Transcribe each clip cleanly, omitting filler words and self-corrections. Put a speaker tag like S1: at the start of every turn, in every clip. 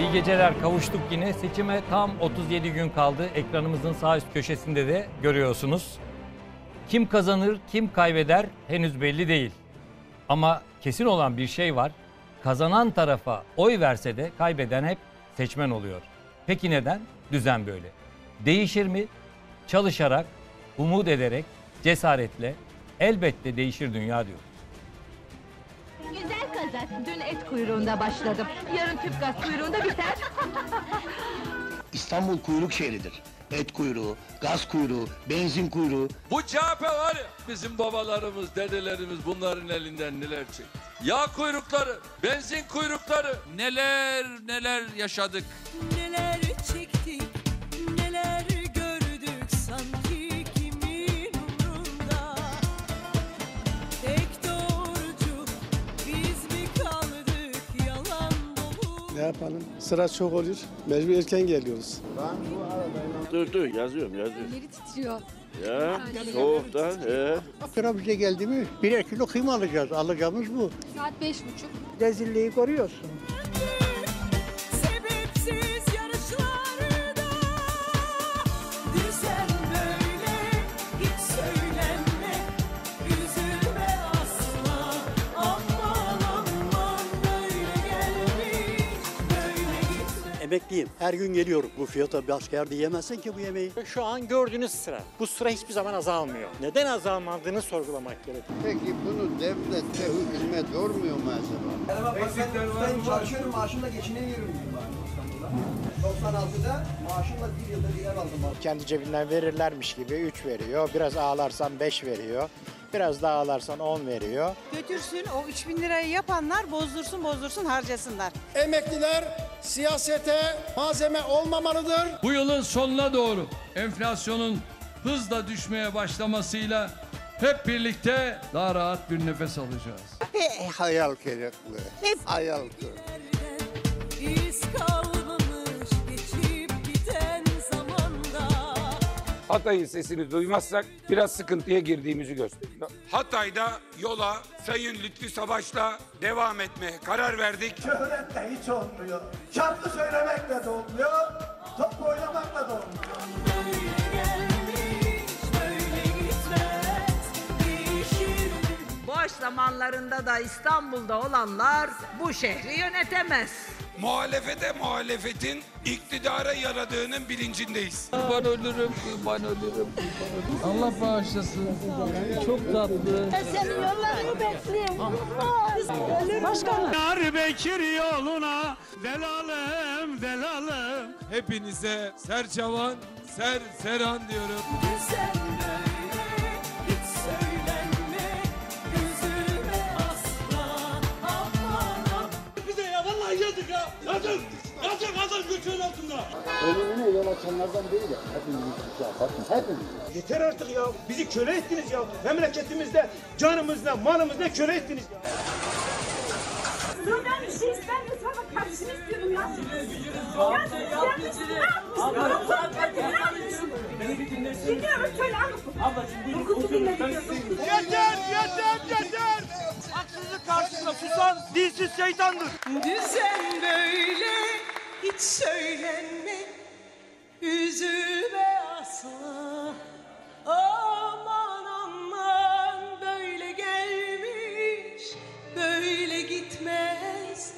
S1: İyi geceler, kavuştuk yine. Seçime tam 37 gün kaldı. Ekranımızın sağ üst köşesinde de görüyorsunuz. Kim kazanır, kim kaybeder henüz belli değil. Ama kesin olan bir şey var. Kazanan tarafa oy verse de kaybeden hep seçmen oluyor. Peki neden? Düzen böyle. Değişir mi? Çalışarak, umut ederek, cesaretle elbette değişir dünya diyor.
S2: Güzel kazak. Dün et kuyruğunda başladım. Yarın tüp gaz kuyruğunda biter.
S3: İstanbul kuyruk şehridir. Et kuyruğu, gaz kuyruğu, benzin kuyruğu.
S4: Bu CHP var ya, bizim babalarımız, dedelerimiz bunların elinden neler çekti. Yağ kuyrukları, benzin kuyrukları, neler yaşadık.
S5: Neler çektik, neler gördük sanki kimin umrunda. Tek doğrucu biz mi kaldık yalan dolu.
S6: Ne yapalım? Sıra çok olur. Mecbur erken geliyoruz.
S7: Dur yazıyorum.
S8: Elleri titriyor.
S7: Ya soğuktan
S9: Sıra geldi mi birer kilo kıyma alacağız. Alacağımız bu.
S8: Saat 5.30.
S9: Rezilliği görüyorsun.
S5: Sebepsiz yarışlarda düzen böyle hiç söylenme, üzülme asla. Aman böyle gelmiş, böyle gitme.
S9: Emekliyim. Her gün geliyorum. Bu fiyata bir asker diyemezsin ki bu yemeği.
S10: Şu an gördüğünüz sıra. Bu sıra hiçbir zaman azalmıyor. Neden azalmadığını sorgulamak gerekiyor.
S11: Peki bunu devlet ve hükümet yormuyor mu acaba?
S12: Ben çalışıyorum, maaşımla geçinemiyorum İstanbul'da. 96'da maaşımla bir yılda bir ev aldım.
S10: Kendi cebinden verirlermiş gibi 3 veriyor. Biraz ağlarsan 5 veriyor. Biraz daha ağlarsan 10 veriyor.
S13: Götürsün o 3.000 lirayı yapanlar bozdursun harcasınlar.
S6: Emekliler siyasete malzeme olmamalıdır.
S4: Bu yılın sonuna doğru enflasyonun hızla düşmeye başlamasıyla hep birlikte daha rahat bir nefes alacağız.
S11: Hayal kırıklığı. Hep hayal kırıklığı.
S5: İz kalmamış geçip giden zamanda.
S14: Hatay'ın sesini duymazsak biraz sıkıntıya girdiğimizi gösteriyor. Hatay'da yola Sayın Lütfü Savaş'la devam etmeye karar verdik.
S12: Şöhret de hiç olmuyor. Şarkı söylemekle de olmuyor. Top oynamakla da olmuyor.
S13: Boş zamanlarında da İstanbul'da olanlar bu şehri yönetemez.
S14: Muhalefete muhalefetin iktidara yaradığının bilincindeyiz.
S4: Kurban ölürüm. Allah bağışlasın. Çok tatlı.
S2: Senin yollarını bekliyorum.
S13: Başkanım.
S6: Yar Bekir yoluna velalım.
S4: Hepinize serçavan, seran diyorum.
S5: Düzen böyle hiç söylenme, üzülme asla. Aman.
S6: Bize ya vallahi yazık ya. Yazık göçün altında.
S11: Ölümüne yol açanlardan değil ya. Hepimiz.
S6: Yeter artık ya. Bizi köle ettiniz ya. Memleketimizde canımızla malımızla köle ettiniz ya.
S2: Ben bir şey istemiyorum. Sana karşını istiyorum ya. Gidiyorum söyle
S6: Yeter. Haksızlık karşısında susan dilsiz şeytandır.
S5: Düzen böyle hiç söylenme, üzülme asla. Aman böyle gelmiş, böyle gitmez,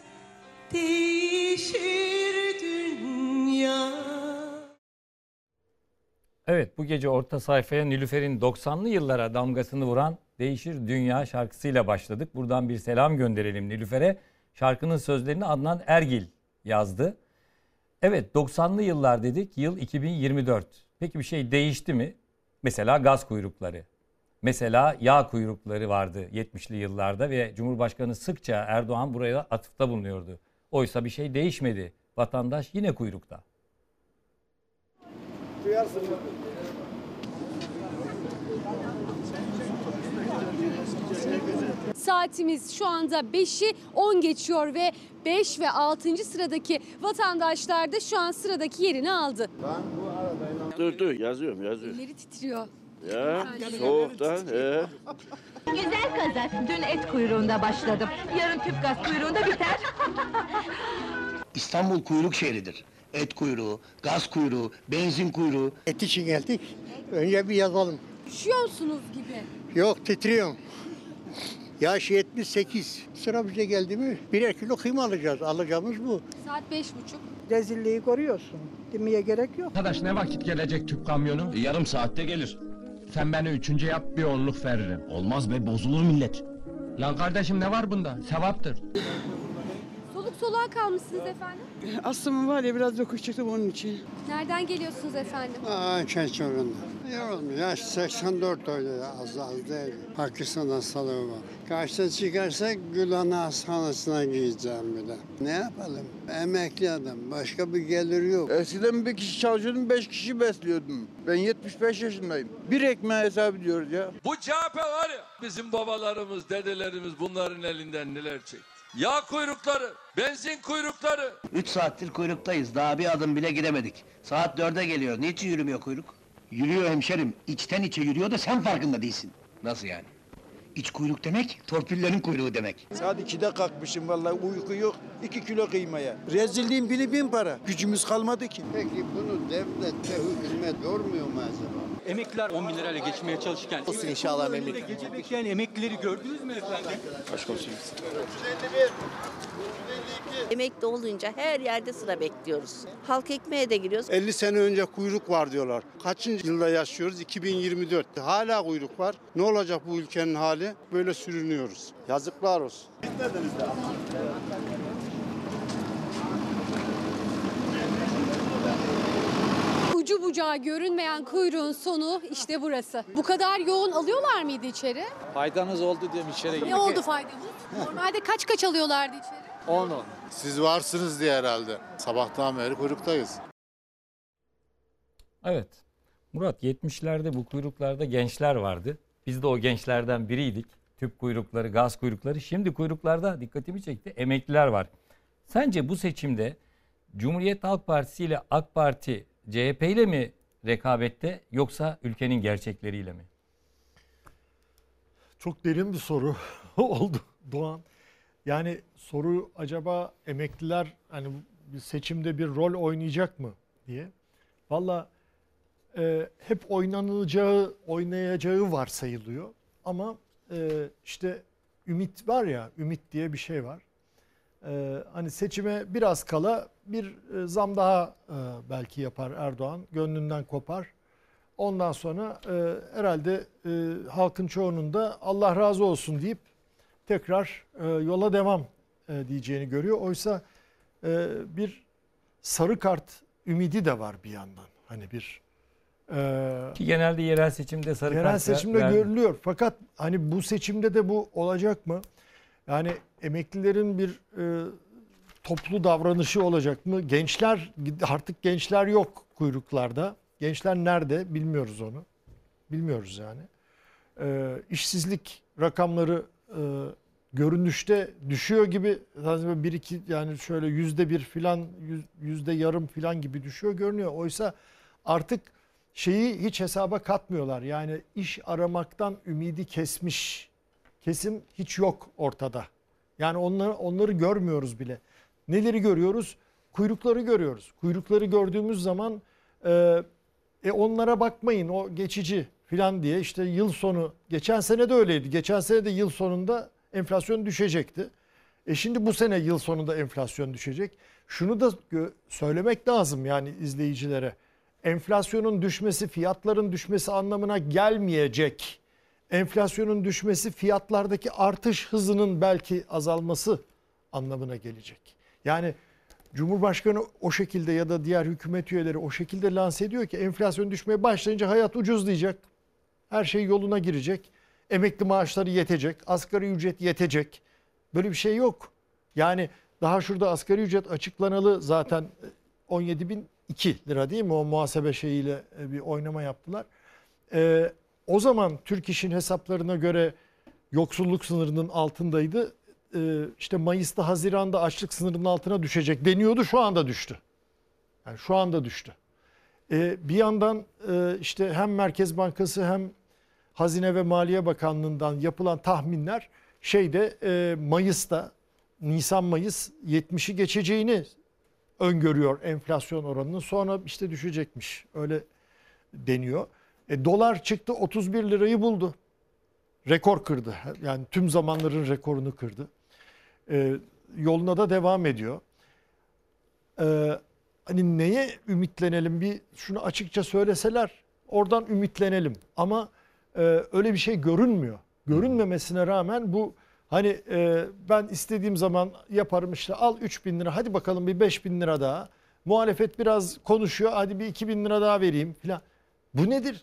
S5: değişir dünya.
S1: Evet, bu gece orta sayfaya Nilüfer'in 90'lı yıllara damgasını vuran Değişir Dünya şarkısıyla başladık. Buradan bir selam gönderelim Nilüfer'e. Şarkının sözlerini Adnan Ergil yazdı. Evet, 90'lı yıllar dedik, yıl 2024. Peki bir şey değişti mi? Mesela gaz kuyrukları. Mesela yağ kuyrukları vardı 70'li yıllarda ve Cumhurbaşkanı sıkça Erdoğan buraya atıfta bulunuyordu. Oysa bir şey değişmedi. Vatandaş yine kuyrukta.
S6: Duyarsın.
S8: Saatimiz şu anda 5'i 10 geçiyor ve 5 ve 6. sıradaki vatandaşlar da şu an sıradaki yerini aldı.
S7: Dur yazıyorum.
S8: Elleri titriyor.
S7: Ya soğuktan
S2: Güzel kazak. Dün et kuyruğunda başladım. Yarın tüp gaz kuyruğunda biter.
S3: İstanbul kuyruk şehridir. Et kuyruğu, gaz kuyruğu, benzin kuyruğu.
S9: Et için geldik. Önce bir yazalım.
S8: Üşüyor musunuz gibi?
S9: Yok, titriyorum. Yaş 78. Sıra bize geldi mi birer kilo kıyma alacağız. Alacağımız bu.
S8: Saat 5.30.
S15: Rezilliği koruyorsun. Demeye gerek yok.
S16: Arkadaş ne vakit gelecek tüp kamyonu?
S17: Yarım saatte gelir.
S16: Sen beni 3. yap, bir onluk veririm.
S17: Olmaz be, bozulur millet.
S16: Lan kardeşim ne var bunda? Sevaptır.
S8: Soluk soluğa kalmışsınız efendim.
S15: Astımım var ya, biraz yokuş çıktım onun için.
S8: Nereden geliyorsunuz efendim?
S9: Çeşçoğlu'nda. Yorulmuş. Yaş 84 öyle az değil. Pakistan hastalığı var. Karşıda çıkarsak Gülhane Hastanesi'ne gideceğim bir de. Ne yapalım? Emekli adam. Başka bir gelir yok.
S18: Eskiden bir kişi çalışıyordum, 5 kişi besliyordum. Ben 75 yaşındayım. Bir ekmeğe hesap ediyoruz ya.
S4: Bu CHP var ya, bizim babalarımız, dedelerimiz bunların elinden neler çekti. Yağ kuyrukları, benzin kuyrukları.
S3: 3 saattir kuyruktayız. Daha bir adım bile gidemedik. Saat 4'e geliyor. Niçin yürümüyor kuyruk? Yürüyor hemşerim. İçten içe yürüyor da sen farkında değilsin. Nasıl yani? İç kuyruk demek, torpillerin kuyruğu demek.
S18: Saat 2'de kalkmışım vallahi, uyku yok. 2 kilo kıymaya. Rezilliğin bin para. Gücümüz kalmadı ki.
S9: Peki bunu devlet ve hükümet görmüyor mu acaba?
S19: Emekliler 10 bin lirayla geçmeye çalışırken... Olsun inşallah memnun. Gece bekleyen emeklileri gördünüz mü efendim?
S18: Başkomiserim.
S20: Emekli olunca her yerde sıra bekliyoruz. Halk ekmeğe de giriyoruz.
S21: 50 sene önce kuyruk var diyorlar. Kaçıncı yılda yaşıyoruz? 2024. Hala kuyruk var. Ne olacak bu ülkenin hali? Böyle sürünüyoruz. Yazıklar olsun. Gitmediniz de.
S8: Ucu bucağı görünmeyen kuyruğun sonu işte burası. Bu kadar yoğun alıyorlar mıydı içeri?
S22: Faydanız oldu diyorum içeri.
S8: Ne oldu faydamız? Normalde kaç alıyorlardı içeri?
S22: 10.
S21: Siz varsınız diye herhalde. Sabahtan beri kuyruktayız.
S1: Evet. Murat, 70'lerde bu kuyruklarda gençler vardı. Biz de o gençlerden biriydik. Tüp kuyrukları, gaz kuyrukları. Şimdi kuyruklarda dikkatimi çekti. Emekliler var. Sence bu seçimde Cumhuriyet Halk Partisi ile AK Parti CHP ile mi rekabette, yoksa ülkenin gerçekleriyle mi?
S23: Çok derin bir soru oldu Doğan. Yani soru, acaba emekliler hani bir seçimde bir rol oynayacak mı diye. Valla hep oynayacağı varsayılıyor. Ama işte ümit var ya, ümit diye bir şey var. Hani seçime biraz kala bir zam daha belki yapar Erdoğan, gönlünden kopar. Ondan sonra herhalde halkın çoğunun da Allah razı olsun deyip tekrar yola devam diyeceğini görüyor. Oysa bir sarı kart ümidi de var bir yandan. Hani bir
S1: ki genelde yerel seçimde sarı kart
S23: yerel seçimde görülüyor. Fakat hani bu seçimde de bu olacak mı? Yani emeklilerin bir toplu davranışı olacak mı? Gençler, artık gençler yok kuyruklarda. Gençler nerede? Bilmiyoruz onu. Bilmiyoruz yani. İşsizlik rakamları görünüşte düşüyor gibi, bir iki, yani şöyle %1 filan, %yarım filan gibi düşüyor görünüyor. Oysa artık şeyi hiç hesaba katmıyorlar. Yani iş aramaktan ümidi kesmiş kesim hiç yok ortada. Yani onları görmüyoruz bile. Neleri görüyoruz? Kuyrukları görüyoruz. Kuyrukları gördüğümüz zaman onlara bakmayın, o geçici filan diye, işte yıl sonu, geçen sene de öyleydi. Geçen sene de yıl sonunda enflasyon düşecekti. Şimdi bu sene yıl sonunda enflasyon düşecek. Şunu da söylemek lazım yani izleyicilere. Enflasyonun düşmesi fiyatların düşmesi anlamına gelmeyecek. Enflasyonun düşmesi fiyatlardaki artış hızının belki azalması anlamına gelecek. Yani Cumhurbaşkanı o şekilde ya da diğer hükümet üyeleri o şekilde lanse ediyor ki enflasyon düşmeye başlayınca hayat ucuzlayacak. Her şey yoluna girecek. Emekli maaşları yetecek. Asgari ücret yetecek. Böyle bir şey yok. Yani daha şurada asgari ücret açıklanalı zaten 17.002 lira değil mi? O muhasebe şeyiyle bir oynama yaptılar. O zaman Türk İş'in hesaplarına göre yoksulluk sınırının altındaydı. İşte Mayıs'ta, Haziran'da açlık sınırının altına düşecek deniyordu. Şu anda düştü. Yani şu anda düştü. Bir yandan işte hem Merkez Bankası hem Hazine ve Maliye Bakanlığı'ndan yapılan tahminler Mayıs'ta, Nisan-Mayıs 70'i geçeceğini öngörüyor enflasyon oranını. Sonra işte düşecekmiş. Öyle deniyor. Dolar çıktı 31 lirayı buldu. Rekor kırdı. Yani tüm zamanların rekorunu kırdı. Yoluna da devam ediyor. Hani neye ümitlenelim? Bir şunu açıkça söyleseler oradan ümitlenelim. Ama öyle bir şey görünmüyor. Görünmemesine rağmen bu hani ben istediğim zaman yaparım işte al 3.000 lira hadi bakalım bir 5.000 lira daha. Muhalefet biraz konuşuyor hadi bir 2.000 lira daha vereyim filan. Bu nedir?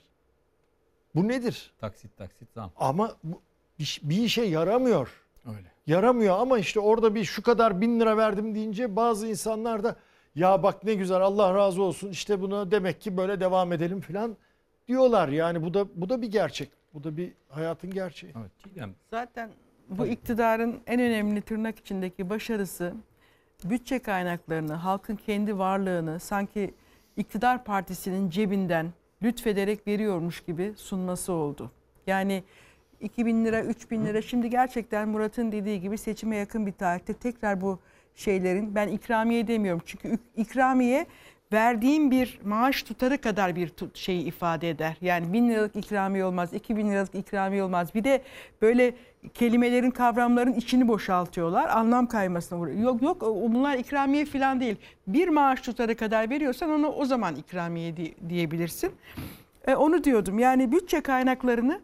S23: Bu nedir?
S1: Taksit zam.
S23: Ama bir işe yaramıyor.
S1: Öyle.
S23: Yaramıyor ama işte orada bir şu kadar 1.000 lira verdim deyince bazı insanlar da ya bak ne güzel Allah razı olsun işte buna demek ki böyle devam edelim filan diyorlar. Yani bu da bir gerçek. Bu da bir hayatın gerçeği.
S1: Evet,
S10: zaten bu iktidarın en önemli tırnak içindeki başarısı bütçe kaynaklarını, halkın kendi varlığını sanki iktidar partisinin cebinden lütfederek veriyormuş gibi sunması oldu. Yani 2.000 lira, 3.000 lira şimdi gerçekten Murat'ın dediği gibi seçime yakın bir tarihte tekrar bu şeylerin ben ikramiye demiyorum. Çünkü ikramiye verdiğim bir maaş tutarı kadar bir şeyi ifade eder. Yani 1.000 liralık ikramiye olmaz, 2.000 liralık ikramiye olmaz. Bir de böyle kelimelerin, kavramların içini boşaltıyorlar. Anlam kaymasına vuruyor. Yok bunlar ikramiye falan değil. Bir maaş tutarı kadar veriyorsan ona o zaman ikramiye diyebilirsin. Onu diyordum. Yani bütçe kaynaklarını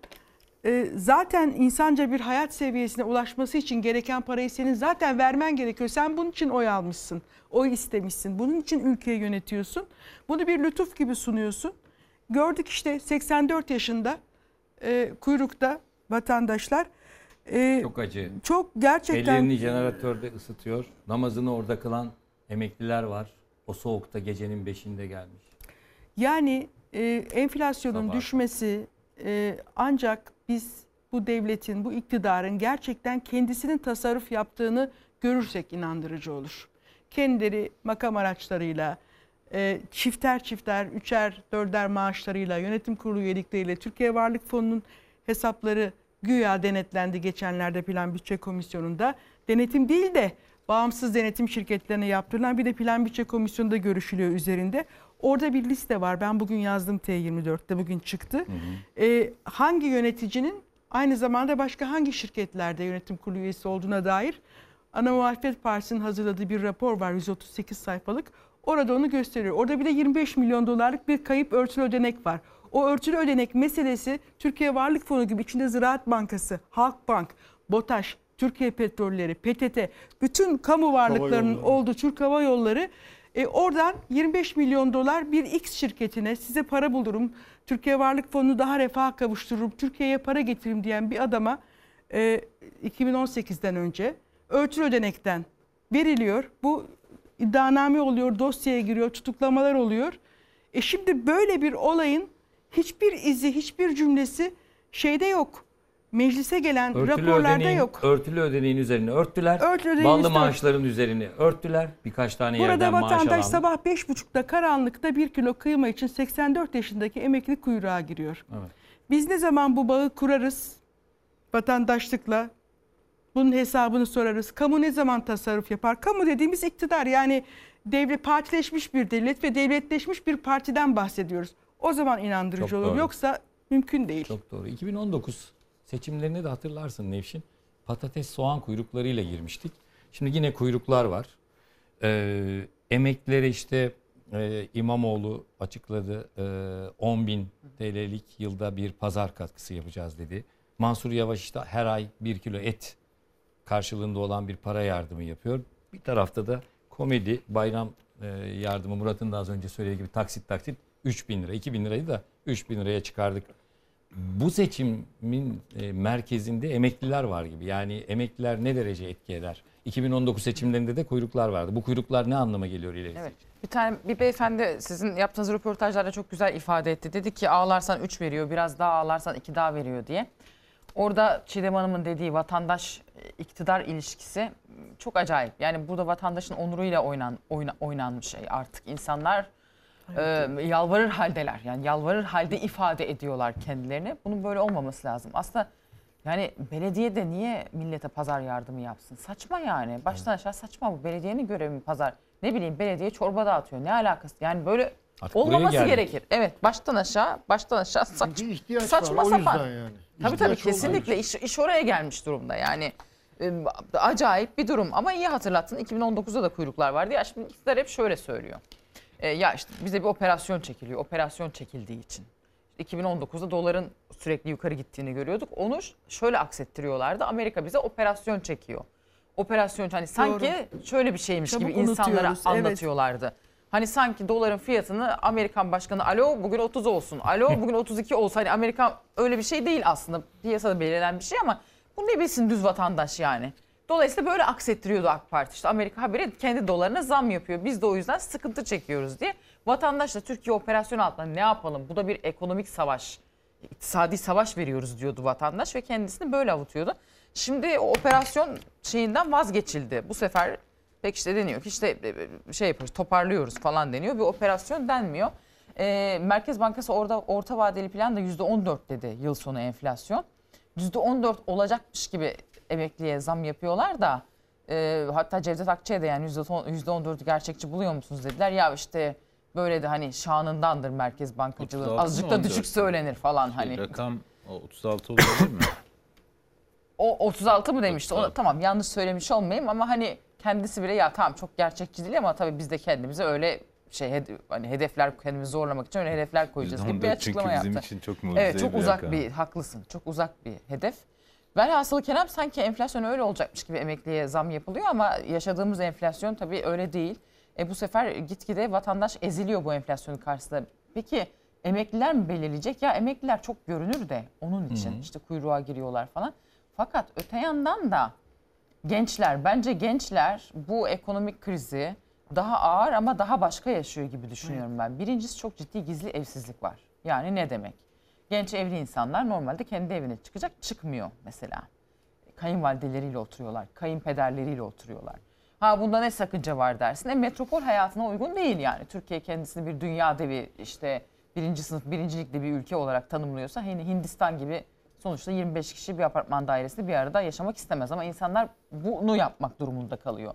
S10: zaten insanca bir hayat seviyesine ulaşması için gereken parayı senin zaten vermen gerekiyor. Sen bunun için oy almışsın, oy istemişsin. Bunun için ülkeyi yönetiyorsun. Bunu bir lütuf gibi sunuyorsun. Gördük işte 84 yaşında kuyrukta vatandaşlar.
S1: Çok acı.
S10: Çok gerçekten.
S1: Ellerini jeneratörde ısıtıyor. Namazını orada kılan emekliler var. O soğukta gecenin 5'inde gelmiş.
S10: Yani enflasyonun
S1: Sabah
S10: düşmesi ancak biz bu devletin, bu iktidarın gerçekten kendisinin tasarruf yaptığını görürsek inandırıcı olur. Kendileri makam araçlarıyla, çifter, üçer, dörder maaşlarıyla, yönetim kurulu üyelikleriyle, Türkiye Varlık Fonu'nun hesapları güya denetlendi geçenlerde Plan Bütçe Komisyonu'nda. Denetim değil de bağımsız denetim şirketlerine yaptırılan bir de Plan Bütçe Komisyonu'nda görüşülüyor üzerinde. Orada bir liste var. Ben bugün yazdım T24'te bugün çıktı. Hangi yöneticinin aynı zamanda başka hangi şirketlerde yönetim kurulu üyesi olduğuna dair Ana Muhalefet Partisi'nin hazırladığı bir rapor var 138 sayfalık. Orada onu gösteriyor. Orada bir de 25 milyon dolarlık bir kayıp örtülü ödenek var. O örtülü ödenek meselesi Türkiye Varlık Fonu gibi içinde Ziraat Bankası, Halkbank, BOTAŞ, Türkiye Petrolleri, PTT, bütün kamu varlıklarının olduğu Türk Hava Yolları oradan 25 milyon dolar bir X şirketine size para bulurum, Türkiye Varlık Fonu'nu daha refaha kavuştururum, Türkiye'ye para getiririm diyen bir adama 2018'den önce örtülü ödenekten veriliyor. Bu iddianame oluyor, dosyaya giriyor, tutuklamalar oluyor. Şimdi böyle bir olayın hiçbir izi, hiçbir cümlesi şeyde yok. Meclise gelen raporlarda yok.
S1: Örtülü ödeneğin üzerine örttüler. Ballı maaşların üzerine örttüler. Birkaç tane yerden maaş alan.
S10: Burada vatandaş sabah 5.30'da karanlıkta 1 kilo kıyma için 84 yaşındaki emekli kuyruğa giriyor. Evet. Biz ne zaman bu bağı kurarız vatandaşlıkla? Bunun hesabını sorarız. Kamu ne zaman tasarruf yapar? Kamu dediğimiz iktidar, yani devlet, partileşmiş bir devlet ve devletleşmiş bir partiden bahsediyoruz. O zaman inandırıcı
S1: Çok
S10: olur.
S1: doğru.
S10: Yoksa mümkün değil.
S1: Çok doğru. 2019 seçimlerini de hatırlarsın Nevşin. Patates soğan kuyruklarıyla girmiştik. Şimdi yine kuyruklar var. Emeklilere işte İmamoğlu açıkladı. 10.000 TL'lik yılda bir pazar katkısı yapacağız dedi. Mansur Yavaş işte her ay 1 kilo et karşılığında olan bir para yardımı yapıyor. Bir tarafta da komedi bayram yardımı, Murat'ın da az önce söylediği gibi taksit 3.000 lira. 2.000 lirayı da 3.000 liraya çıkardık. Bu seçimin merkezinde emekliler var gibi. Yani emekliler ne derece etki eder? 2019 seçimlerinde de kuyruklar vardı. Bu kuyruklar ne anlama geliyor ilerisi?
S12: Evet. Bir beyefendi sizin yaptığınız röportajlarda çok güzel ifade etti. Dedi ki ağlarsan 3 veriyor, biraz daha ağlarsan 2 daha veriyor diye. Orada Çiğdem Hanım'ın dediği vatandaş iktidar ilişkisi çok acayip. Yani burada vatandaşın onuruyla oynanmış artık insanlar yalvarır haldeler. Yani yalvarır halde ifade ediyorlar kendilerini. Bunun böyle olmaması lazım. Aslında yani belediye de niye millete pazar yardımı yapsın? Saçma yani. Baştan aşağı saçma bu. Belediyenin görevi mi pazar? ne bileyim belediye çorba dağıtıyor. Ne alakası? Yani böyle
S1: Artık
S12: olmaması
S1: buraya geldik.
S12: gerekir. Evet, baştan aşağı
S23: ihtiyaç
S12: saçma
S23: var, o
S12: sapan.
S23: yüzden yani.
S12: Tabii
S23: İhtiyaç
S12: kesinlikle iş oraya gelmiş durumda. Yani acayip bir durum ama iyi hatırlattın. 2019'da da kuyruklar vardı. Ya şimdi iktidar hep şöyle söylüyor. Ya işte bize bir operasyon çekiliyor. Operasyon çekildiği için. 2019'da doların sürekli yukarı gittiğini görüyorduk. Onu şöyle aksettiriyorlardı. Amerika bize operasyon çekiyor. Operasyon hani sanki şöyle bir şeymiş
S10: Çabuk
S12: gibi insanlara
S10: unutuyoruz, evet.
S12: anlatıyorlardı. Hani sanki doların fiyatını Amerikan başkanı alo bugün 30 olsun. Alo bugün 32 olsa hani Amerikan öyle bir şey değil aslında. Piyasada belirlenen bir şey ama bu ne bilsin düz vatandaş yani. Dolayısıyla böyle aksettiriyordu AK Parti. İşte Amerika haberi kendi dolarına zam yapıyor. Biz de o yüzden sıkıntı çekiyoruz diye. Vatandaş da Türkiye operasyon altında ne yapalım? Bu da bir ekonomik savaş. İktisadi savaş veriyoruz diyordu vatandaş ve kendisini böyle avutuyordu. Şimdi o operasyon şeyinden vazgeçildi. Bu sefer pek işte deniyor ki işte şey yapıyoruz, toparlıyoruz falan deniyor. Bir operasyon denmiyor. Merkez Bankası orada orta vadeli plan da %14 dedi yıl sonu enflasyon. %14 olacakmış gibi emekliye zam yapıyorlar da hatta Cevdet Akçay'a da yani %14'ü gerçekçi buluyor musunuz dediler. Ya işte böyle de hani şanındandır merkez bankacılığı. Azıcık da düşük söylenir falan hani.
S11: Rakam 36 olabilir mi?
S12: O 36 mı demişti? Ona, tamam yanlış söylemiş olmayayım ama hani kendisi bile ya tamam çok gerçekçi değil ama tabii biz de kendimize öyle hani hedefler kendimizi zorlamak için öyle hedefler koyacağız gibi bir açıklama yaptı.
S11: Çünkü bizim için çok mucizevi
S12: evet çok uzak
S11: rakam.
S12: haklısın. Çok uzak bir hedef. Velhasılı kelam sanki enflasyon öyle olacakmış gibi emekliye zam yapılıyor ama yaşadığımız enflasyon tabii öyle değil. Bu sefer gitgide vatandaş eziliyor bu enflasyonun karşısında. Peki emekliler mi belirleyecek? Ya emekliler çok görünür de onun için işte kuyruğa giriyorlar falan. Fakat öte yandan da bence gençler bu ekonomik krizi daha ağır ama daha başka yaşıyor gibi düşünüyorum ben. Birincisi çok ciddi gizli evsizlik var. Yani ne demek? Genç evli insanlar normalde kendi evine çıkmıyor mesela. Kayınvalideleriyle oturuyorlar, kayınpederleriyle oturuyorlar. Ha bunda ne sakınca var dersin. Metropol hayatına uygun değil yani. Türkiye kendisini bir dünya devi işte birinci sınıf, birincilikli bir ülke olarak tanımlıyorsa Hindistan gibi sonuçta 25 kişi bir apartman dairesinde bir arada yaşamak istemez ama insanlar bunu yapmak durumunda kalıyor.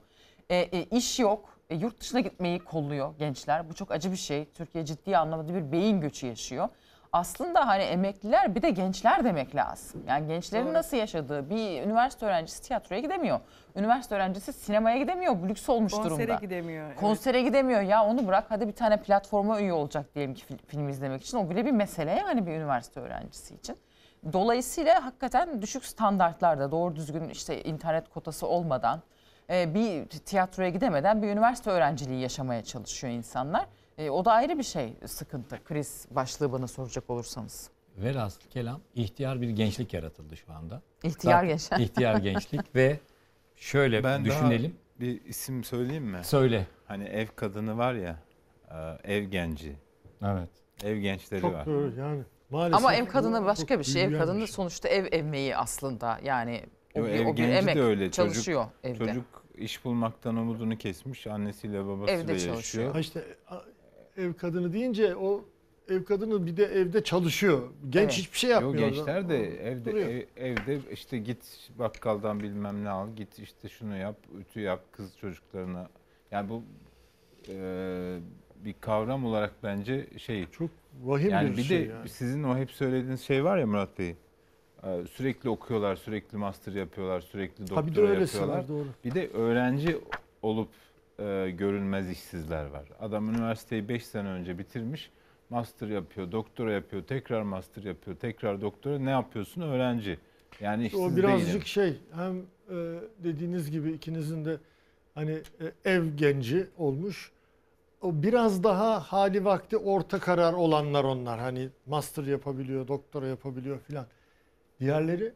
S12: İş yok, yurt dışına gitmeyi kolluyor gençler. Bu çok acı bir şey. Türkiye ciddi anlamda bir beyin göçü yaşıyor. Aslında hani emekliler bir de gençler demek lazım. Yani gençlerin nasıl yaşadığı bir üniversite öğrencisi tiyatroya gidemiyor. Üniversite öğrencisi sinemaya gidemiyor. Bu lüks olmuş durumda.
S10: Konsere gidemiyor.
S12: Konsere gidemiyor ya onu bırak hadi bir tane platforma üye olacak diyelim ki film izlemek için. O bile bir mesele yani bir üniversite öğrencisi için. Dolayısıyla hakikaten düşük standartlarda doğru düzgün işte internet kotası olmadan bir tiyatroya gidemeden bir üniversite öğrenciliği yaşamaya çalışıyor insanlar. O da ayrı bir şey sıkıntı. Kriz başlığı bana soracak olursanız.
S1: Velhasıl kelam ihtiyar bir gençlik yaratıldı şu anda.
S12: İhtiyar
S1: gençlik ve şöyle
S11: ben
S1: düşünelim.
S11: Bir isim söyleyeyim mi?
S1: Söyle.
S11: Hani ev kadını var ya, ev genci.
S1: Evet.
S11: Ev gençleri
S23: Çok
S11: var.
S23: doğru yani. Maalesef
S12: ama ev kadını başka bir şey. Ev
S23: büyüyen
S12: kadını
S23: bir şey.
S12: sonuçta ev emeği aslında. Yani o
S11: Ev
S12: bir
S11: genci
S12: emek
S11: de öyle.
S12: çalışıyor evde.
S11: Çocuk iş bulmaktan umudunu kesmiş. Annesiyle babasıyla
S12: Evde
S11: yaşıyor.
S12: çalışıyor.
S23: Ha işte ev kadını deyince o ev kadını bir de evde çalışıyor. Genç hiçbir şey yapmıyor.
S11: Yok gençler de evde işte git bakkaldan bilmem ne al, git işte şunu yap, ütü yap kız çocuklarına. Yani bu bir kavram olarak bence çok
S23: vahim
S11: yani
S23: bir şey.
S11: de
S23: yani.
S11: sizin o hep söylediğiniz şey var ya Murat Bey. Sürekli okuyorlar, sürekli master yapıyorlar, sürekli doktora
S23: bir de öylesi
S11: yapıyorlar.
S23: var, doğru.
S11: Bir de öğrenci olup görünmez işsizler var. Adam üniversiteyi 5 sene önce bitirmiş, master yapıyor, doktora yapıyor, tekrar master yapıyor, tekrar doktora. Ne yapıyorsun? Öğrenci. Yani işsiz
S23: O birazcık
S11: değilim.
S23: şey hem dediğiniz gibi ikinizin de hani ev genci olmuş. O biraz daha hali vakti orta karar olanlar onlar. Hani master yapabiliyor, doktora yapabiliyor filan. Diğerleri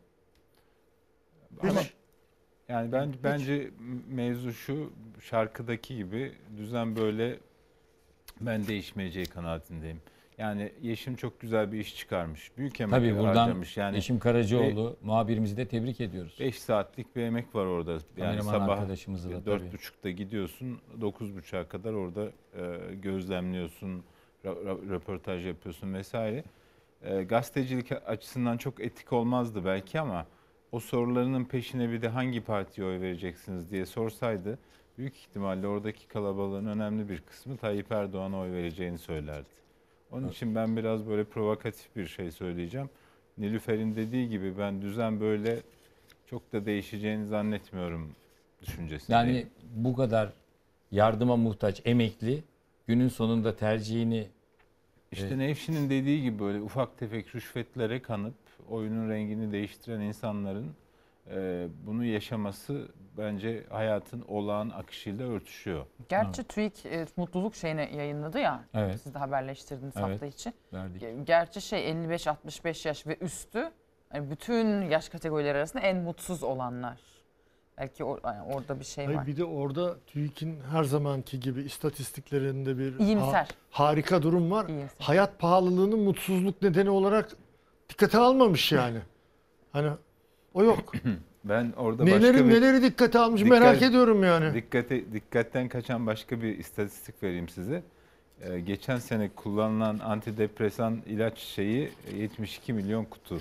S11: yani bence mevzu şu, şarkıdaki gibi düzen böyle, ben değişmeyeceği kanaatindeyim. Yani Yeşim çok güzel bir iş çıkarmış. Büyük emek
S1: Tabii buradan
S11: harcamış. Yani
S1: Yeşim Karacaoğlu muhabirimizi de tebrik ediyoruz.
S11: 5 saatlik bir emek var orada. Yani
S1: Kameraman
S11: sabah
S1: arkadaşımızı da
S11: 4.30'da gidiyorsun, 9.30'a kadar orada gözlemliyorsun, röportaj yapıyorsun vesaire. Gazetecilik açısından çok etik olmazdı belki ama o sorularının peşine bir de hangi partiye oy vereceksiniz diye sorsaydı büyük ihtimalle oradaki kalabalığın önemli bir kısmı Tayyip Erdoğan'a oy vereceğini söylerdi. Onun için ben biraz böyle provokatif bir şey söyleyeceğim. Nilüfer'in dediği gibi ben düzen böyle çok da değişeceğini zannetmiyorum düşüncesindeyim.
S1: Yani bu kadar yardıma muhtaç emekli günün sonunda tercihini...
S11: İşte Nevşin'in dediği gibi böyle ufak tefek rüşvetlere kanıp oyunun rengini değiştiren insanların bunu yaşaması bence hayatın olağan akışıyla örtüşüyor.
S12: Gerçi TÜİK mutluluk şeyini yayınladı ya.
S1: Evet.
S12: Siz de haberleştirdiniz hafta içi.
S1: Verdik.
S12: Gerçi 55-65 yaş ve üstü yani bütün yaş kategorileri arasında en mutsuz olanlar. Belki orada bir şey var.
S23: Bir de orada TÜİK'in her zamanki gibi istatistiklerinde bir
S12: İyimser.
S23: Harika durum var.
S12: İyimser.
S23: Hayat pahalılığını mutsuzluk nedeni olarak dikkate almamış yani. Hani o yok.
S11: Ben orada
S23: neleri dikkate almış merak ediyorum yani.
S11: Dikkatten kaçan başka bir istatistik vereyim size. Geçen sene kullanılan antidepresan ilaç şeyi 72 milyon kutu.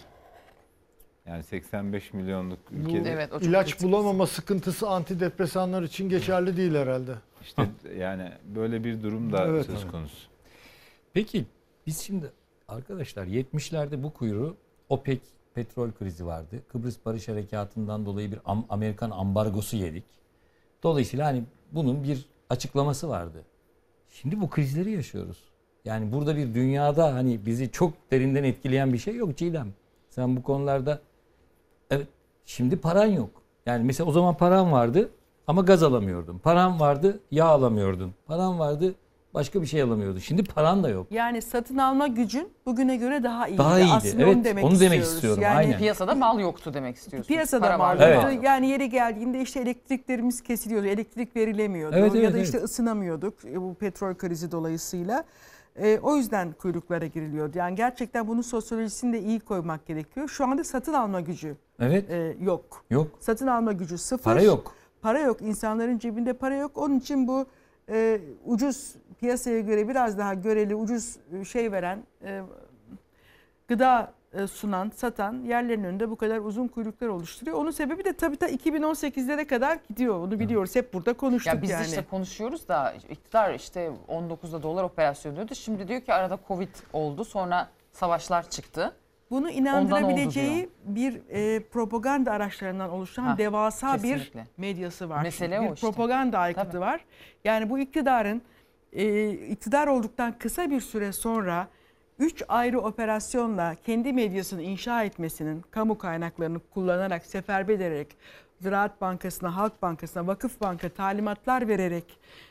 S11: Yani 85 milyonluk ülkede.
S23: İlaç bulamama sıkıntısı antidepresanlar için geçerli değil herhalde.
S11: İşte yani böyle bir durum da söz konusu.
S1: Peki biz şimdi arkadaşlar 70'lerde bu kuyruğu OPEC petrol krizi vardı. Kıbrıs Barış Harekatı'ndan dolayı bir Amerikan ambargosu yedik. Dolayısıyla hani bunun bir açıklaması vardı. Şimdi bu krizleri yaşıyoruz. Yani burada bir dünyada hani bizi çok derinden etkileyen bir şey yok Çiğdem. Sen bu konularda evet şimdi paran yok. Yani mesela o zaman paran vardı ama gaz alamıyordun. Paran vardı yağ alamıyordun. Paran vardı başka bir şey alamıyordun. Şimdi paran da yok.
S10: Yani satın alma gücün bugüne göre daha iyiydi.
S1: Daha iyiydi.
S10: Aslında
S1: evet,
S10: onu demek
S1: istiyorum.
S10: Yani
S1: aynen.
S12: Piyasada mal yoktu demek istiyorsunuz.
S10: Piyasada mal yoktu. Evet. Yani yeri geldiğinde işte elektriklerimiz kesiliyordu. Elektrik verilemiyordu. Ya da işte ısınamıyorduk bu petrol krizi dolayısıyla. O yüzden kuyruklara giriliyordu. Yani gerçekten bunun sosyolojisini de iyi koymak gerekiyor. Şu anda satın alma gücü yok.
S1: Yok.
S10: Satın alma gücü sıfır.
S1: Para yok.
S10: Para yok. İnsanların cebinde para yok. Onun için bu ucuz piyasaya göre biraz daha göreli ucuz şey veren gıda sunan, satan yerlerin önünde bu kadar uzun kuyruklar oluşturuyor. Onun sebebi de tabii 2018'lere kadar gidiyor. Onu biliyoruz. Hep burada konuştuk
S12: ya biz
S10: yani.
S12: Biz işte konuşuyoruz da iktidar işte 19'da dolar operasyonu diyordu. Şimdi diyor ki arada Covid oldu. Sonra savaşlar çıktı.
S10: Bunu inandırabileceği bir propaganda araçlarından oluşan devasa kesinlikle. Bir medyası var.
S12: Mesele
S10: bir
S12: o işte.
S10: Propaganda aygıtı var. Yani bu iktidarın iktidar olduktan kısa bir süre sonra 3 ayrı operasyonla kendi medyasını inşa etmesinin, kamu kaynaklarını kullanarak, seferber ederek, Ziraat Bankası'na, Halk Bankası'na, Vakıf Banka talimatlar vererek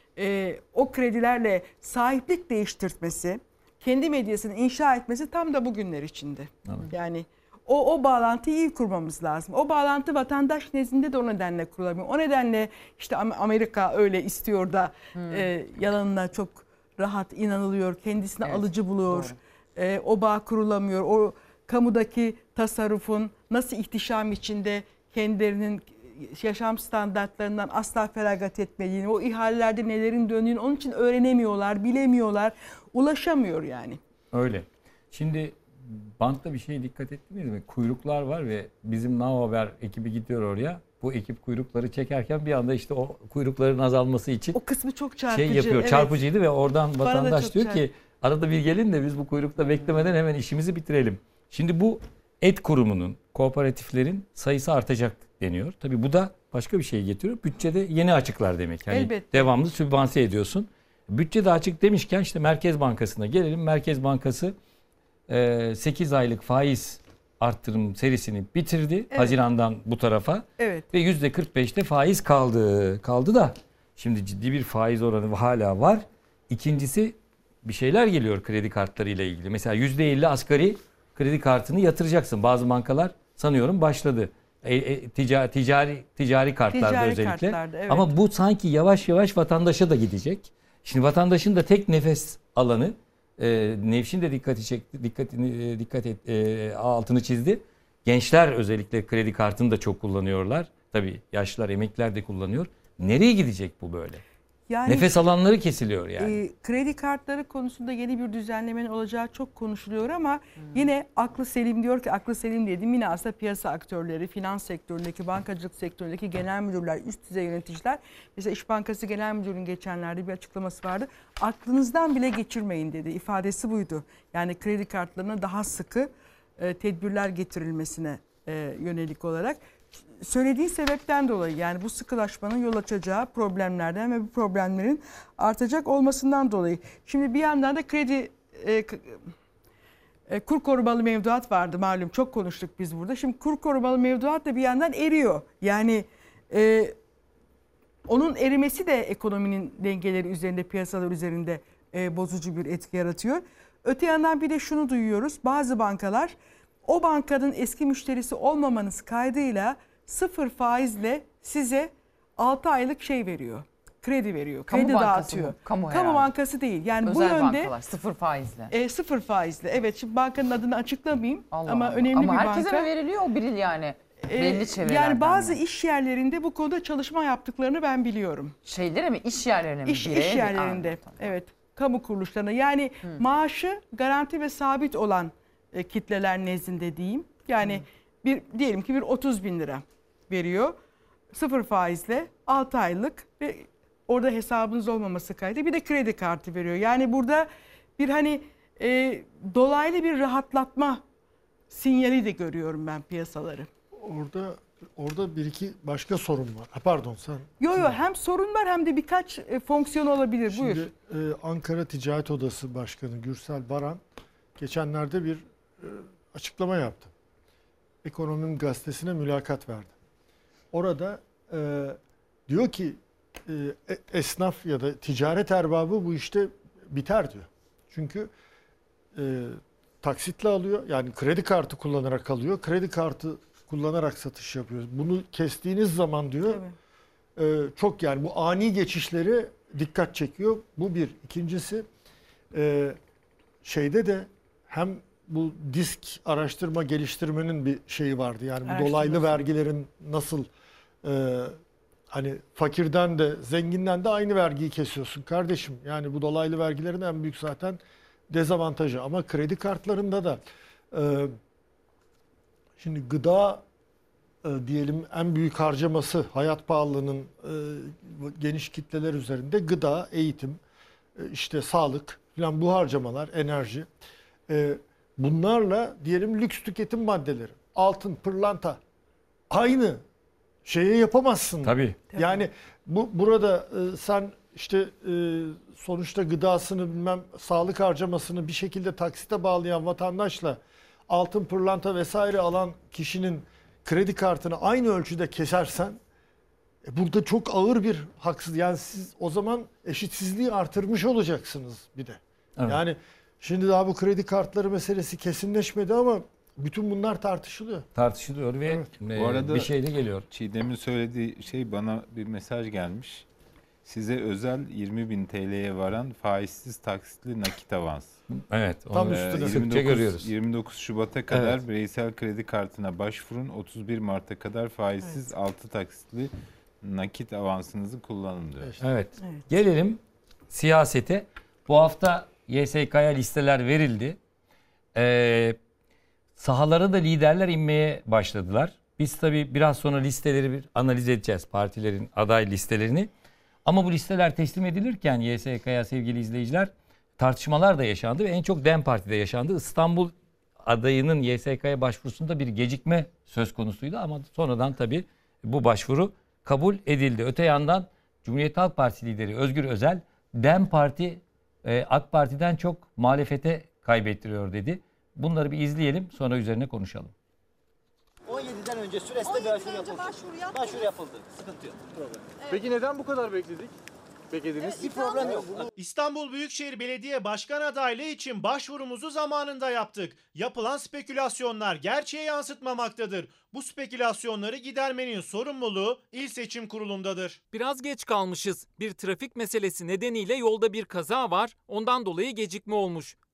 S10: o kredilerle sahiplik değiştirtmesi, kendi medyasını inşa etmesi tam da bugünler içinde. Evet. Yani o bağlantıyı iyi kurmamız lazım. O bağlantı vatandaş nezdinde de o nedenle kurulamıyor. O nedenle işte Amerika öyle istiyor da yalanına çok rahat inanılıyor, kendisine alıcı buluyor. O bağ kurulamıyor. O kamudaki tasarrufun nasıl ihtişam içinde kendilerinin yaşam standartlarından asla feragat etmediğini, o ihalelerde nelerin döndüğünü onun için öğrenemiyorlar, bilemiyorlar, ulaşamıyor yani.
S1: Öyle. Şimdi bantta bir şeye dikkat ettiniz mi? Kuyruklar var ve bizim Now Haber ekibi gidiyor oraya. Bu ekip kuyrukları çekerken bir anda işte o kuyrukların azalması için
S10: o kısmı çok çarpıcı.
S1: Şey yapıyor, çarpıcıydı ve oradan vatandaş diyor ki arada bir gelin de biz bu kuyrukta beklemeden hemen işimizi bitirelim. Şimdi bu et kurumunun, kooperatiflerin sayısı artacak deniyor. Tabii bu da başka bir şey getiriyor. Bütçede yeni açıklar demek. Yani devamlı sübvanse ediyorsun. Bütçede açık demişken işte Merkez Bankası'na gelelim. Merkez Bankası 8 aylık faiz arttırım serisini bitirdi. Evet. Haziran'dan bu tarafa.
S10: Evet.
S1: Ve %45'te faiz kaldı. Kaldı da şimdi ciddi bir faiz oranı hala var. İkincisi bir şeyler geliyor kredi kartlarıyla ilgili. Mesela %50 asgari kredi kartını yatıracaksın. Bazı bankalar sanıyorum başladı. Ticari kartlarda özellikle. Evet. Ama bu sanki yavaş yavaş vatandaşa da gidecek. Şimdi vatandaşın da tek nefes alanı Nevşin de altını çizdi. Gençler özellikle kredi kartını da çok kullanıyorlar. Tabii yaşlılar, emekliler de kullanıyor. Nereye gidecek bu böyle?
S10: Yani,
S1: nefes alanları kesiliyor yani.
S10: Kredi kartları konusunda yeni bir düzenlemenin olacağı çok konuşuluyor ama yine aklı selim diyor ki, aklı selim dedim, yine aslında piyasa aktörleri, finans sektöründeki, bankacılık sektöründeki genel müdürler, üst düzey yöneticiler, mesela İş Bankası Genel Müdürü'nün geçenlerde bir açıklaması vardı. Aklınızdan bile geçirmeyin dedi, ifadesi buydu. Yani kredi kartlarına daha sıkı tedbirler getirilmesine yönelik olarak. Söylediği sebepten dolayı, yani bu sıkılaşmanın yol açacağı problemlerden ve bu problemlerin artacak olmasından dolayı. Şimdi bir yandan da kredi kur korumalı mevduat vardı malum, çok konuştuk biz burada. Şimdi kur korumalı mevduat da bir yandan eriyor. Yani onun erimesi de ekonominin dengeleri üzerinde, piyasalar üzerinde bozucu bir etki yaratıyor. Öte yandan bir de şunu duyuyoruz. Bazı bankalar o bankanın eski müşterisi olmamanız kaydıyla 0 faizle size 6 aylık şey veriyor. Kredi veriyor.
S12: Kamu
S10: kredi
S12: bankası
S10: dağıtıyor.
S12: mı? Kamu
S10: bankası değil. Yani
S12: özel
S10: bu yönde
S12: bankalar 0 faizle.
S10: 0 faizle. Evet, şimdi bankanın adını açıklamayayım
S12: Allah
S10: ama
S12: Allah.
S10: önemli bir banka.
S12: Ama herkese mi veriliyor o biril yani? Belli çevrelerden.
S10: Yani bazı iş yerlerinde bu konuda çalışma yaptıklarını ben biliyorum.
S12: Şeylere mi? İş yerlerine mi?
S10: İş yerlerinde. Evet. Kamu kuruluşlarına. Yani maaşı garanti ve sabit olan kitleler nezdinde diyeyim. Yani diyelim ki bir 30 bin lira veriyor. 0 faizle 6 aylık ve orada hesabınız olmaması kaydıyla bir de kredi kartı veriyor. Yani burada bir hani dolaylı bir rahatlatma sinyali de görüyorum ben piyasaları.
S23: Orada bir iki başka sorun var. Pardon sen.
S10: Yo hem sorun var hem de birkaç fonksiyon olabilir.
S23: Şimdi,
S10: buyur.
S23: Ankara Ticaret Odası Başkanı Gürsel Baran geçenlerde bir açıklama yaptı. Ekonomim Gazetesi'ne mülakat verdi. Orada diyor ki esnaf ya da ticaret erbabı bu işte biter diyor. Çünkü taksitle alıyor, yani kredi kartı kullanarak alıyor. Kredi kartı kullanarak satış yapıyoruz. Bunu kestiğiniz zaman diyor çok, yani bu ani geçişleri dikkat çekiyor. Bu bir. İkincisi şeyde de hem bu disk araştırma geliştirmenin bir şeyi vardı. Yani bu dolaylı vergilerin nasıl hani fakirden de zenginden de aynı vergiyi kesiyorsun kardeşim. Yani bu dolaylı vergilerin en büyük zaten dezavantajı. Ama kredi kartlarında da şimdi gıda diyelim en büyük harcaması, hayat pahalılığının geniş kitleler üzerinde gıda, eğitim, işte sağlık falan, bu harcamalar, enerji. Bunlarla diyelim lüks tüketim maddeleri, altın, pırlanta aynı şeye yapamazsın.
S1: Tabii.
S23: Yani burada sen işte sonuçta gıdasını bilmem sağlık harcamasını bir şekilde taksite bağlayan vatandaşla altın, pırlanta vesaire alan kişinin kredi kartını aynı ölçüde kesersen burada çok ağır bir haksız, yani siz o zaman eşitsizliği artırmış olacaksınız bir de. Evet. Yani şimdi daha bu kredi kartları meselesi kesinleşmedi ama bütün bunlar tartışılıyor.
S1: Tartışılıyor ve
S11: bu arada
S1: bir şey de geliyor.
S11: Çiğdem'in söylediği şey, bana bir mesaj gelmiş. Size özel 20.000 TL'ye varan faizsiz taksitli nakit avans.
S1: Evet.
S23: Tam üstüne
S11: 29 Şubat'a kadar bireysel kredi kartına başvurun. 31 Mart'ta kadar faizsiz 6 taksitli nakit avansınızı kullanın diyor.
S1: Evet. Gelelim siyasete. Bu hafta YSK'ya listeler verildi. Sahalara da liderler inmeye başladılar. Biz tabii biraz sonra listeleri bir analiz edeceğiz. Partilerin aday listelerini. Ama bu listeler teslim edilirken YSK'ya sevgili izleyiciler tartışmalar da yaşandı ve en çok DEM Parti'de yaşandı. İstanbul adayının YSK'ya başvurusunda bir gecikme söz konusuydu ama sonradan tabii bu başvuru kabul edildi. Öte yandan Cumhuriyet Halk Partisi lideri Özgür Özel, DEM Parti AK Parti'den çok muhalefete kaybettiriyor dedi. Bunları bir izleyelim, sonra üzerine konuşalım.
S5: 17'den önce süresinde başvuru yapıldı. Sıkıntı yok. Problem.
S6: Peki neden bu kadar bekledik? Beklediniz.
S5: Bir problem yok.
S13: İstanbul Büyükşehir Belediye Başkan adaylığı için başvurumuzu zamanında yaptık. Yapılan spekülasyonlar gerçeği yansıtmamaktadır. Bu spekülasyonları gidermenin sorumluluğu İl Seçim Kurulu'ndadır.
S14: Biraz geç kalmışız. Bir trafik meselesi nedeniyle yolda bir kaza var. Ondan dolayı gecikme olmuş.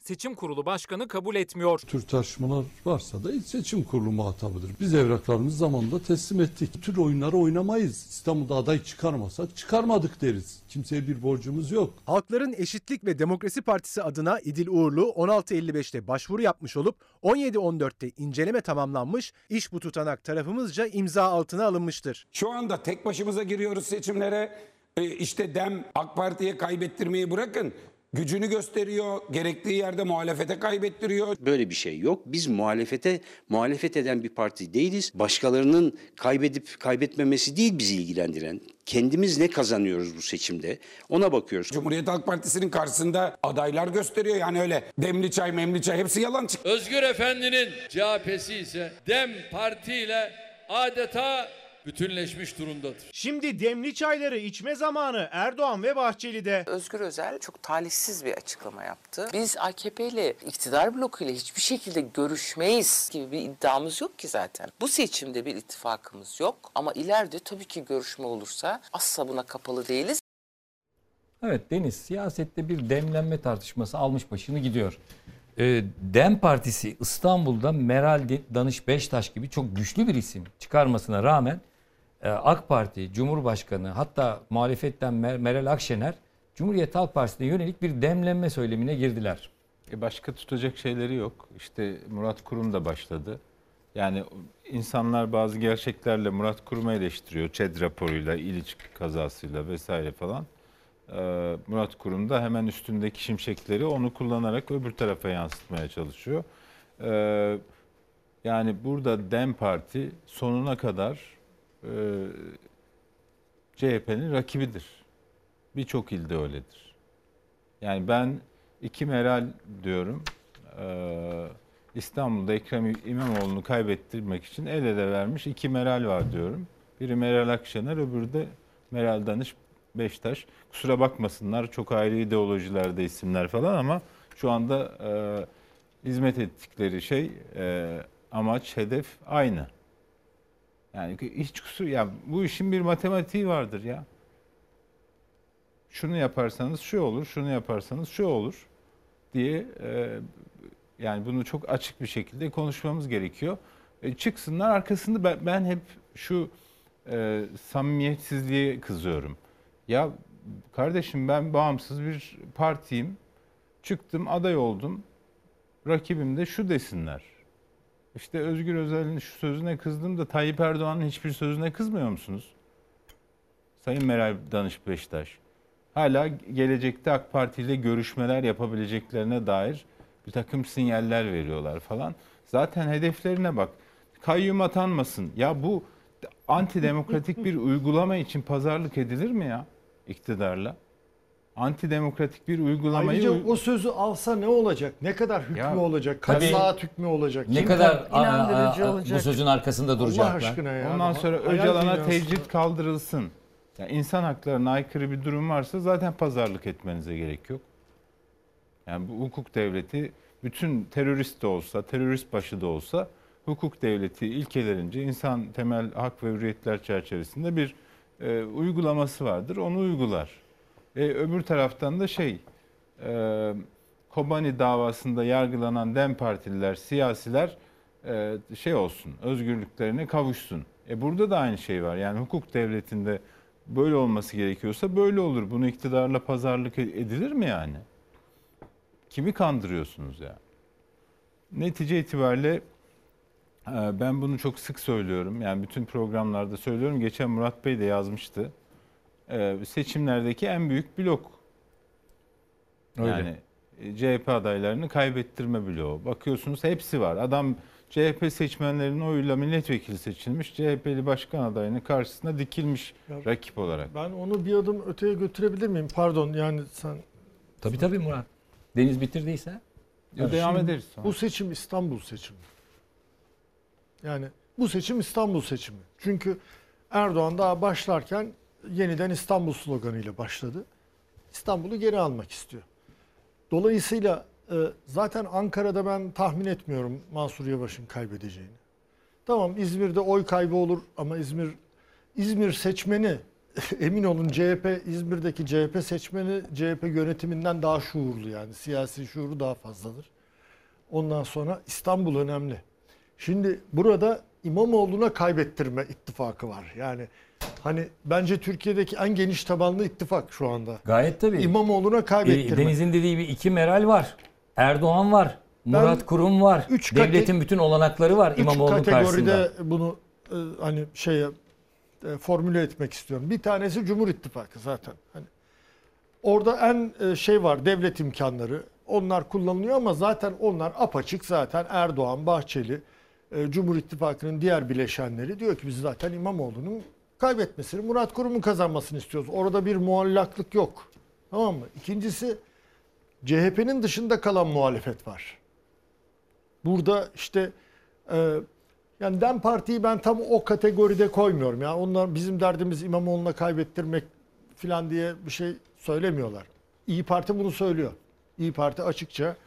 S2: Seçim Kurulu Başkanı kabul etmiyor.
S7: Bu tür tartışmalar varsa da seçim kurulu muhatabıdır. Biz evraklarımızı zamanında teslim ettik. Bu tür oyunları oynamayız. İstanbul'da aday çıkarmasak çıkarmadık deriz. Kimseye bir borcumuz yok.
S14: Halkların Eşitlik ve Demokrasi Partisi adına İdil Uğurlu 16.55'te başvuru yapmış olup 17.14'te inceleme tamamlanmış, iş bu tutanak tarafımızca imza altına alınmıştır.
S24: Şu anda tek başımıza giriyoruz seçimlere. İşte DEM AK Parti'ye kaybettirmeyi bırakın. Gücünü gösteriyor, gerektiği yerde muhalefete kaybettiriyor.
S25: Böyle bir şey yok. Biz muhalefet eden bir parti değiliz. Başkalarının kaybedip kaybetmemesi değil bizi ilgilendiren. Kendimiz ne kazanıyoruz bu seçimde ona bakıyoruz.
S24: Cumhuriyet Halk Partisi'nin karşısında adaylar gösteriyor. Yani öyle demli çay memli çay hepsi yalan çıktı.
S4: Özgür Efendi'nin CHP'si ise DEM Parti ile adeta bütünleşmiş durumdadır.
S13: Şimdi demli çayları içme zamanı Erdoğan ve Bahçeli'de.
S26: Özgür Özel çok talihsiz bir açıklama yaptı. Biz AKP ile iktidar blokuyla hiçbir şekilde görüşmeyiz gibi bir iddiamız yok ki zaten. Bu seçimde bir ittifakımız yok ama ileride tabii ki görüşme olursa asla buna kapalı değiliz.
S1: Evet Deniz, siyasette bir demlenme tartışması almış başını gidiyor. DEM Partisi İstanbul'da Meral Danış Beştaş gibi çok güçlü bir isim çıkarmasına rağmen AK Parti, Cumhurbaşkanı hatta muhalefetten Meral Akşener Cumhuriyet Halk Partisi'ne yönelik bir demlenme söylemine girdiler.
S11: Başka tutacak şeyleri yok. İşte Murat Kurum da başladı. Yani insanlar bazı gerçeklerle Murat Kurum'u eleştiriyor. ÇED raporuyla, İliç kazasıyla vesaire falan. Murat Kurum da hemen üstündeki şimşekleri onu kullanarak öbür tarafa yansıtmaya çalışıyor. Yani burada DEM Parti sonuna kadar CHP'nin rakibidir. Birçok ilde öyledir. Yani ben iki Meral diyorum. İstanbul'da Ekrem İmamoğlu'nu kaybettirmek için el ele vermiş iki Meral var diyorum. Biri Meral Akşener, öbürü de Meral Danış Beştaş. Kusura bakmasınlar, çok ayrı ideolojilerde isimler falan ama şu anda hizmet ettikleri şey, amaç, hedef aynı. Yani hiç kusur, ya bu işin bir matematiği vardır ya. Şunu yaparsanız şu olur, şunu yaparsanız şu olur diye yani bunu çok açık bir şekilde konuşmamız gerekiyor. Çıksınlar arkasında ben hep şu samimiyetsizliğe kızıyorum. Ya kardeşim ben bağımsız bir partiyim. Çıktım, aday oldum. Rakibim de şu desinler. İşte Özgür Özel'in şu sözüne kızdım da Tayyip Erdoğan'ın hiçbir sözüne kızmıyor musunuz? Sayın Meral Danış Beştaş. Hala gelecekte AK Parti ile görüşmeler yapabileceklerine dair bir takım sinyaller veriyorlar falan. Zaten hedeflerine bak. Kayyum atanmasın. Ya bu antidemokratik bir uygulama için pazarlık edilir mi ya iktidarla? Antidemokratik bir uygulamayı...
S23: Ayrıca o sözü alsa ne olacak? Ne kadar hükmü olacak? Kaç saat hükmü olacak?
S1: Ne kadar bu sözün arkasında duracaklar?
S23: Allah aşkına ya.
S11: Ondan sonra Öcalan'a tecrit kaldırılsın. Yani insan haklarına aykırı bir durum varsa zaten pazarlık etmenize gerek yok. Yani bu hukuk devleti bütün terörist de olsa, terörist başı da olsa hukuk devleti ilkelerince insan temel hak ve hürriyetler çerçevesinde bir uygulaması vardır. Onu uygular. Öbür taraftan da Kobani davasında yargılanan DEM partililer, siyasiler olsun, özgürlüklerine kavuşsun. Burada da aynı şey var. Yani hukuk devletinde böyle olması gerekiyorsa böyle olur. Bunu iktidarla pazarlık edilir mi yani? Kimi kandırıyorsunuz ya? Netice itibariyle ben bunu çok sık söylüyorum. Yani bütün programlarda söylüyorum. Geçen Murat Bey de yazmıştı. Seçimlerdeki en büyük blok.
S1: Öyle.
S11: Yani CHP adaylarını kaybettirme bloğu. Bakıyorsunuz hepsi var. Adam CHP seçmenlerinin oyuyla milletvekili seçilmiş. CHP'li başkan adayının karşısına dikilmiş rakip olarak.
S23: Ben onu bir adım öteye götürebilir miyim? Pardon yani sen...
S1: Tabii Murat. Deniz bitirdiyse.
S11: Devam ederiz.
S23: Bu seçim İstanbul seçimi. Yani bu seçim İstanbul seçimi. Çünkü Erdoğan daha başlarken yeniden İstanbul sloganıyla başladı. İstanbul'u geri almak istiyor. Dolayısıyla zaten Ankara'da ben tahmin etmiyorum Mansur Yavaş'ın kaybedeceğini. Tamam İzmir'de oy kaybı olur ama İzmir seçmeni emin olun CHP, İzmir'deki CHP seçmeni CHP yönetiminden daha şuurlu, yani siyasi şuuru daha fazladır. Ondan sonra İstanbul önemli. Şimdi burada İmamoğlu'na kaybettirme ittifakı var. Yani hani bence Türkiye'deki en geniş tabanlı ittifak şu anda.
S1: Gayet tabii.
S23: İmamoğlu'na kaybettirme.
S1: Deniz'in dediği bir iki Meral var. Erdoğan var. Murat Kurum var. Devletin bütün olanakları var İmamoğlu'nun karşısında.
S23: 3 kategoride bunu hani formüle etmek istiyorum. Bir tanesi Cumhur İttifakı zaten. Hani orada en var, devlet imkanları. Onlar kullanılıyor ama zaten onlar apaçık, zaten Erdoğan, Bahçeli, Cumhur İttifakı'nın diğer bileşenleri diyor ki biz zaten İmamoğlu'nun kaybetmesini, Murat Kurum'un kazanmasını istiyoruz. Orada bir muallaklık yok. Tamam mı? İkincisi, CHP'nin dışında kalan muhalefet var. Burada işte yani DEM Parti'yi ben tam o kategoride koymuyorum. Yani onlar, bizim derdimiz İmamoğlu'na kaybettirmek falan diye bir şey söylemiyorlar. İYİ Parti bunu söylüyor. İYİ Parti açıkça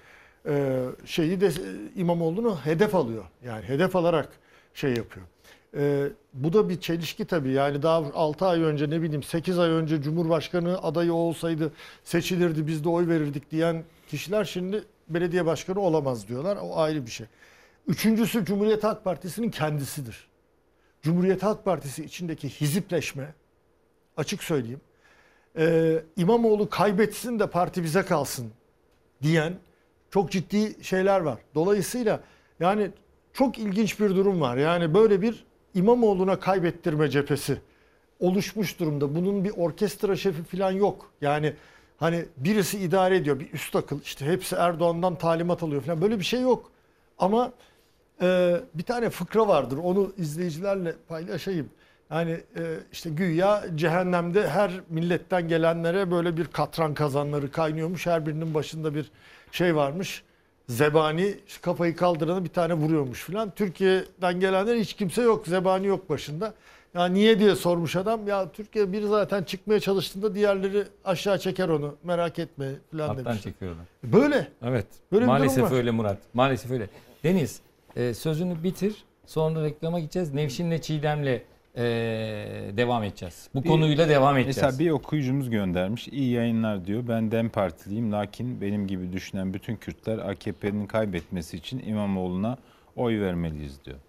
S23: İmamoğlu'nu hedef alıyor. Yani hedef alarak yapıyor. Bu da bir çelişki tabii. Yani daha 6 ay önce, 8 ay önce Cumhurbaşkanı adayı olsaydı seçilirdi, biz de oy verirdik diyen kişiler şimdi belediye başkanı olamaz diyorlar. O ayrı bir şey. Üçüncüsü Cumhuriyet Halk Partisi'nin kendisidir. Cumhuriyet Halk Partisi içindeki hizipleşme, açık söyleyeyim, İmamoğlu kaybetsin de parti bize kalsın diyen çok ciddi şeyler var. Dolayısıyla yani çok ilginç bir durum var. Yani böyle bir İmamoğlu'na kaybettirme cephesi oluşmuş durumda. Bunun bir orkestra şefi falan yok. Yani hani birisi idare ediyor, bir üst akıl, işte hepsi Erdoğan'dan talimat alıyor falan, böyle bir şey yok. Ama bir tane fıkra vardır, onu izleyicilerle paylaşayım. Yani işte güya cehennemde her milletten gelenlere böyle bir katran kazanları kaynıyormuş. Her birinin başında bir varmış. Zebani, kafayı kaldırana bir tane vuruyormuş filan. Türkiye'den gelenler hiç kimse yok. Zebani yok başında. Ya niye diye sormuş adam. Ya Türkiye biri zaten çıkmaya çalıştığında diğerleri aşağı çeker onu. Merak etme filan demiş.
S1: Alttan çekiyorlar.
S23: Böyle.
S1: Evet.
S23: Böyle
S1: maalesef öyle Murat. Maalesef öyle. Deniz, sözünü bitir. Sonra reklama gideceğiz. Nevşin'le Çiğdem'le devam edeceğiz. Bu konuyla devam edeceğiz.
S11: Mesela bir okuyucumuz göndermiş. İyi yayınlar diyor. Ben DEM Partiliyim. Lakin benim gibi düşünen bütün Kürtler AKP'nin kaybetmesi için İmamoğlu'na oy vermeliyiz diyor.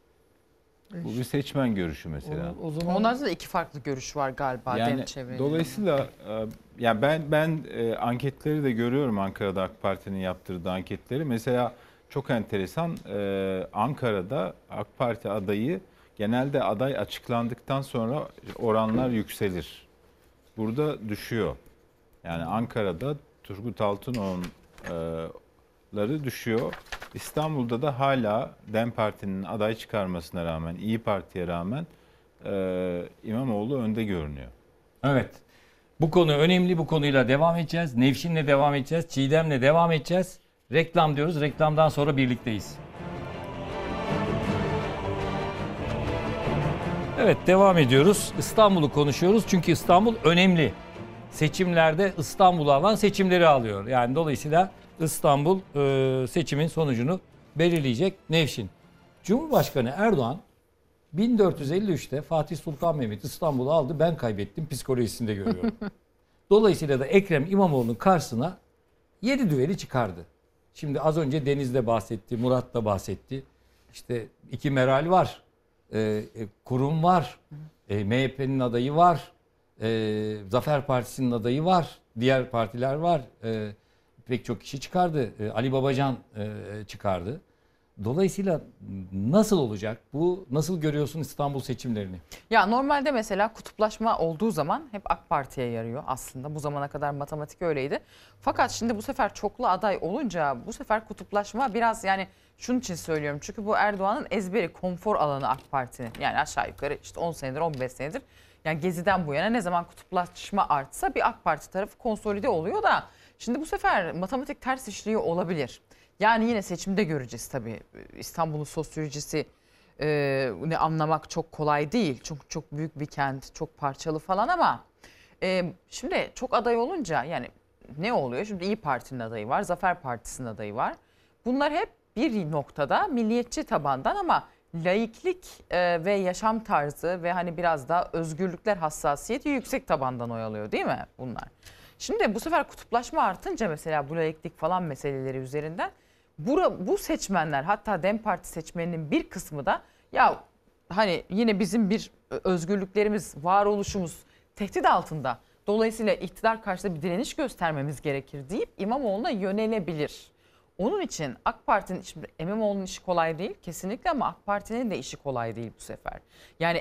S11: Bu bir seçmen görüşü mesela.
S12: O zaman onlarda da iki farklı görüş var galiba.
S11: Yani dolayısıyla yani ben anketleri de görüyorum, Ankara'da AK Parti'nin yaptırdığı anketleri. Mesela çok enteresan, Ankara'da AK Parti adayı, genelde aday açıklandıktan sonra oranlar yükselir. Burada düşüyor. Yani Ankara'da Turgut Altınoğlu'nları düşüyor. İstanbul'da da hala DEM Parti'nin aday çıkarmasına rağmen, İYİ Parti'ye rağmen İmamoğlu önde görünüyor.
S1: Evet. Bu konu önemli. Bu konuyla devam edeceğiz. Nevşin'le devam edeceğiz. Çiğdem'le devam edeceğiz. Reklam diyoruz. Reklamdan sonra birlikteyiz. Evet, devam ediyoruz. İstanbul'u konuşuyoruz çünkü İstanbul önemli. Seçimlerde İstanbul'u alan seçimleri alıyor. Yani dolayısıyla İstanbul seçimin sonucunu belirleyecek. Nevşin. Cumhurbaşkanı Erdoğan 1453'te Fatih Sultan Mehmet İstanbul'u aldı, ben kaybettim psikolojisinde görüyorum. Dolayısıyla da Ekrem İmamoğlu'nun karşısına 7 düveli çıkardı. Şimdi az önce Deniz de bahsetti, Murat da bahsetti. İşte iki Meral var. Kurum var, MHP'nin adayı var, Zafer Partisi'nin adayı var, diğer partiler var, pek çok kişi çıkardı, Ali Babacan çıkardı. Dolayısıyla nasıl olacak bu? Nasıl görüyorsun İstanbul seçimlerini?
S12: Ya normalde mesela kutuplaşma olduğu zaman hep AK Parti'ye yarıyor aslında. Bu zamana kadar matematik öyleydi. Fakat şimdi bu sefer çoklu aday olunca bu sefer kutuplaşma biraz, yani şunun için söylüyorum. Çünkü bu Erdoğan'ın ezberi, konfor alanı AK Parti'nin. Yani aşağı yukarı işte 10 senedir 15 senedir. Yani Gezi'den bu yana ne zaman kutuplaşma artsa bir AK Parti tarafı konsolide oluyor da şimdi bu sefer matematik ters işliyor olabilir. Yani yine seçimde göreceğiz tabii. İstanbul'un sosyolojisi ne anlamak çok kolay değil. Çok büyük bir kent, çok parçalı falan ama şimdi çok aday olunca yani ne oluyor? Şimdi İYİ Parti'nin adayı var, Zafer Partisi'nin adayı var. Bunlar hep bir noktada milliyetçi tabandan ama laiklik ve yaşam tarzı ve hani biraz daha özgürlükler hassasiyeti yüksek tabandan oy alıyor değil mi bunlar? Şimdi bu sefer kutuplaşma artınca mesela bu laiklik falan meseleleri üzerinden bu seçmenler, hatta DEM Parti seçmeninin bir kısmı da ya hani yine bizim bir özgürlüklerimiz, varoluşumuz tehdit altında. Dolayısıyla iktidar karşısında bir direniş göstermemiz gerekir deyip İmamoğlu'na yönelebilir. Onun için AK Parti'nin, şimdi İmamoğlu'nun işi kolay değil kesinlikle, ama AK Parti'nin de işi kolay değil bu sefer. Yani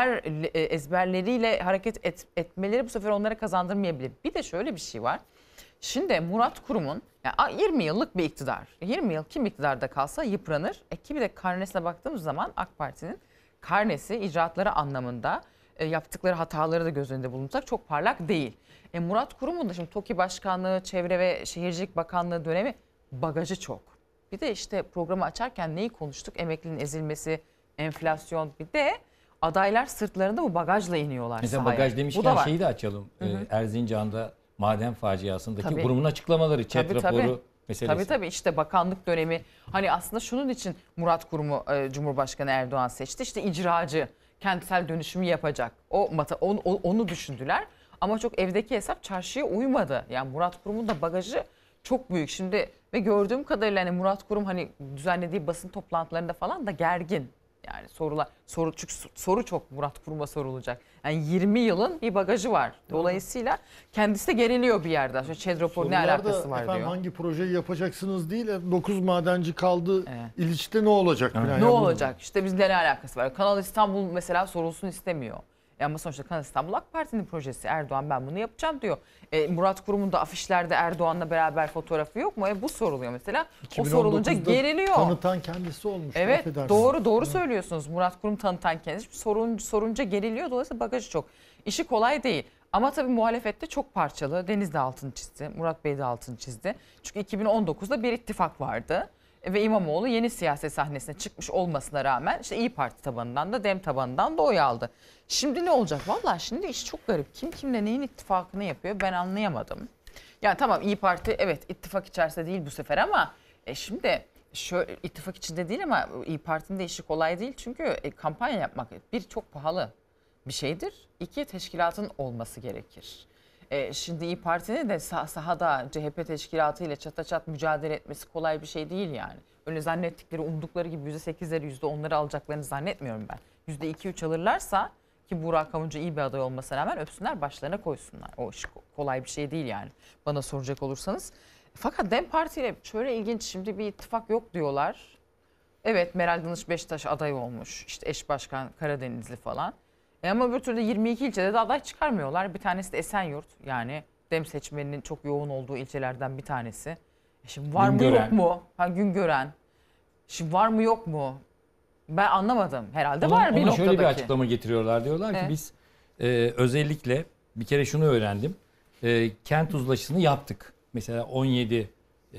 S12: ezberleriyle hareket etmeleri bu sefer onlara kazandırmayabilir. Bir de şöyle bir şey var. Şimdi Murat Kurum'un yani 20 yıllık bir iktidar. 20 yıl kim iktidarda kalsa yıpranır. Bir de karnesine baktığımız zaman AK Parti'nin karnesi icraatları anlamında yaptıkları hataları da göz önünde bulundursak çok parlak değil. Murat Kurum'un da şimdi TOKİ Başkanlığı, Çevre ve Şehircilik Bakanlığı dönemi bagajı çok. Bir de işte programı açarken neyi konuştuk? Emeklinin ezilmesi, enflasyon, bir de adaylar sırtlarında bu bagajla iniyorlar
S1: mesela
S12: sahaya.
S1: bagaj demişken şeyi de açalım. Erzincan'da maden faciasındaki kurumun açıklamaları, ÇED raporu meselesi.
S12: Tabii işte bakanlık dönemi. Hani aslında şunun için Murat Kurum'u Cumhurbaşkanı Erdoğan seçti. İşte icracı, kentsel dönüşümü yapacak. Onu düşündüler. Ama çok evdeki hesap çarşıya uymadı. Yani Murat Kurum'un da bagajı çok büyük. Şimdi ve gördüğüm kadarıyla hani Murat Kurum hani düzenlediği basın toplantılarında falan da gergin. Yani çünkü soru çok Murat Kurum'a sorulacak. Yani 20 yılın bir bagajı var. Dolayısıyla kendisi de geriliyor bir yerde. Şöyle ÇED raporu ne alakası var diyor.
S23: Hangi projeyi yapacaksınız değil, 9 madenci kaldı. İliç'te ne olacak?
S12: Ne olacak? İşte bizle ne alakası var? Kanal İstanbul mesela sorulsun istemiyor. Ama sonuçta Kanal İstanbul AK Parti'nin projesi. Erdoğan ben bunu yapacağım diyor. Murat Kurum'un da afişlerde Erdoğan'la beraber fotoğrafı yok mu? Bu soruluyor mesela. O sorulunca geriliyor.
S23: Tanıtan kendisi olmuş.
S12: Evet, doğru söylüyorsunuz. Murat Kurum tanıtan kendisi. Sorunca geriliyor. Dolayısıyla bagajı çok. İşi kolay değil. Ama tabii muhalefette çok parçalı. Deniz de altını çizdi. Murat Bey de altını çizdi. Çünkü 2019'da bir ittifak vardı. Ve İmamoğlu yeni siyaset sahnesine çıkmış olmasına rağmen işte İYİ Parti tabanından da DEM tabanından da oy aldı. Şimdi ne olacak? Vallahi şimdi iş çok garip. Kim kimle neyin ittifakını yapıyor ben anlayamadım. Yani tamam İYİ Parti evet ittifak içerisinde değil bu sefer ama şimdi şöyle ittifak içinde değil ama İYİ Parti'nin de işi kolay değil. Çünkü kampanya yapmak bir çok pahalı bir şeydir. İki teşkilatın olması gerekir. Şimdi İYİ Parti'nin de sahada CHP teşkilatıyla çataçat mücadele etmesi kolay bir şey değil yani. Öyle zannettikleri, umdukları gibi %8'leri, %10'ları alacaklarını zannetmiyorum ben. %2-3 alırlarsa ki Burak Kavuncu iyi bir aday olmasına rağmen öpsünler başlarına koysunlar. O iş kolay bir şey değil yani bana soracak olursanız. Fakat DEM Parti ile şöyle ilginç, şimdi bir ittifak yok diyorlar. Evet, Meral Danış Beştaş aday olmuş. İşte eş başkan Karadenizli falan. Ama bir türlü 22 ilçede de aday çıkarmıyorlar. Bir tanesi de Esenyurt, yani DEM seçmeninin çok yoğun olduğu ilçelerden bir tanesi. Şimdi var mı yok mu? Güngören. Şimdi var mı yok mu? Ben anlamadım. Herhalde var bir noktadaki.
S1: Şöyle bir açıklama getiriyorlar. Diyorlar ki biz özellikle bir kere şunu öğrendim. Kent uzlaşısını yaptık. Mesela 17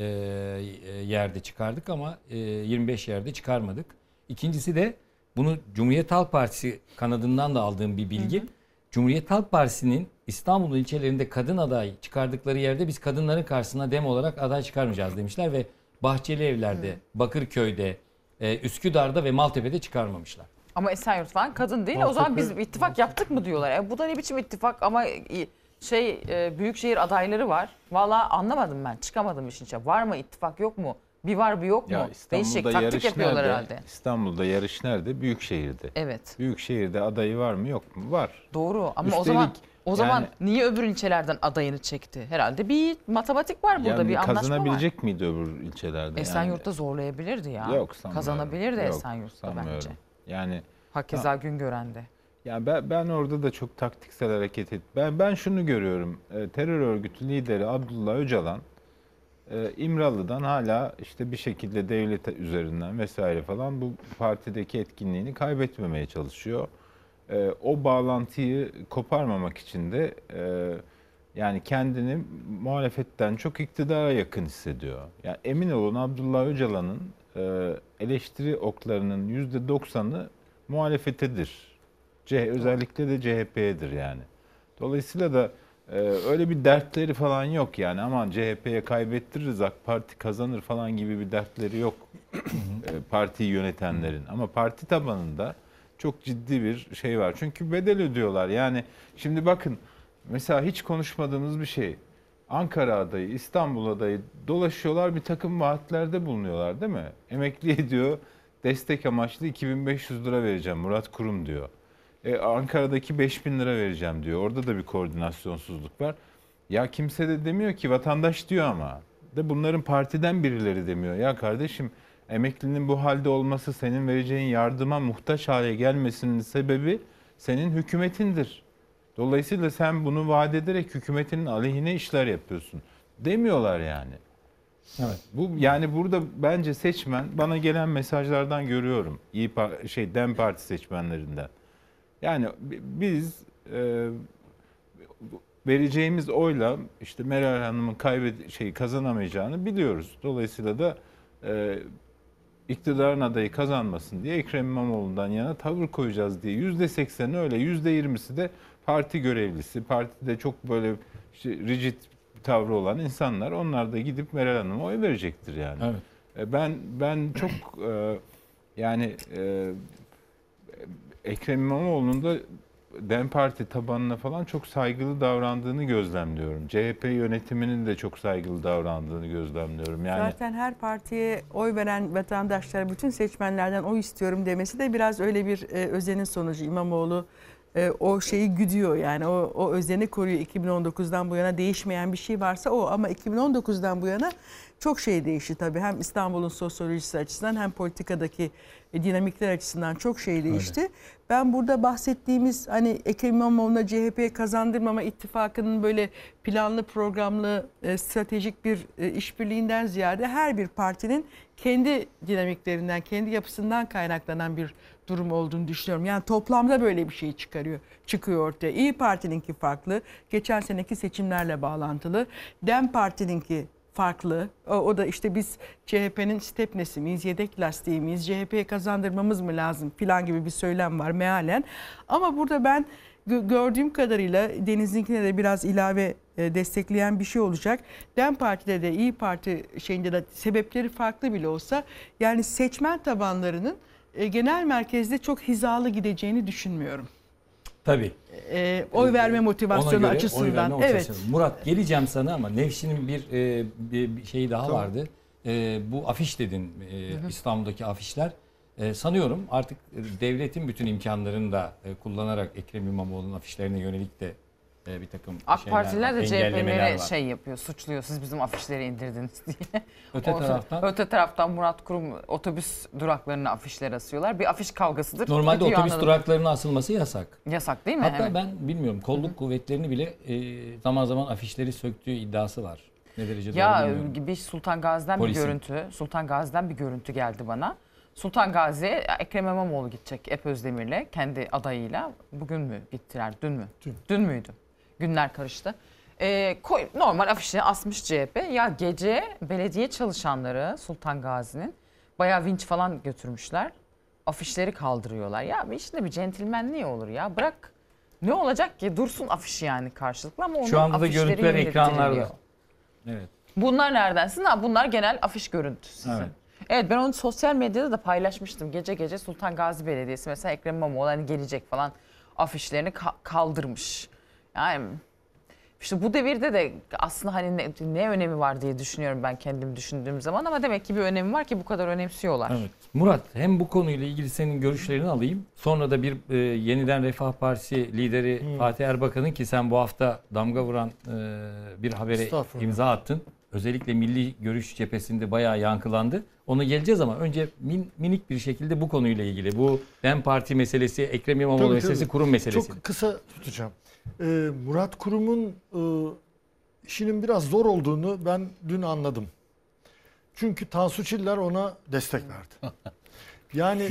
S1: yerde çıkardık ama 25 yerde çıkarmadık. İkincisi de bunu Cumhuriyet Halk Partisi kanadından da aldığım bir bilgi. Cumhuriyet Halk Partisi'nin İstanbul ilçelerinde kadın aday çıkardıkları yerde biz kadınların karşısına DEM olarak aday çıkarmayacağız demişler ve Bahçelievler'de, Bakırköy'de, Üsküdar'da ve Maltepe'de çıkarmamışlar.
S12: Ama Esenyurt falan kadın değil. O zaman biz ittifak yaptık mı diyorlar. Bu da ne biçim ittifak ama büyükşehir adayları var. Vallahi anlamadım ben. Çıkamadım işin içine. Var mı ittifak yok mu? Bir var bir yok mu? Değişik taktik yapıyorlar herhalde.
S11: İstanbul'da yarış nerede? Büyükşehir'de.
S12: Evet.
S11: Büyükşehir'de adayı var mı yok mu? Var.
S12: Doğru ama o zaman niye öbür ilçelerden adayını çekti? Herhalde bir matematik var burada, bir anlaşma var.
S11: Kazanabilecek miydi öbür ilçelerde?
S12: Esenyurt'ta zorlayabilirdi ya.
S11: Yok sanmıyorum.
S12: Kazanabilirdi Esenyurt'ta bence.
S11: Yani
S12: Hakeza Güngören'de.
S11: Ya ben orada da çok taktiksel hareket ettim. Ben şunu görüyorum. Terör örgütü lideri Abdullah Öcalan İmralı'dan hala işte bir şekilde devlet üzerinden vesaire falan bu partideki etkinliğini kaybetmemeye çalışıyor. O bağlantıyı koparmamak için de yani kendini muhalefetten çok iktidara yakın hissediyor. Yani emin olun Abdullah Öcalan'ın eleştiri oklarının %90'ı muhalefetedir. Özellikle de CHP'yedir yani. Dolayısıyla da Öyle bir dertleri falan yok yani. Aman CHP'ye kaybettiririz, AK Parti kazanır falan gibi bir dertleri yok partiyi yönetenlerin. Ama parti tabanında çok ciddi bir şey var. Çünkü bedel ödüyorlar. Yani şimdi bakın mesela hiç konuşmadığımız bir şey. Ankara adayı, İstanbul adayı dolaşıyorlar, bir takım vaatlerde bulunuyorlar değil mi? Emekliye diyor destek amaçlı 2500 lira vereceğim Murat Kurum diyor. Ankara'daki 5000 lira vereceğim diyor. Orada da bir koordinasyonsuzluk var. Ya kimse de demiyor ki, vatandaş diyor ama. De bunların partiden birileri demiyor. Ya kardeşim, emeklinin bu halde olması, senin vereceğin yardıma muhtaç hale gelmesinin sebebi senin hükümetindir. Dolayısıyla sen bunu vaat ederek hükümetinin aleyhine işler yapıyorsun demiyorlar yani.
S1: Evet.
S11: Bu yani burada bence seçmen, bana gelen mesajlardan görüyorum. DEM Parti seçmenlerinden. Yani biz vereceğimiz oyla işte Meral Hanım'ın kazanamayacağını biliyoruz. Dolayısıyla da iktidarın adayı kazanmasın diye Ekrem İmamoğlu'ndan yana tavır koyacağız diye %80'i öyle, %20'si de parti görevlisi, partide çok böyle rigid bir tavrı olan insanlar, onlar da gidip Meral Hanım'a oy verecektir yani.
S1: Evet.
S11: Ben çok Ekrem İmamoğlu'nun da DEM Parti tabanına falan çok saygılı davrandığını gözlemliyorum. CHP yönetiminin de çok saygılı davrandığını gözlemliyorum. Yani
S10: zaten her partiye oy veren vatandaşlar bütün seçmenlerden oy istiyorum demesi de biraz öyle bir özenin sonucu. İmamoğlu o şeyi güdüyor yani o özeni koruyor. 2019'dan bu yana değişmeyen bir şey varsa o, ama 2019'dan bu yana çok şey değişti tabii. Hem İstanbul'un sosyolojisi açısından hem politikadaki dinamikler açısından çok şey değişti. Öyle. Ben burada bahsettiğimiz hani Ekrem İmamoğlu'na CHP'ye kazandırmama ittifakının böyle planlı, programlı, stratejik bir işbirliğinden ziyade her bir partinin kendi dinamiklerinden, kendi yapısından kaynaklanan bir durum olduğunu düşünüyorum. Yani toplamda böyle bir şey çıkıyor ortaya. İYİ Parti'ninki farklı. Geçen seneki seçimlerle bağlantılı. DEM Parti'ninki farklı. O da işte biz CHP'nin stepnesi miyiz, yedek lastiği miyiz, CHP'ye kazandırmamız mı lazım filan gibi bir söylem var mealen. Ama burada ben gördüğüm kadarıyla Deniz'inkine de biraz ilave destekleyen bir şey olacak. DEM Parti'de de İYİ Parti şeyinde de sebepleri farklı bile olsa yani seçmen tabanlarının genel merkezde çok hizalı gideceğini düşünmüyorum.
S1: Tabii.
S10: Oy verme motivasyonu açısından. Evet.
S1: Murat, geleceğim sana ama Nevşin'in bir şeyi daha vardı. Bu afiş dedin, İstanbul'daki afişler. Sanıyorum artık devletin bütün imkanlarını da kullanarak Ekrem İmamoğlu'nun afişlerine yönelik de bir takım
S12: AK Partiler de CHP'lere
S1: var.
S12: yapıyor, suçluyor. Siz bizim afişleri indirdiniz diye.
S1: Öte
S12: taraftan Murat Kurum otobüs duraklarına afişler asıyorlar. Bir afiş kavgasıdır.
S1: Normalde otobüs duraklarına asılması yasak.
S12: Yasak değil mi?
S1: Hatta
S12: evet.
S1: Ben bilmiyorum, kolluk kuvvetlerini bile zaman zaman afişleri söktüğü iddiası var. Ne derece doğru bilmiyorum.
S12: Ya bir Sultan Gazi'den bir görüntü geldi bana. Sultan Gazi'ye Ekrem İmamoğlu gidecek Ep Özdemir'le, kendi adayıyla. Bugün mü gittiler? Dün mü? Dün müydü? Günler karıştı. Normal afişini asmış CHP. Ya gece belediye çalışanları Sultan Gazi'nin bayağı vinç falan götürmüşler. Afişleri kaldırıyorlar. Ya işte bir centilmenliği olur ya. Bırak. Ne olacak ki? Dursun afiş yani karşılıklı, ama onun
S1: şu anda da görüntüler ekranlarda.
S12: indiriliyor.
S1: Evet.
S12: Bunlar nereden? Bunlar genel afiş görüntüsü.
S1: Evet.
S12: Evet, ben onu sosyal medyada da paylaşmıştım. Gece gece Sultan Gazi Belediyesi mesela Ekrem İmamoğlu hani gelecek falan afişlerini kaldırmış. Yani işte bu devirde de aslında hani ne önemi var diye düşünüyorum ben kendim düşündüğüm zaman, ama demek ki bir önemi var ki bu kadar önemsiyorlar.
S1: Evet. Murat, hem bu konuyla ilgili senin görüşlerini alayım. Sonra da bir yeniden Refah Partisi lideri Fatih Erbakan'ın, ki sen bu hafta damga vuran bir habere imza attın. Özellikle Milli Görüş cephesinde bayağı yankılandı. Ona geleceğiz ama önce minik bir şekilde bu konuyla ilgili. Bu DEM Parti meselesi, Ekrem İmamoğlu meselesi, kurum meselesi.
S23: Çok kısa tutacağım. Murat Kurum'un işinin biraz zor olduğunu ben dün anladım. Çünkü Tansu Çiller ona destek verdi. Yani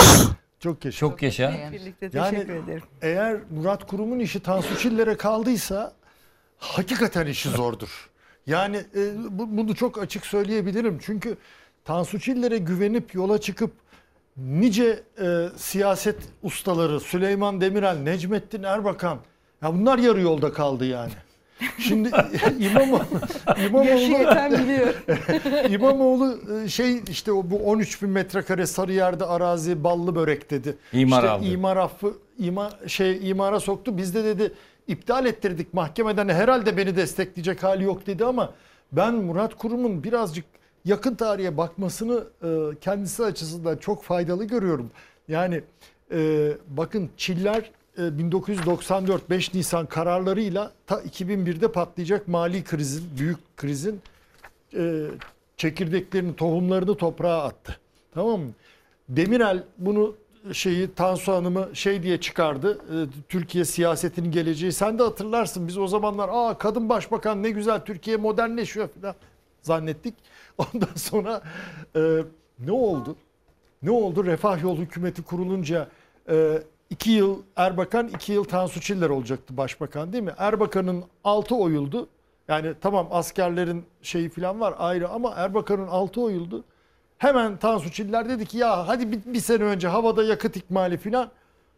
S23: çok yaşa.
S1: Çok yaşa.
S10: Birlikte teşekkür ederim.
S23: Eğer Murat Kurum'un işi Tansu Çiller'e kaldıysa hakikaten işi zordur. Yani bunu çok açık söyleyebilirim. Çünkü Tansu Çiller'e güvenip yola çıkıp nice siyaset ustaları, Süleyman Demirel, Necmettin Erbakan, ya bunlar yarı yolda kaldı yani. Şimdi İmamoğlu
S10: Yaşı yeten biliyor.
S23: İmamoğlu işte bu 13.000 metrekare Sarıyer'de arazi ballı börek dedi.
S1: İmar
S23: işte
S1: aldı.
S23: imar affı imara soktu. Biz de dedi iptal ettirdik mahkemeden, herhalde beni destekleyecek hali yok dedi, ama ben Murat Kurum'un birazcık yakın tarihe bakmasını kendisi açısından çok faydalı görüyorum. Yani bakın Çiller 1994 5 Nisan kararlarıyla ta 2001'de patlayacak mali krizin, büyük krizin çekirdeklerini, tohumlarını toprağa attı. Tamam mı? Demirel bunu Tansu Hanım'ı diye çıkardı. Türkiye siyasetinin geleceği. Sen de hatırlarsın, biz o zamanlar kadın başbakan ne güzel, Türkiye modernleşiyor falan zannettik. Ondan sonra ne oldu? Ne oldu? Refah Yol hükümeti kurulunca 2 yıl Erbakan, 2 yıl Tansu Çiller olacaktı başbakan, değil mi? Erbakan'ın 6 oyuldu. Yani tamam askerlerin falan var ayrı, ama Erbakan'ın 6 oyuldu. Hemen Tansu Çiller dedi ki ya hadi bir sene önce havada yakıt ikmali falan.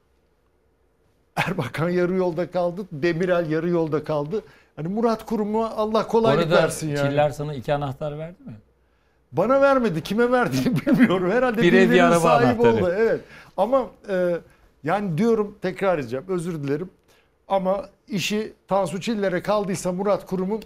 S23: Erbakan yarı yolda kaldı. Demirel yarı yolda kaldı. Hani Murat Kurum'a Allah kolaylık versin yani.
S1: Çiller sana 2 anahtar verdi mi?
S23: Bana vermedi. Kime verdiğini bilmiyorum. Herhalde
S1: bir ev bir araba
S23: sahibi
S1: anahtarı.
S23: oldu. Evet. Ama yani diyorum, tekrar edeceğim. Özür dilerim. Ama işi Tansu Çiller'e kaldıysa Murat Kurum'un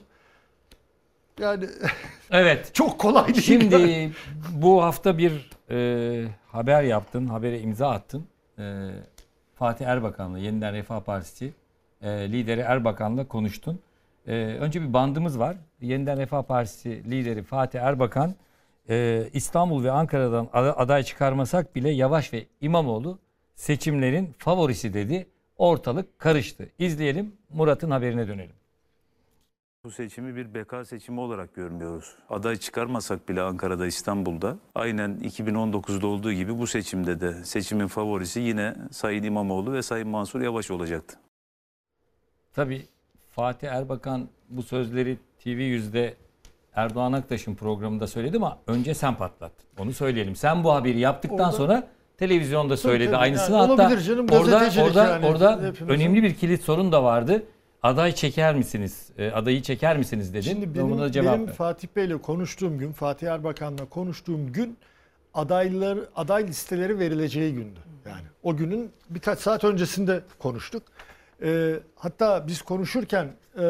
S23: yani
S1: evet.
S23: çok kolay değil.
S1: Şimdi bu hafta bir haber yaptın. Habere imza attın. Fatih Erbakan'la, Yeniden Refah Partisi lideri Erbakan'la konuştun. Önce bir bandımız var. Yeniden Refah Partisi lideri Fatih Erbakan, İstanbul ve Ankara'dan aday çıkarmasak bile Yavaş ve İmamoğlu seçimlerin favorisi dedi. Ortalık karıştı. İzleyelim, Murat'ın haberine dönelim.
S3: Bu seçimi bir beka seçimi olarak görmüyoruz. Aday çıkarmasak bile Ankara'da, İstanbul'da aynen 2019'da olduğu gibi bu seçimde de seçimin favorisi yine Sayın İmamoğlu ve Sayın Mansur Yavaş olacaktı.
S1: Tabii Fatih Erbakan bu sözleri TV100'de Erdoğan Aktaş'ın programında söyledi ama önce sen patlattın. Onu söyleyelim. Sen bu haberi yaptıktan sonra televizyonda söyledi tabii, aynısını. Yani hatta
S23: canım,
S1: orada önemli bir kilit sorun da vardı. Aday çeker misiniz? Adayı çeker misiniz dedi.
S23: Şimdi benim Fatih Bey'le konuştuğum gün, Fatih Erbakan'la konuştuğum gün aday listeleri verileceği gündü. Yani o günün birkaç saat öncesinde konuştuk. Hatta biz konuşurken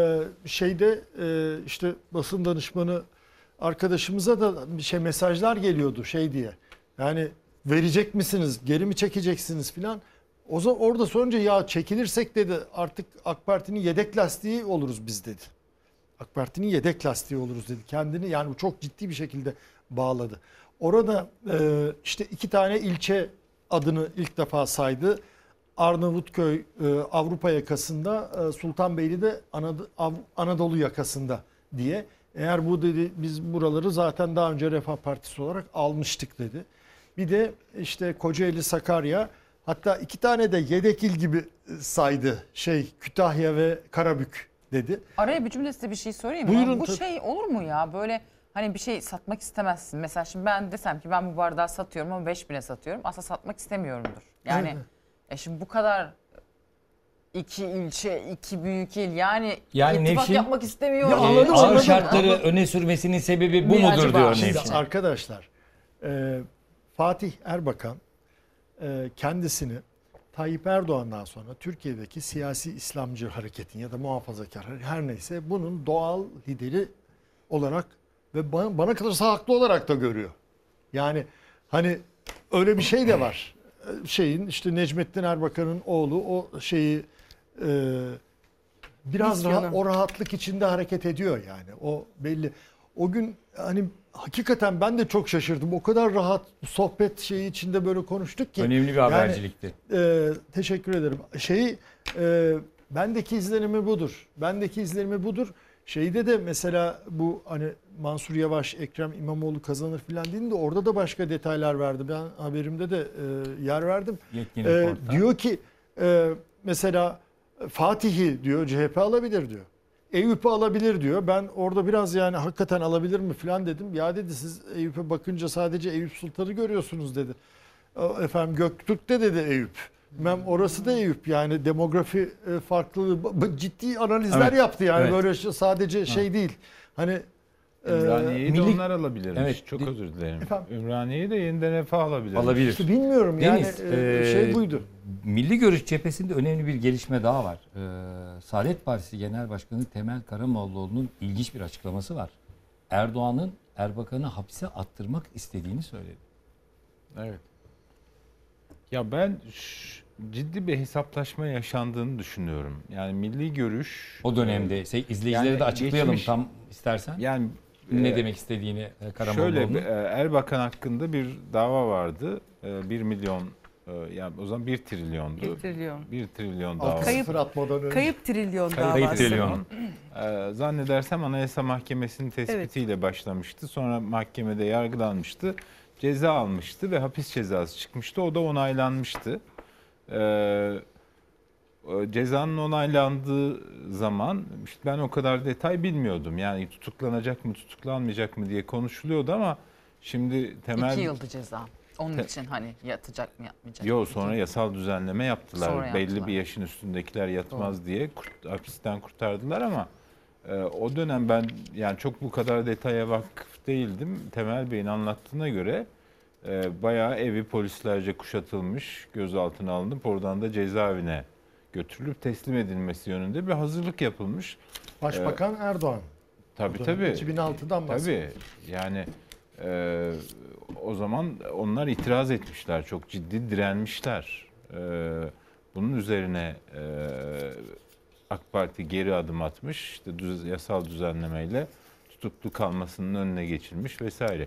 S23: işte basın danışmanı arkadaşımıza da mesajlar geliyordu diye. Yani verecek misiniz, geri mi çekeceksiniz filan. Orada sorunca ya çekilirsek dedi artık AK Parti'nin yedek lastiği oluruz biz dedi. AK Parti'nin yedek lastiği oluruz dedi. Kendini yani çok ciddi bir şekilde bağladı. Orada işte 2 tane ilçe adını ilk defa saydı. Arnavutköy Avrupa yakasında, Sultanbeyli'de Anadolu yakasında diye. Eğer bu dedi biz buraları zaten daha önce Refah Partisi olarak almıştık dedi. Bir de işte Kocaeli, Sakarya, hatta 2 tane de yedek il gibi saydı. Kütahya ve Karabük dedi.
S12: Araya bir cümle size bir şey sorayım mı?
S23: Buyurun,
S12: Bu olur mu ya? Böyle hani bir şey satmak istemezsin. Mesela şimdi ben desem ki ben bu bardağı satıyorum ama 5.000'e satıyorum. Aslında satmak istemiyorumdur. Yani şimdi bu kadar 2 ilçe, 2 büyük il yani ittifak yapmak istemiyorum.
S1: Ağır şartları öne sürmesinin sebebi bu mudur diyor Nevşin.
S23: Arkadaşlar Fatih Erbakan kendisini Tayyip Erdoğan'dan sonra Türkiye'deki siyasi İslamcı hareketin ya da muhafazakar her neyse bunun doğal lideri olarak ve bana kalırsa haklı olarak da görüyor. Yani hani öyle bir şey de var. İşte Necmettin Erbakan'ın oğlu o biraz o rahatlık içinde hareket ediyor yani. O belli. O gün hani hakikaten ben de çok şaşırdım. O kadar rahat sohbet içinde böyle konuştuk ki.
S1: Önemli bir habercilikti.
S23: Teşekkür ederim. Bendeki izlenimi budur. Şeyde de mesela bu hani Mansur Yavaş, Ekrem İmamoğlu kazanır filan dediğinde orada da başka detaylar verdi. Ben haberimde de yer verdim. Diyor ki mesela Fatih'i diyor CHP alabilir diyor. Eyüp'ü alabilir diyor. Ben orada biraz yani hakikaten alabilir mi falan dedim. Ya dedi siz Eyüp'e bakınca sadece Eyüp Sultan'ı görüyorsunuz dedi. Efendim Göktürk'te dedi Eyüp. Orası da Eyüp, yani demografi farklılığı ciddi analizler yaptı yani, böyle sadece şey değil. Hani
S11: Ümraniye'yi de onlar alabilirmiş. Çok özür dilerim. Ümraniye'yi de yeniden Refah alabilir.
S1: Alabilir.
S23: İşte bilmiyorum
S1: Deniz,
S23: yani şey buydu.
S1: Milli Görüş cephesinde önemli bir gelişme daha var. Saadet Partisi Genel Başkanı Temel Karamollaoğlu'nun ilginç bir açıklaması var. Erdoğan'ın Erbakan'ı hapse attırmak istediğini söyledi.
S11: Evet. Ya ben ciddi bir hesaplaşma yaşandığını düşünüyorum. Yani Milli Görüş
S1: o dönemde izleyicileri
S11: yani
S1: de açıklayalım
S11: geçmiş,
S1: tam istersen.
S11: Yani
S1: ne demek istediğini Karamollaoğlu'nun.
S11: Şöyle Erbakan hakkında bir dava vardı. 1 milyon yani o zaman 1 trilyondu.
S10: 1 trilyon.
S11: 1 trilyon dava.
S10: Kayıp trilyon davası.
S11: Kayıp trilyon. Zannedersem Anayasa Mahkemesi'nin tespitiyle başlamıştı. Sonra mahkemede yargılanmıştı. Ceza almıştı ve hapis cezası çıkmıştı. O da onaylanmıştı. Cezanın onaylandığı zaman işte ben o kadar detay bilmiyordum. Yani tutuklanacak mı, tutuklanmayacak mı diye konuşuluyordu ama şimdi temel...
S12: 2 yıldı ceza. Onun için hani yatacak mı, yatmayacak mı?
S11: Yok, sonra yasal düzenleme yaptılar.
S12: Sonra
S11: Belli bir yaşın üstündekiler yatmaz diye hapisten kurtardılar ama o dönem ben yani çok bu kadar detaya vakıf değildim. Temel Bey'in anlattığına göre bayağı evi polislerce kuşatılmış, gözaltına alınıp oradan da cezaevine götürülüp teslim edilmesi yönünde bir hazırlık yapılmış.
S23: Başbakan Erdoğan.
S11: Tabii.
S23: 2006'dan bahsediyor.
S11: Tabii yani o zaman onlar itiraz etmişler, çok ciddi direnmişler. Bunun üzerine AK Parti geri adım atmış, işte yasal düzenlemeyle tutuklu kalmasının önüne geçilmiş vesaire.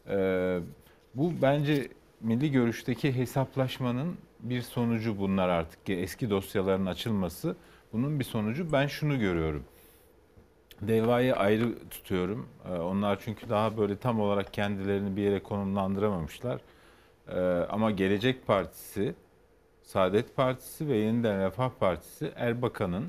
S11: Bu bence Milli Görüş'teki hesaplaşmanın bir sonucu, bunlar artık eski dosyaların açılması, bunun bir sonucu. Ben şunu görüyorum. DEVA'yı ayrı tutuyorum. Onlar çünkü daha böyle tam olarak kendilerini bir yere konumlandıramamışlar. Ama Gelecek Partisi, Saadet Partisi ve Yeniden Refah Partisi Erbakan'ın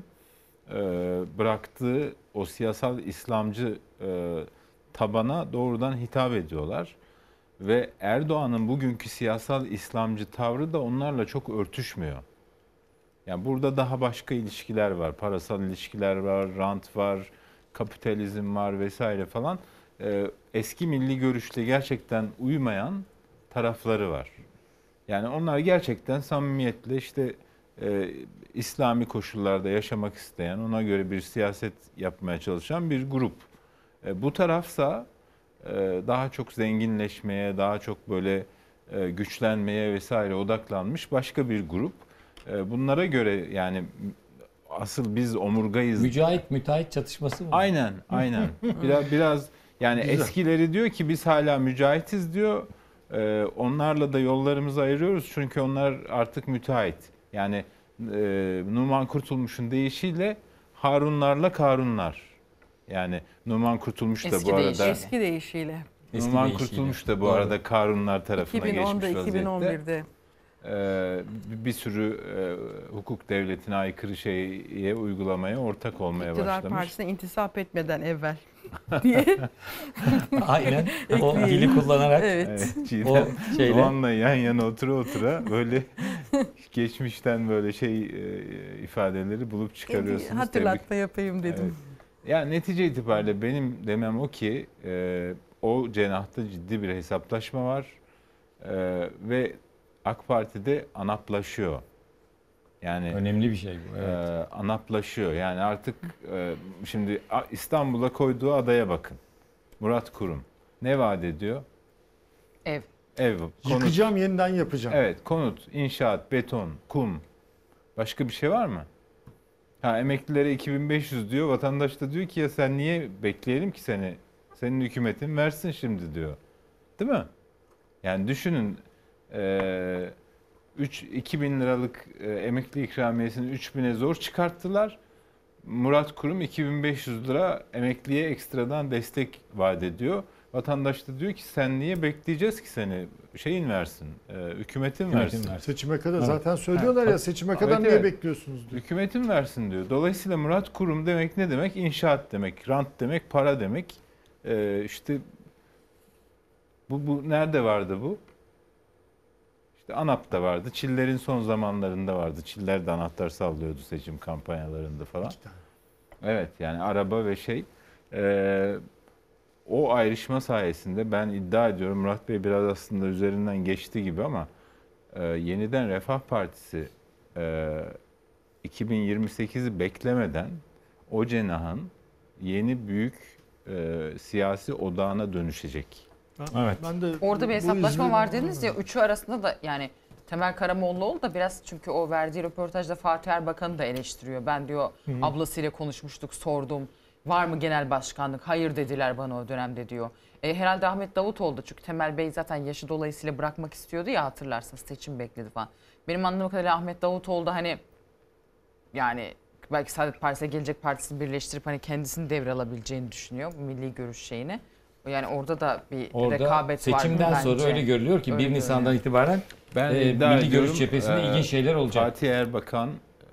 S11: bıraktığı o siyasal İslamcı tabana doğrudan hitap ediyorlar. Ve Erdoğan'ın bugünkü siyasal İslamcı tavrı da onlarla çok örtüşmüyor. Yani burada daha başka ilişkiler var. Parasal ilişkiler var, rant var, kapitalizm var vesaire falan. Eski milli görüşle gerçekten uymayan tarafları var. Yani onlar gerçekten samimiyetle işte İslami koşullarda yaşamak isteyen, ona göre bir siyaset yapmaya çalışan bir grup. Bu tarafsa daha çok zenginleşmeye, daha çok böyle güçlenmeye vesaire odaklanmış başka bir grup. Bunlara göre yani asıl biz omurgayız.
S1: Mücahit çatışması mı?
S11: Aynen. Biraz yani güzel. Eskileri diyor ki biz hala mücahitiz diyor. Onlarla da yollarımızı ayırıyoruz çünkü onlar artık müteahhit. Yani Numan Kurtulmuş'un deyişiyle Harunlarla Karunlar. Yani Numan Kurtulmuş da bu arada
S10: eski deyişiyle.
S11: Numan Kurtulmuş da bu arada Karunlar tarafına
S10: 2010'da,
S11: geçmiş vaziyette.
S10: 2011'de.
S11: Bir sürü hukuk devletine aykırı şeye uygulamaya ortak olmaya başlamış.
S10: İktidar Partisi'ne intisap etmeden evvel diye.
S1: Aynen. O dili kullanarak.
S10: Evet.
S11: Doğan'la yan yana otura böyle geçmişten böyle ifadeleri bulup çıkarıyorsunuz.
S10: Hatırlatma yapayım dedim.
S11: Evet. Yani netice itibariyle benim demem o ki o cenahta ciddi bir hesaplaşma var ve AK Parti'de anaplaşıyor. Yani
S1: önemli bir şey bu. Evet.
S11: Anaplaşıyor. Yani artık şimdi İstanbul'a koyduğu adaya bakın. Murat Kurum ne vaat ediyor?
S12: Ev.
S23: Yıkacağım, yeniden yapacağım.
S11: Evet, konut, inşaat, beton, kum. Başka bir şey var mı? Emeklilere 2500 diyor. Vatandaş da diyor ki ya sen niye bekleyelim ki seni? Senin hükümetin versin şimdi diyor. Değil mi? Yani düşünün 2000 liralık emekli ikramiyesini 3000'e zor çıkarttılar. Murat Kurum 2500 lira emekliye ekstradan destek vaat ediyor. Vatandaş da diyor ki sen niye bekleyeceğiz ki seni? Versin, hükümetin versin.
S23: Seçime kadar zaten söylüyorlar ya, seçime kadar niye bekliyorsunuz diyor.
S11: Hükümetin versin diyor. Dolayısıyla Murat Kurum demek ne demek? İnşaat demek, rant demek, para demek. İşte bu nerede vardı bu? ANAP'ta vardı. Çiller'in son zamanlarında vardı. Çiller de anahtar sallıyordu seçim kampanyalarında falan. Evet, yani araba ve o ayrışma sayesinde ben iddia ediyorum, Murat Bey biraz aslında üzerinden geçti gibi ama Yeniden Refah Partisi 2028'i beklemeden o cenahın yeni büyük siyasi odağına dönüşecek.
S1: Evet.
S12: Orada bir hesaplaşma var dediniz ya, üçü arasında da yani Temel Karamollaoğlu da biraz, çünkü o verdiği röportajda Fatih Erbakan'ı da eleştiriyor. Ben diyor ablasıyla konuşmuştuk, sordum. Var mı genel başkanlık? Hayır dediler bana o dönemde diyor. Herhalde Ahmet Davutoğlu da, çünkü Temel Bey zaten yaşı dolayısıyla bırakmak istiyordu ya, hatırlarsanız seçim bekledi falan. Benim anladığım kadarıyla Ahmet Davutoğlu da hani yani belki Saadet Partisi ile Gelecek Partisi'ni birleştirip hani kendisini devralabileceğini düşünüyor, bu milli görüş şeyini. Yani orada da bir rekabet var.
S1: Seçimden sonra öyle görülüyor ki 1 Nisan'dan itibaren milli görüş cephesinde ilginç şeyler olacak.
S11: Fatih Erbakan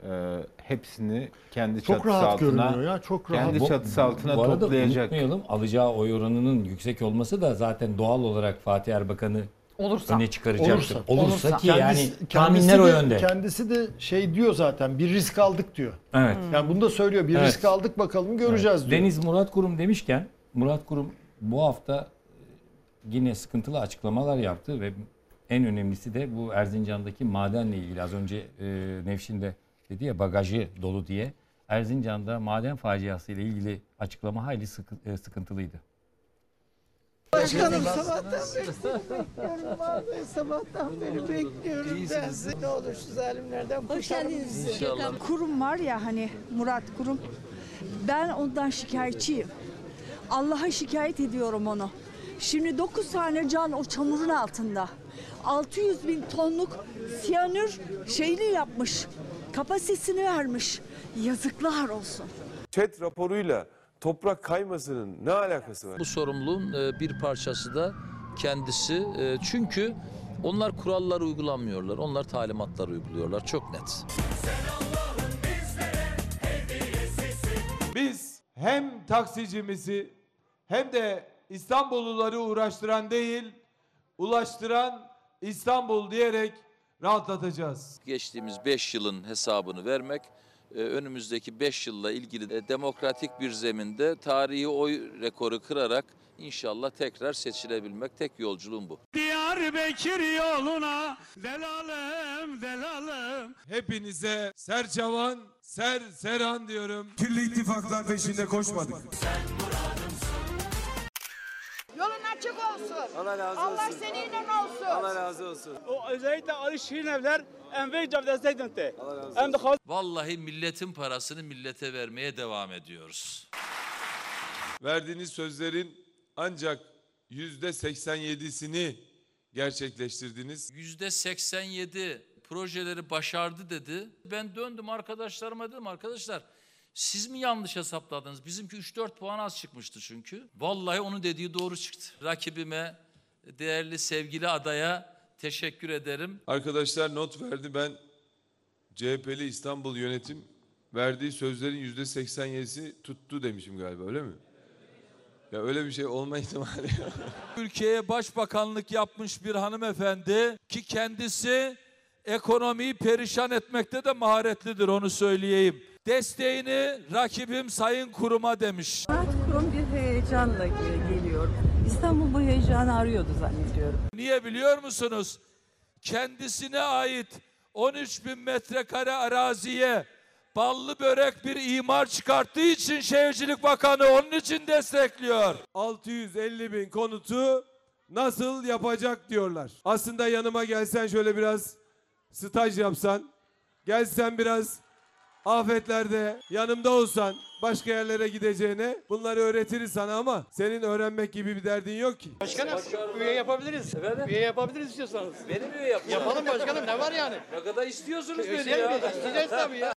S11: hepsini kendi
S23: çok
S11: çatısı
S23: rahat
S11: altına,
S23: görünüyor ya, çok rahat.
S11: kendi çatısı altına
S1: bu arada
S11: toplayacak.
S1: Unutmayalım, alacağı oy oranının yüksek olması da zaten doğal olarak Fatih Erbakan'ı öne çıkaracaktır. Olursa ki yani tahminler o yönde.
S23: Kendisi de diyor zaten, bir risk aldık diyor.
S1: Evet.
S23: Yani bunu da söylüyor, bir risk aldık, bakalım göreceğiz diyor.
S1: Deniz Murat Kurum demişken, Murat Kurum bu hafta yine sıkıntılı açıklamalar yaptı ve en önemlisi de bu Erzincan'daki madenle ilgili. Az önce Nevşin de dedi ya, bagajı dolu diye. Erzincan'da maden faciası ile ilgili açıklama hayli sıkıntılıydı.
S9: Başkanım, sabahtan beri bekliyorum vallahi, sabahtan beri bekliyorum ben sizi. Ne olur şu zalimlerden kurtarın bizi.
S15: Kurum var ya hani, Murat Kurum, ben ondan şikayetçiyim. Allah'a şikayet ediyorum onu. Şimdi 9 tane can o çamurun altında. 600 bin tonluk siyanür yapmış. Kapasitesini vermiş. Yazıklar olsun.
S16: ÇED raporuyla toprak kaymasının ne alakası var?
S4: Bu sorumluluğun bir parçası da kendisi. Çünkü onlar kuralları uygulamıyorlar. Onlar talimatları uyguluyorlar. Çok net.
S16: Biz hem taksicimizi hem de İstanbulluları uğraştıran değil, ulaştıran İstanbul diyerek rahatlatacağız.
S4: Geçtiğimiz 5 yılın hesabını vermek, önümüzdeki 5 yılla ilgili demokratik bir zeminde tarihi oy rekoru kırarak inşallah tekrar seçilebilmek. Tek yolculuğum bu.
S16: Diyarbakır yoluna delalım delalım. Hepinize serçavan, seran diyorum. Kirli ittifaklar peşinde koşmadık.
S9: Yolun açık olsun.
S16: Allah razı olsun.
S9: Allah seninle olsun.
S16: Allah razı olsun.
S6: O özellikle Ali Şirinevler enveyce desteklendi. Hem de
S4: Vallahi milletin parasını millete vermeye devam ediyoruz.
S16: Verdiğiniz sözlerin ancak %87'sini gerçekleştirdiniz.
S4: %87 projeleri başardı dedi. Ben döndüm arkadaşlarıma, dedim arkadaşlar siz mi yanlış hesapladınız? Bizimki 3-4 puan az çıkmıştı çünkü. Vallahi onun dediği doğru çıktı. Rakibime, değerli sevgili adaya teşekkür ederim.
S16: Arkadaşlar not verdi. Ben CHP'li İstanbul yönetim verdiği sözlerin %87'si tuttu demişim galiba, öyle mi? Ya öyle bir şey olma ihtimali yok.
S4: Ülkeye başbakanlık yapmış bir hanımefendi ki kendisi ekonomiyi perişan etmekte de maharetlidir, onu söyleyeyim. Desteğini rakibim Sayın Kurum'a demiş.
S15: Murat Kurum bir heyecanla geliyor. İstanbul bu heyecanı arıyordu zannediyorum.
S4: Niye biliyor musunuz? Kendisine ait 13 bin metrekare araziye ballı börek bir imar çıkarttığı için Şehircilik Bakanı onun için destekliyor.
S16: 650 bin konutu nasıl yapacak diyorlar. Aslında yanıma gelsen, şöyle biraz staj yapsan, gelsen biraz afetlerde yanımda olsan, başka yerlere gideceğine bunları öğretiriz sana, ama senin öğrenmek gibi bir derdin yok ki.
S6: Başkanım, üye yapabiliriz. Efendim? Üye yapabiliriz istiyorsanız.
S4: Benim üye yapalım.
S6: Yapalım başkanım, ne var yani?
S4: Ne kadar istiyorsunuz beni
S6: ya? İsteyeceğiz tabii ya.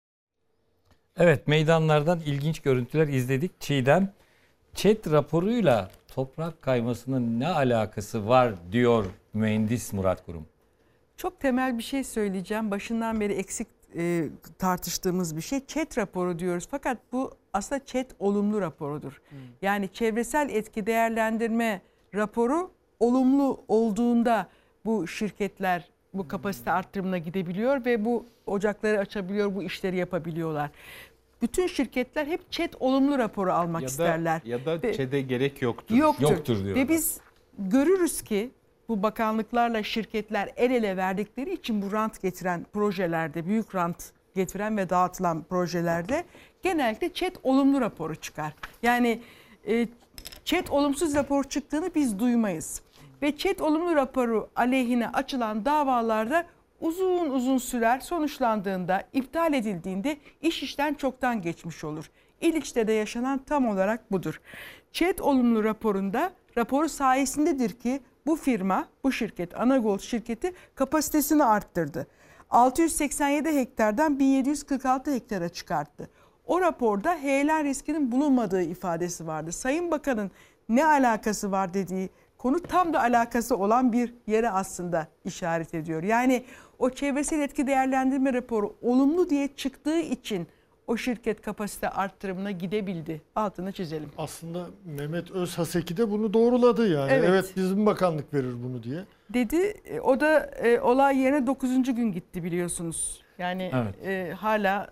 S1: Evet, meydanlardan ilginç görüntüler izledik. Çiğdem, ÇED raporuyla toprak kaymasının ne alakası var diyor mühendis Murat Kurum.
S10: Çok temel bir şey söyleyeceğim. Başından beri eksik tartıştığımız bir şey. ÇED raporu diyoruz, fakat bu aslında ÇED olumlu raporudur. Yani çevresel etki değerlendirme raporu olumlu olduğunda bu şirketler bu kapasite arttırımına gidebiliyor ve bu ocakları açabiliyor, bu işleri yapabiliyorlar. Bütün şirketler hep ÇED olumlu raporu almak isterler.
S11: Ya da ÇED'e gerek yoktur.
S10: Yoktur
S11: diyor.
S10: Ve biz görürüz ki bu bakanlıklarla şirketler el ele verdikleri için bu rant getiren projelerde, büyük rant getiren ve dağıtılan projelerde genellikle ÇED olumlu raporu çıkar. Yani ÇED olumsuz rapor çıktığını biz duymayız. Ve ÇED olumlu raporu aleyhine açılan davalarda uzun uzun sürer, sonuçlandığında, iptal edildiğinde iş işten çoktan geçmiş olur. İliç'te de yaşanan tam olarak budur. ÇED olumlu raporu sayesindedir ki bu firma, bu şirket, Anagold şirketi kapasitesini arttırdı. 687 hektardan 1746 hektara çıkarttı. O raporda heyelan riskinin bulunmadığı ifadesi vardı. Sayın Bakan'ın ne alakası var dediği konu tam da alakası olan bir yere aslında işaret ediyor. Yani o çevresel etki değerlendirme raporu olumlu diye çıktığı için o şirket kapasite arttırımına gidebildi. Altını çizelim.
S23: Aslında Mehmet Özhaseki de bunu doğruladı yani. Evet bizim bakanlık verir bunu diye.
S10: Dedi. O da olay yerine 9. gün gitti biliyorsunuz. Yani hala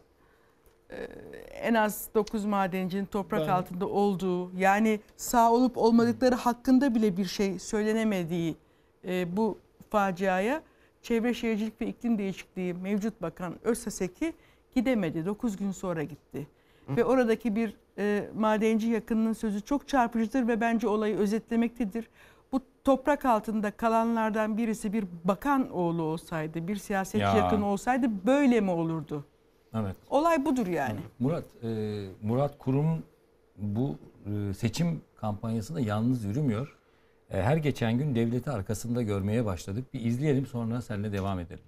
S10: en az 9 madencinin toprak altında olduğu, yani sağ olup olmadıkları hakkında bile bir şey söylenemediği bu faciaya Çevre Şehircilik ve İklim Değişikliği mevcut bakan Özhaseki gidemedi. 9 gün sonra gitti. Ve oradaki bir madenci yakınının sözü çok çarpıcıdır ve bence olayı özetlemektedir. Bu toprak altında kalanlardan birisi bir bakan oğlu olsaydı, bir siyasetçi yakın olsaydı böyle mi olurdu?
S1: Evet.
S10: Olay budur yani.
S1: Murat Kurum bu seçim kampanyasında yalnız yürümüyor. Her geçen gün devleti arkasında görmeye başladık. Bir izleyelim, sonra seninle devam edelim.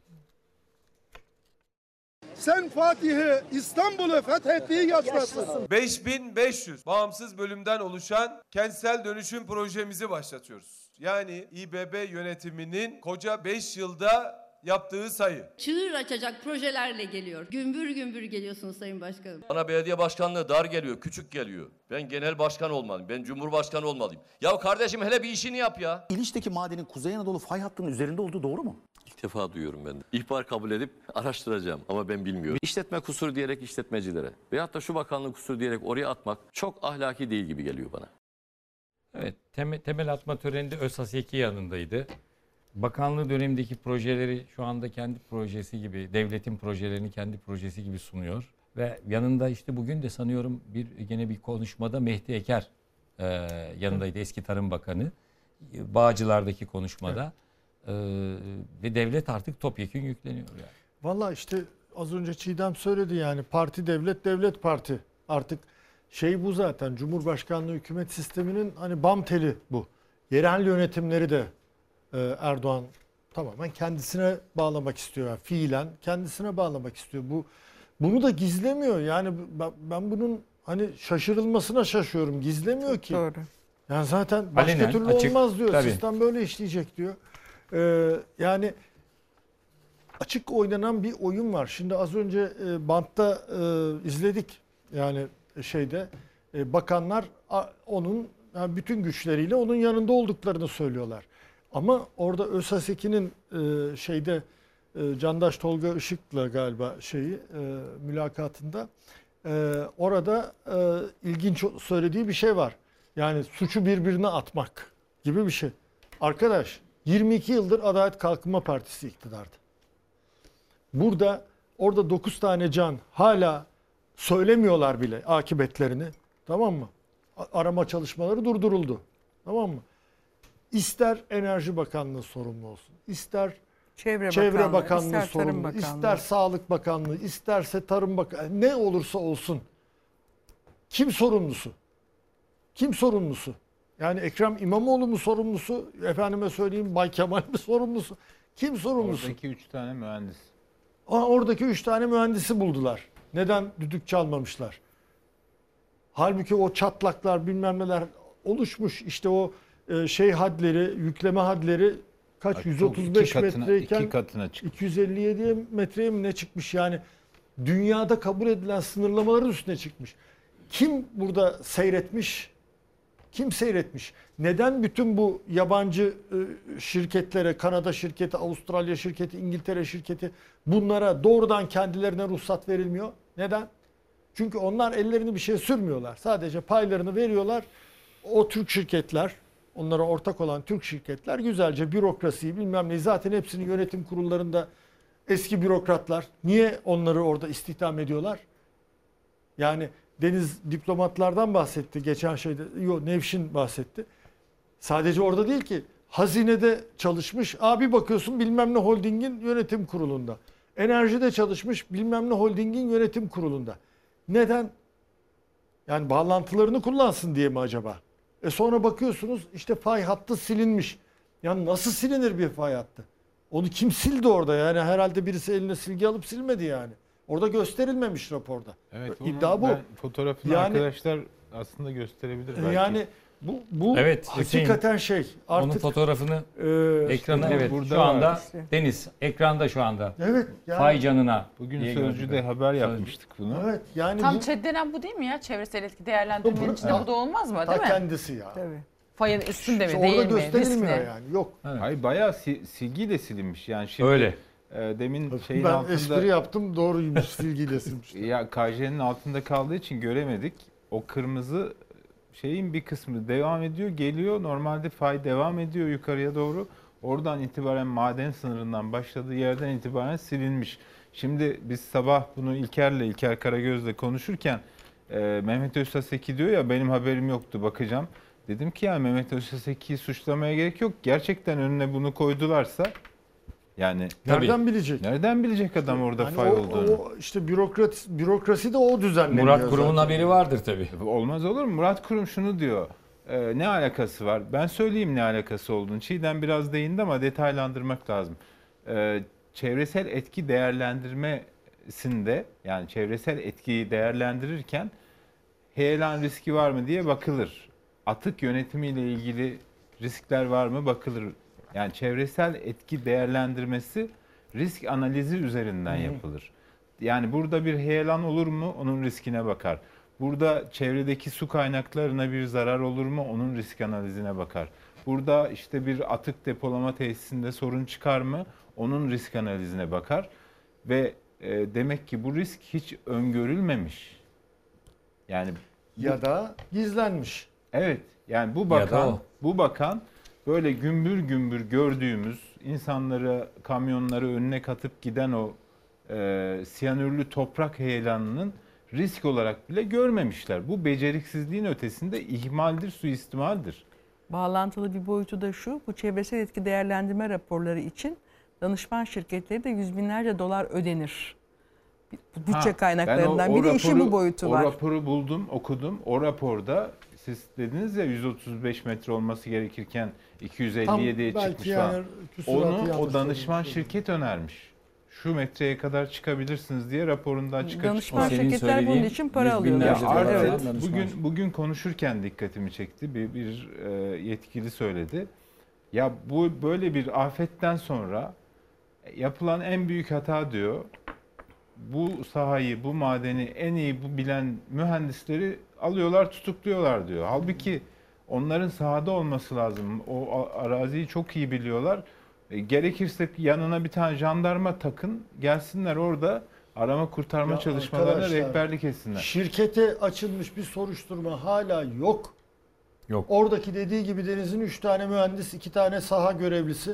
S8: Sen Fatih'i, İstanbul'u fethettiği yaşlasın.
S16: 5500 bağımsız bölümden oluşan kentsel dönüşüm projemizi başlatıyoruz. Yani İBB yönetiminin koca 5 yılda yaptığı sayı.
S17: Çığır açacak projelerle geliyor. Gümbür gümbür geliyorsunuz Sayın Başkanım.
S18: Bana belediye başkanlığı dar geliyor, küçük geliyor. Ben genel başkan olmalıyım, ben cumhurbaşkanı olmalıyım. Ya kardeşim hele bir işini yap ya.
S19: İliç'teki madenin Kuzey Anadolu fay hattının üzerinde olduğu doğru mu?
S18: İlk defa duyuyorum ben de. İhbar kabul edip araştıracağım ama ben bilmiyorum. İşletme kusuru diyerek işletmecilere veyahut da şu bakanlık kusuru diyerek oraya atmak çok ahlaki değil gibi geliyor bana.
S1: Evet, temel atma töreninde Özhaseki yanındaydı. Bakanlığı dönemindeki projeleri şu anda kendi projesi gibi, devletin projelerini kendi projesi gibi sunuyor. Ve yanında işte bugün de sanıyorum gene bir konuşmada Mehdi Eker yanındaydı, eski Tarım Bakanı. Bağcılar'daki konuşmada. Ve devlet artık topyekün yükleniyor yani.
S23: Vallahi işte az önce Çiğdem söyledi yani parti devlet, devlet parti. Artık bu zaten Cumhurbaşkanlığı hükümet sisteminin hani bam teli bu. Yerel yönetimleri de Erdoğan tamamen kendisine bağlamak istiyor. Yani fiilen kendisine bağlamak istiyor. Bunu da gizlemiyor. Yani ben bunun hani şaşırılmasına şaşıyorum. Gizlemiyor ki.
S10: Doğru.
S23: Yani zaten başka
S1: Alenen,
S23: türlü
S1: açık,
S23: olmaz diyor.
S1: tabii.
S23: Sistem böyle işleyecek diyor. Yani açık oynanan bir oyun var. Şimdi az önce bantta izledik. Yani bakanlar onun bütün güçleriyle onun yanında olduklarını söylüyorlar. Ama orada Özhaseki'nin Candaş Tolga Işık'la galiba mülakatında orada ilginç söylediği bir şey var. Yani suçu birbirine atmak gibi bir şey. Arkadaş 22 yıldır Adalet Kalkınma Partisi iktidarda. Orada 9 tane can hala söylemiyorlar bile akıbetlerini. Tamam mı? Arama çalışmaları durduruldu. Tamam mı? İster Enerji Bakanlığı sorumlu olsun, ister Çevre Bakanlığı
S10: ister
S23: sorumlu,
S10: Tarım Bakanlığı.
S23: ister Sağlık Bakanlığı, isterse Tarım Bakanlığı, ne olursa olsun. Kim sorumlusu? Kim sorumlusu? Yani Ekrem İmamoğlu mu sorumlusu? Efendime söyleyeyim Bay Kemal mi sorumlusu? Kim sorumlusu?
S11: Oradaki 3 tane mühendis.
S23: Oradaki 3 tane mühendisi buldular. Neden düdük çalmamışlar? Halbuki o çatlaklar bilmem neler oluşmuş. İşte o hadleri, yükleme hadleri kaç? 135 metreyken
S11: 2 katına çıkmış.
S23: 257 metreye mi ne çıkmış? Yani dünyada kabul edilen sınırlamaların üstüne çıkmış. Kim burada seyretmiş? Kim seyretmiş? Neden bütün bu yabancı şirketlere, Kanada şirketi, Avustralya şirketi, İngiltere şirketi bunlara doğrudan kendilerine ruhsat verilmiyor? Neden? Çünkü onlar ellerini bir şeye sürmüyorlar. Sadece paylarını veriyorlar. O Türk şirketler, onlara ortak olan Türk şirketler güzelce bürokrasiyi bilmem ne, zaten hepsinin yönetim kurullarında eski bürokratlar. Niye onları orada istihdam ediyorlar? Yani Deniz diplomatlardan bahsetti geçen şeyde. Nevşin bahsetti. Sadece orada değil ki. Hazinede çalışmış. Bir bakıyorsun bilmem ne holdingin yönetim kurulunda. Enerjide çalışmış bilmem ne holdingin yönetim kurulunda. Neden? Yani bağlantılarını kullansın diye mi acaba? Sonra bakıyorsunuz işte fay hattı silinmiş. Yani nasıl silinir bir fay hattı? Onu kim sildi orada? Yani herhalde birisi eline silgi alıp silmedi yani. Orada gösterilmemiş raporda.
S11: Evet,
S23: İddia bu.
S11: Fotoğrafını
S23: yani,
S11: arkadaşlar aslında gösterebilir belki.
S23: Yani bu
S1: evet,
S23: hakikaten şey. Artık,
S1: onun fotoğrafını ekrana
S11: işte burada
S1: şu anda
S11: işte.
S1: Deniz ekranda şu anda.
S23: Evet. Yani,
S1: fay canına.
S11: Bugün Sözcü'de haber yapmıştık bunu.
S23: Evet. Yani
S12: tam ÇED denen bu değil mi ya? Çevresel etki değerlendirmenin içinde bu da olmaz mı? Değil mi?
S23: Kendisi ya.
S12: Tabii. Fayın üstünde mi
S23: orada
S12: değil mi?
S23: gösterilmiyor
S12: Riskli.
S23: yani. Yok.
S11: Evet. Hayır bayağı silgiyle silinmiş. Yani şimdi
S1: öyle.
S11: Demin şeyin
S23: ben
S11: altında...
S23: espri yaptım, doğruymuş, silgiyle silmiş.
S11: Ya KJ'nin altında kaldığı için göremedik. O kırmızı şeyin bir kısmı devam ediyor, geliyor. Normalde fay devam ediyor yukarıya doğru. Oradan itibaren maden sınırından başladığı yerden itibaren silinmiş. Şimdi biz sabah bunu İlker Karagöz'le konuşurken Mehmet Özsaseki diyor ya benim haberim yoktu, bakacağım. Dedim ki ya Mehmet Özsaseki'yi suçlamaya gerek yok. Gerçekten önüne bunu koydularsa yani
S23: nereden bilecek?
S11: Nereden bilecek adam orada
S23: yani
S11: fay olduğunu?
S23: O işte bürokrasi de o düzenleniyor.
S1: Murat Kurum'un haberi vardır tabii.
S11: Olmaz olur mu? Murat Kurum şunu diyor. Ne alakası var? Ben söyleyeyim ne alakası olduğunu. Çiğdem biraz değindi ama detaylandırmak lazım. Çevresel etki değerlendirmesinde, yani çevresel etkiyi değerlendirirken heyelan riski var mı diye bakılır. Atık yönetimiyle ilgili riskler var mı bakılır. Yani çevresel etki değerlendirmesi risk analizi üzerinden yapılır. Yani burada bir heyelan olur mu? Onun riskine bakar. Burada çevredeki su kaynaklarına bir zarar olur mu? Onun risk analizine bakar. Burada işte bir atık depolama tesisinde sorun çıkar mı? Onun risk analizine bakar. Ve demek ki bu risk hiç öngörülmemiş. Yani
S23: ya da gizlenmiş.
S11: Evet. Yani bu bakan böyle gümbür gümbür gördüğümüz insanları, kamyonları önüne katıp giden o siyanürlü toprak heyelanının risk olarak bile görmemişler. Bu beceriksizliğin ötesinde ihmaldir, suistimaldir.
S10: Bağlantılı bir boyutu da şu, bu çevresel etki değerlendirme raporları için danışman şirketleri de yüz binlerce dolar ödenir. Bütçe kaynaklarından biri, işin bu boyutu var.
S11: O raporu buldum, okudum. O raporda siz dediniz ya 135 metre olması gerekirken 257'ye çıkmış falan. Onu o danışman şirket önermiş. Şu metreye kadar çıkabilirsiniz diye raporunda açık
S10: danışman şirketler bunun için para alıyorlar.
S11: Evet. Bugün konuşurken dikkatimi çekti. Bir yetkili söyledi. Ya bu böyle bir afetten sonra yapılan en büyük hata diyor. Bu sahayı, bu madeni en iyi bilen mühendisleri alıyorlar, tutukluyorlar diyor. Halbuki onların sahada olması lazım. O araziyi çok iyi biliyorlar. Gerekirse yanına bir tane jandarma takın, gelsinler orada arama kurtarma çalışmalarına rehberlik etsinler.
S23: Şirkete açılmış bir soruşturma hala yok.
S1: Yok.
S23: Oradaki dediği gibi Deniz'in 3 tane mühendis, 2 tane saha görevlisi,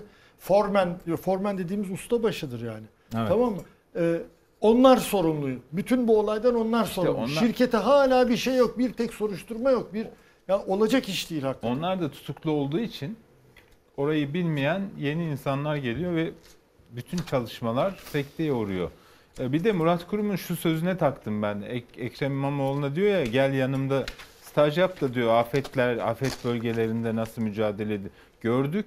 S23: formen dediğimiz ustabaşıdır yani. Evet. Tamam mı? Onlar sorumlu. Bütün bu olaydan onlar sorumlu. Şirkete hala bir şey yok, bir tek soruşturma yok. Olacak iş değil hakikaten.
S11: Onlar da tutuklu olduğu için orayı bilmeyen yeni insanlar geliyor ve bütün çalışmalar sekteye uğruyor. Bir de Murat Kurum'un şu sözüne taktım ben. Ekrem İmamoğlu'na diyor ya gel yanımda staj yap da diyor afet bölgelerinde nasıl mücadele ediyor. Gördük.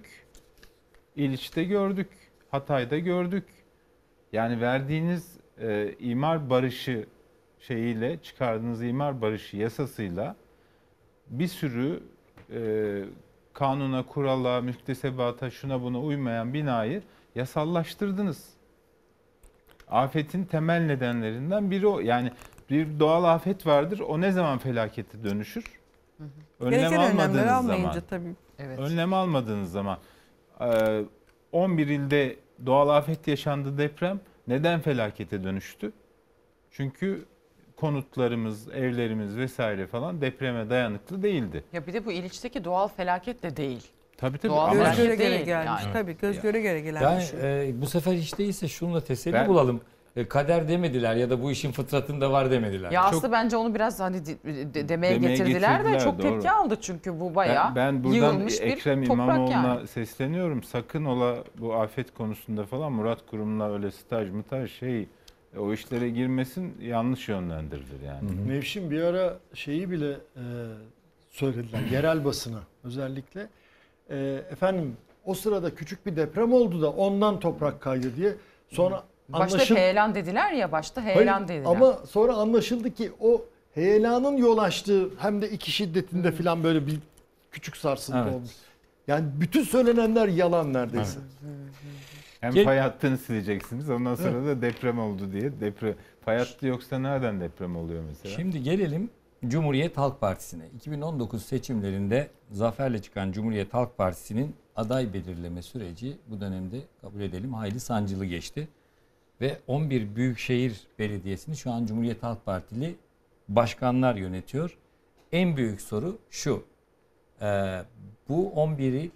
S11: İliç'te gördük. Hatay'da gördük. Yani verdiğiniz imar barışı şeyiyle çıkardığınız imar barışı yasasıyla bir sürü kanuna, kurala, müktesebata, şuna buna uymayan binayı yasallaştırdınız. Afetin temel nedenlerinden biri o. Yani bir doğal afet vardır. O ne zaman felakete dönüşür?
S10: Gereken önlemleri almayınca
S11: zaman,
S10: tabii.
S12: Evet.
S11: önlem almadığınız zaman 11 ilde doğal afet yaşandı, deprem. Neden felakete dönüştü? Çünkü konutlarımız, evlerimiz vesaire falan depreme dayanıklı değildi.
S12: Ya bir de bu İliç'teki doğal felaket de değil.
S11: Tabii tabii.
S12: Doğal
S11: Ama
S10: Göz göre
S12: değil
S10: göre gelmiş.
S12: yani.
S10: Tabii göz göre göre gelen
S1: Yani
S10: bir şey.
S1: bu sefer hiç değilse şununla teselli
S11: Ben-
S1: bulalım. Kader demediler ya da bu işin fıtratında var demediler.
S12: Ya
S1: Çok-
S12: aslında bence onu biraz hani demeye
S11: Demeye
S12: getirdiler de çok
S11: doğru.
S12: tepki aldı çünkü bu bayağı
S11: Ben buradan
S12: yığılmış bir
S11: Ekrem
S12: toprak
S11: İmamoğlu'na
S12: yani.
S11: sesleniyorum. Sakın ola bu afet konusunda falan Murat Kurum'la öyle staj o işlere girmesin, yanlış yönlendirilir yani.
S23: Nevşin bir ara şeyi bile söylediler yerel basına özellikle. Efendim o sırada küçük bir deprem oldu da ondan toprak kaydı diye. Sonra
S12: Başta heyelan dediler ya, heyelan dediler.
S23: Ama sonra anlaşıldı ki o heyelanın yol açtığı hem de 2 şiddetinde falan böyle bir küçük sarsıntı
S1: Evet.
S23: olmuş. Yani bütün söylenenler yalan neredeyse.
S11: Hem fay hattını sileceksiniz, ondan sonra da deprem oldu diye. Fay hattı yoksa nereden deprem oluyor mesela?
S1: Şimdi gelelim Cumhuriyet Halk Partisi'ne. 2019 seçimlerinde zaferle çıkan Cumhuriyet Halk Partisi'nin aday belirleme süreci bu dönemde kabul edelim hayli sancılı geçti. Ve 11 büyükşehir belediyesini şu an Cumhuriyet Halk Partili başkanlar yönetiyor. En büyük soru şu. Bu 11'i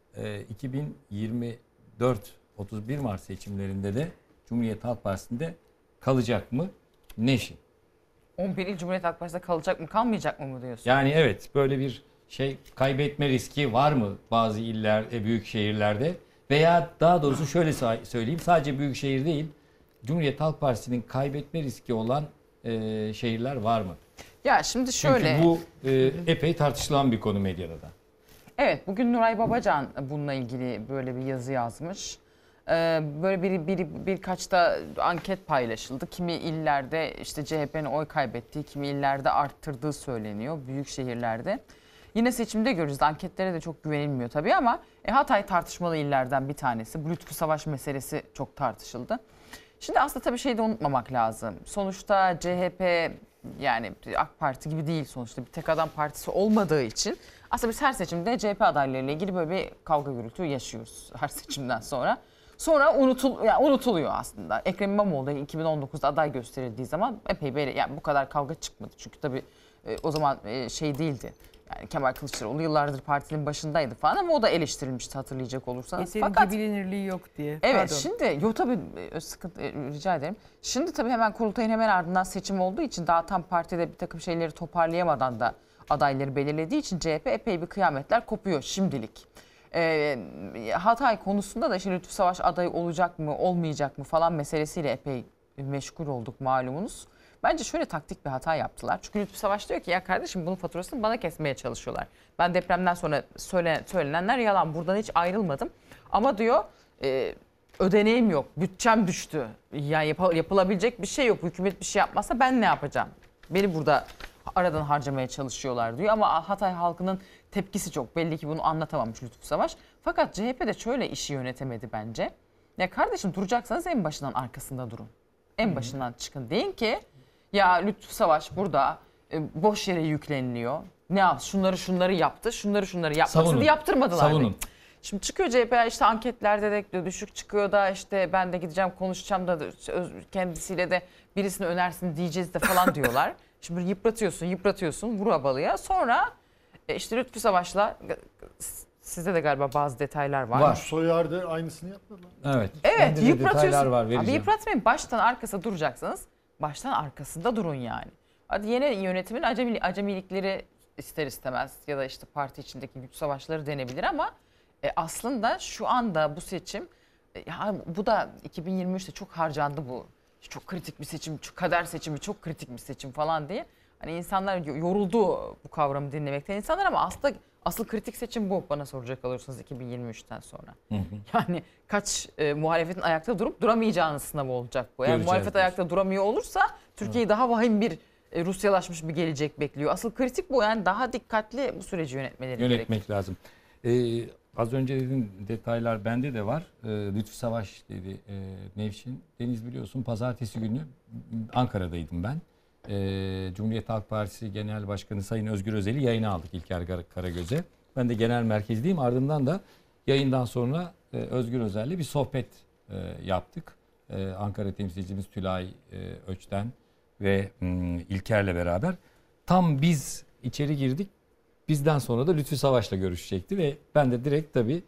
S1: 2024 31 Mart seçimlerinde de Cumhuriyet Halk Partisi'nde kalacak mı? Neşin?
S12: 11 il Cumhuriyet Halk Partisi'nde kalacak mı kalmayacak mı diyorsun?
S1: Yani evet, böyle bir kaybetme riski var mı bazı iller, büyük şehirlerde? Veya daha doğrusu şöyle söyleyeyim, sadece büyük şehir değil, Cumhuriyet Halk Partisi'nin kaybetme riski olan şehirler var mı?
S12: Ya şimdi şöyle.
S1: Çünkü bu epey tartışılan bir konu medyada da.
S12: Evet, bugün Nuray Babacan bununla ilgili böyle bir yazı yazmış. Böyle birkaç da anket paylaşıldı. Kimi illerde işte CHP'nin oy kaybettiği, kimi illerde arttırdığı söyleniyor büyük şehirlerde. Yine seçimde göreceğiz. Anketlere de çok güvenilmiyor tabii ama Hatay tartışmalı illerden bir tanesi. Bu Lütfü Savaş meselesi çok tartışıldı. Şimdi aslında tabii şeyi de unutmamak lazım. Sonuçta CHP yani AK Parti gibi değil sonuçta, bir tek adam partisi olmadığı için aslında biz her seçimde CHP adaylarıyla ilgili böyle bir kavga gürültü yaşıyoruz her seçimden sonra. Sonra unutuluyor aslında. Ekrem İmamoğlu 2019'da aday gösterildiği zaman epey böyle yani bu kadar kavga çıkmadı. Çünkü tabii o zaman şey değildi. Yani Kemal Kılıçdaroğlu yıllardır partinin başındaydı falan ama o da eleştirilmişti hatırlayacak olursanız.
S10: Yeterince bilinirliği yok diye.
S12: Evet
S10: Pardon.
S12: şimdi tabii sıkıntı rica ederim. Şimdi tabii hemen kurultayın hemen ardından seçim olduğu için daha tam partide bir takım şeyleri toparlayamadan da adayları belirlediği için CHP epey bir kıyametler kopuyor şimdilik. Hatay konusunda da işte Lütfü Savaş adayı olacak mı olmayacak mı falan meselesiyle epey meşgul olduk malumunuz. Bence şöyle taktik bir hata yaptılar. Çünkü Lütfü Savaş diyor ki ya kardeşim bunun faturasını bana kesmeye çalışıyorlar. Ben depremden sonra söylenenler yalan, buradan hiç ayrılmadım. Ama diyor ödeneğim yok, bütçem düştü. Yani yapılabilecek bir şey yok. Hükümet bir şey yapmazsa ben ne yapacağım? Beni burada aradan harcamaya çalışıyorlar diyor. Ama Hatay halkının tepkisi çok. Belli ki bunu anlatamamış Lütfü Savaş. Fakat CHP de şöyle işi yönetemedi bence. Ya kardeşim duracaksanız en başından arkasında durun. En başından çıkın. Deyin ki ya Lütfü Savaş burada boş yere yükleniliyor. Ne yaptı? Şunları yaptı. Şunları yapmasın. Yaptırmadılar.
S1: Savunun.
S12: Şimdi çıkıyor CHP işte anketlerde de düşük çıkıyor da işte ben de gideceğim konuşacağım da kendisiyle de birisini önersin diyeceğiz de falan diyorlar. Şimdi yıpratıyorsun vura balıya. Sonra işte Lütfü Savaş'la sizde de galiba bazı detaylar var.
S23: Soyar'da aynısını yapmadılar.
S1: Evet.
S12: Yıpratıyorsun.
S1: Var,
S12: abi yıpratmayın, baştan arkasında duracaksanız baştan arkasında durun yani. Hadi yeni yönetimin acemilikleri ister istemez ya da işte parti içindeki güç savaşları denebilir ama aslında şu anda bu seçim bu da 2023'te çok harcandı bu. Çok kritik bir seçim, kader seçimi çok kritik bir seçim falan diye. Hani insanlar yoruldu bu kavramı dinlemekten insanlar ama asıl kritik seçim bu bana soracak olursanız 2023'ten sonra. Yani kaç muhalefetin ayakta durup duramayacağının sınavı olacak bu. Yani muhalefet ayakta duramıyor olursa Türkiye'yi daha vahim bir Rusyalaşmış bir gelecek bekliyor. Asıl kritik bu, yani daha dikkatli bu süreci yönetmek
S1: lazım. Az önce dediğin detaylar bende de var. Lütfü Savaş dedi Nevşin. Deniz biliyorsun pazartesi günü Ankara'daydım ben. Cumhuriyet Halk Partisi Genel Başkanı Sayın Özgür Özel'i yayına aldık İlker Karagöz'e. Ben de genel merkezdeyim. Ardından da yayından sonra Özgür Özel'le bir sohbet yaptık. Ankara temsilcimiz Tülay Öç'ten ve İlker'le beraber. Tam biz içeri girdik. Bizden sonra da Lütfü Savaş'la görüşecekti ve ben de direkt tabii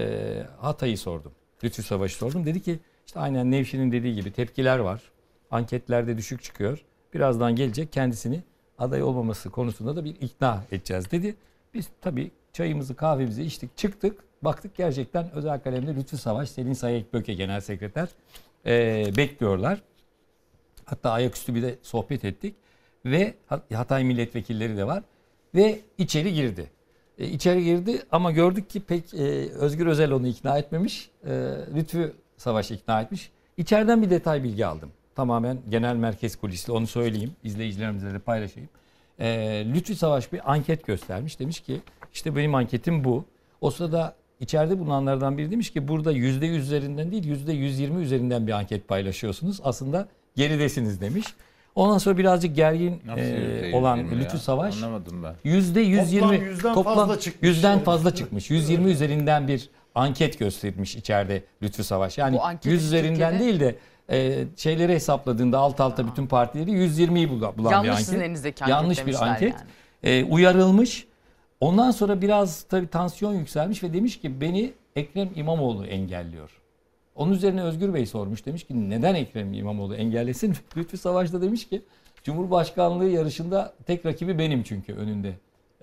S1: Hatay'ı sordum. Lütfü Savaş'ı sordum. Dedi ki işte aynen Nevşin'in dediği gibi tepkiler var. Anketlerde düşük çıkıyor. Birazdan gelecek, kendisini aday olmaması konusunda da bir ikna edeceğiz dedi. Biz tabii çayımızı kahvemizi içtik, çıktık. Baktık gerçekten özel kalemde Lütfü Savaş, Selin Sayekböke Genel Sekreter bekliyorlar. Hatta ayaküstü bir de sohbet ettik. Ve Hatay milletvekilleri de var. Ve içeri girdi. İçeri girdi ama gördük ki pek Özgür Özel onu ikna etmemiş. Lütfü Savaş ikna etmiş. İçeriden bir detay bilgi aldım. Tamamen genel merkez kulisli, onu söyleyeyim. İzleyicilerimize de paylaşayım. Lütfü Savaş bir anket göstermiş. Demiş ki işte benim anketim bu. O sırada içeride bulunanlardan biri demiş ki burada %100 üzerinden değil %120 üzerinden bir anket paylaşıyorsunuz. Aslında geridesiniz demiş. Ondan sonra birazcık gergin olan Lütfü Savaş
S11: anlamadım ben.
S1: %120 toplam yüzden fazla çıkmış. 120
S11: Evet.
S1: üzerinden bir anket göstermiş içeride Lütfü Savaş. Yani
S12: Bu anketi
S1: 100 üzerinden
S12: Türkiye'de-
S1: değil de şeyleri hesapladığında alt alta bütün partileri 120'yi bulan bir
S12: Yanlış
S1: anket.
S12: sizin elinizdeki anket
S1: Yanlış bir
S12: demişler
S1: anket. Uyarılmış. Ondan sonra biraz tabii tansiyon yükselmiş ve demiş ki beni Ekrem İmamoğlu engelliyor. Onun üzerine Özgür Bey sormuş. Demiş ki neden Ekrem İmamoğlu engellesin? Lütfü Savaş da demiş ki Cumhurbaşkanlığı yarışında tek rakibi benim çünkü önünde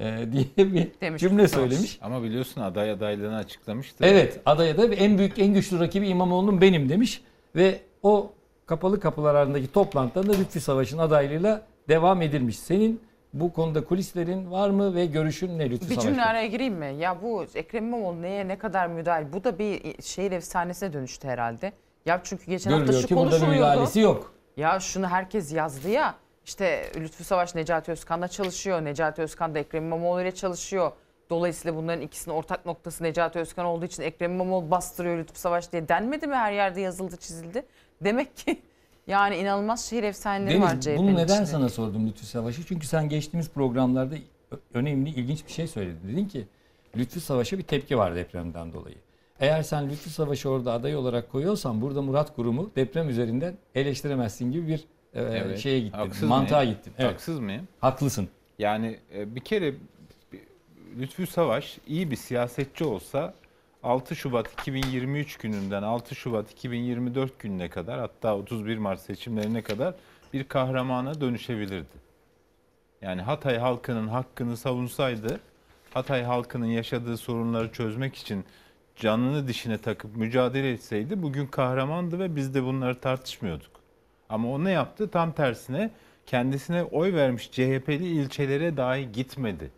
S1: diye bir
S11: Demiş
S1: cümle
S11: Savaş.
S1: söylemiş.
S11: Ama biliyorsun aday adaylığını açıklamıştı.
S1: Evet, adaya da en büyük en güçlü rakibi İmamoğlu'nun benim demiş ve o kapalı kapılar ardındaki toplantıda da Lütfü Savaş'ın adaylığıyla devam edilmiş. Senin bu konuda kulislerin var mı ve görüşün ne Lütfü
S12: Bir
S1: Savaş'ta?
S12: cümle araya gireyim mi? Ya bu Ekrem İmamoğlu neye ne kadar müdahil? Bu da bir şehir efsanesine dönüştü herhalde. Ya çünkü geçen hafta
S1: Görülüyor
S12: şu
S1: ki burada bir
S12: konuşuluyordu.
S1: müdahalesi yok.
S12: Ya şunu herkes yazdı ya. İşte Lütfü Savaş Necati Özkan'la çalışıyor. Necati Özkan da Ekrem İmamoğlu ile çalışıyor. Dolayısıyla bunların ikisinin ortak noktası Necati Özkan olduğu için Ekrem İmamoğlu bastırıyor Lütfü Savaş diye denmedi mi? Her yerde yazıldı, çizildi. Demek ki yani inanılmaz şehir efsaneleri var
S1: Deniz,
S12: CHP'nin
S1: bunu neden
S12: içinde.
S1: sana sordum Lütfü Savaş'ı? Çünkü sen geçtiğimiz programlarda önemli, ilginç bir şey söyledin. Dedin ki Lütfü Savaş'a bir tepki var depremden dolayı. Eğer sen Lütfü Savaş'ı orada aday olarak koyuyorsan burada Murat Kurum'u deprem üzerinden eleştiremezsin gibi bir şeye gittin.
S11: Haksız
S1: Mantığa
S11: mıyım?
S1: gittin. Evet.
S11: Haksız mıyım?
S1: Haklısın.
S11: Yani bir kere Lütfü Savaş iyi bir siyasetçi olsa 6 Şubat 2023 gününden 6 Şubat 2024 gününe kadar hatta 31 Mart seçimlerine kadar bir kahramana dönüşebilirdi. Yani Hatay halkının hakkını savunsaydı, Hatay halkının yaşadığı sorunları çözmek için canını dişine takıp mücadele etseydi bugün kahramandı ve biz de bunları tartışmıyorduk. Ama o ne yaptı? Tam tersine kendisine oy vermiş CHP'li ilçelere dahi gitmedi.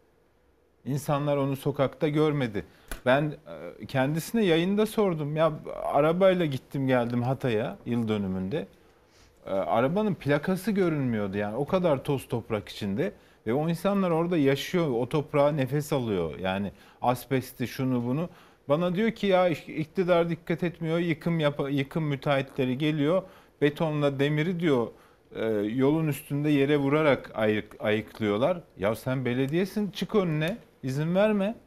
S11: İnsanlar onu sokakta görmedi. Ben kendisine yayında sordum. Ya arabayla gittim geldim Hatay'a yıl dönümünde. Arabanın plakası görünmüyordu yani o kadar toz toprak içinde. Ve o insanlar orada yaşıyor, o toprağa nefes alıyor. Yani asbesti şunu bunu. Bana diyor ki ya iktidar dikkat etmiyor, yıkım müteahhitleri geliyor. Betonla demiri diyor yolun üstünde yere vurarak ayıklıyorlar. Ya sen belediyesin, çık önüne, izin verme.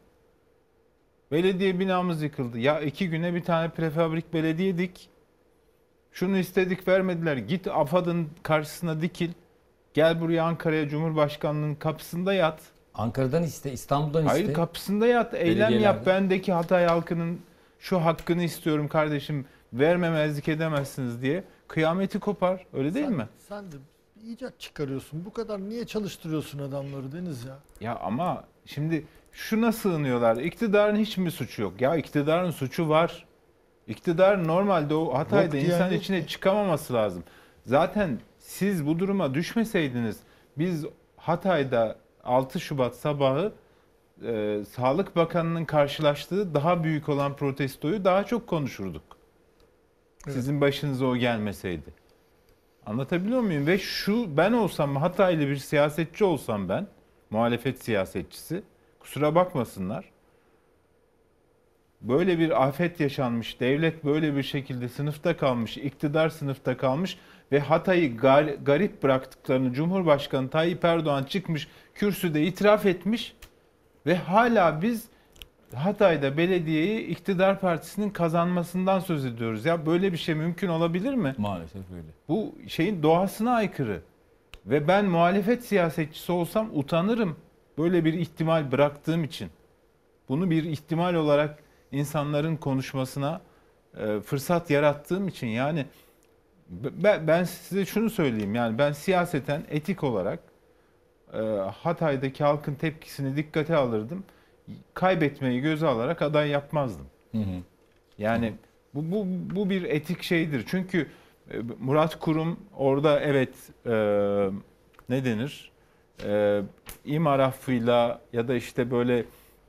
S11: Belediye binamız yıkıldı. Ya 2 güne bir tane prefabrik belediye dik. Şunu istedik vermediler. Git AFAD'ın karşısına dikil. Gel buraya Ankara'ya Cumhurbaşkanlığının kapısında yat.
S1: Ankara'dan iste, İstanbul'dan iste.
S11: Hayır kapısında yat. Eylem yap. Bendeki Hatay halkının şu hakkını istiyorum kardeşim. Vermemezlik edemezsiniz diye. Kıyameti kopar. Öyle değil mi?
S23: Sen de icat çıkarıyorsun. Bu kadar niye çalıştırıyorsun adamları Deniz ya?
S11: Ya ama şimdi şuna sığınıyorlar. İktidarın hiç mi suçu yok? Ya iktidarın suçu var. İktidar normalde o Hatay'da
S23: Yok
S11: insan
S23: diyen
S11: içine çıkamaması lazım. Zaten siz bu duruma düşmeseydiniz biz Hatay'da 6 Şubat sabahı Sağlık Bakanı'nın karşılaştığı daha büyük olan protestoyu daha çok konuşurduk.
S23: Evet.
S11: Sizin başınıza o gelmeseydi. Anlatabiliyor muyum? Ve ben olsam Hataylı bir siyasetçi olsam ben, muhalefet siyasetçisi, kusura bakmasınlar. Böyle bir afet yaşanmış, devlet böyle bir şekilde sınıfta kalmış, iktidar sınıfta kalmış ve Hatay'ı garip bıraktıklarını Cumhurbaşkanı Tayyip Erdoğan çıkmış kürsüde itiraf etmiş ve hala biz Hatay'da belediyeyi iktidar partisinin kazanmasından söz ediyoruz. Ya böyle bir şey mümkün olabilir mi?
S1: Maalesef öyle.
S11: Bu şeyin doğasına aykırı. Ve ben muhalefet siyasetçisi olsam utanırım böyle bir ihtimal bıraktığım için. Bunu bir ihtimal olarak insanların konuşmasına fırsat yarattığım için. Yani ben size şunu söyleyeyim. Yani ben siyaseten, etik olarak Hatay'daki halkın tepkisini dikkate alırdım. Kaybetmeyi göze alarak aday yapmazdım. Yani bu bir etik şeydir. Çünkü Murat Kurum orada evet ne denir? İmar affıyla ya da işte böyle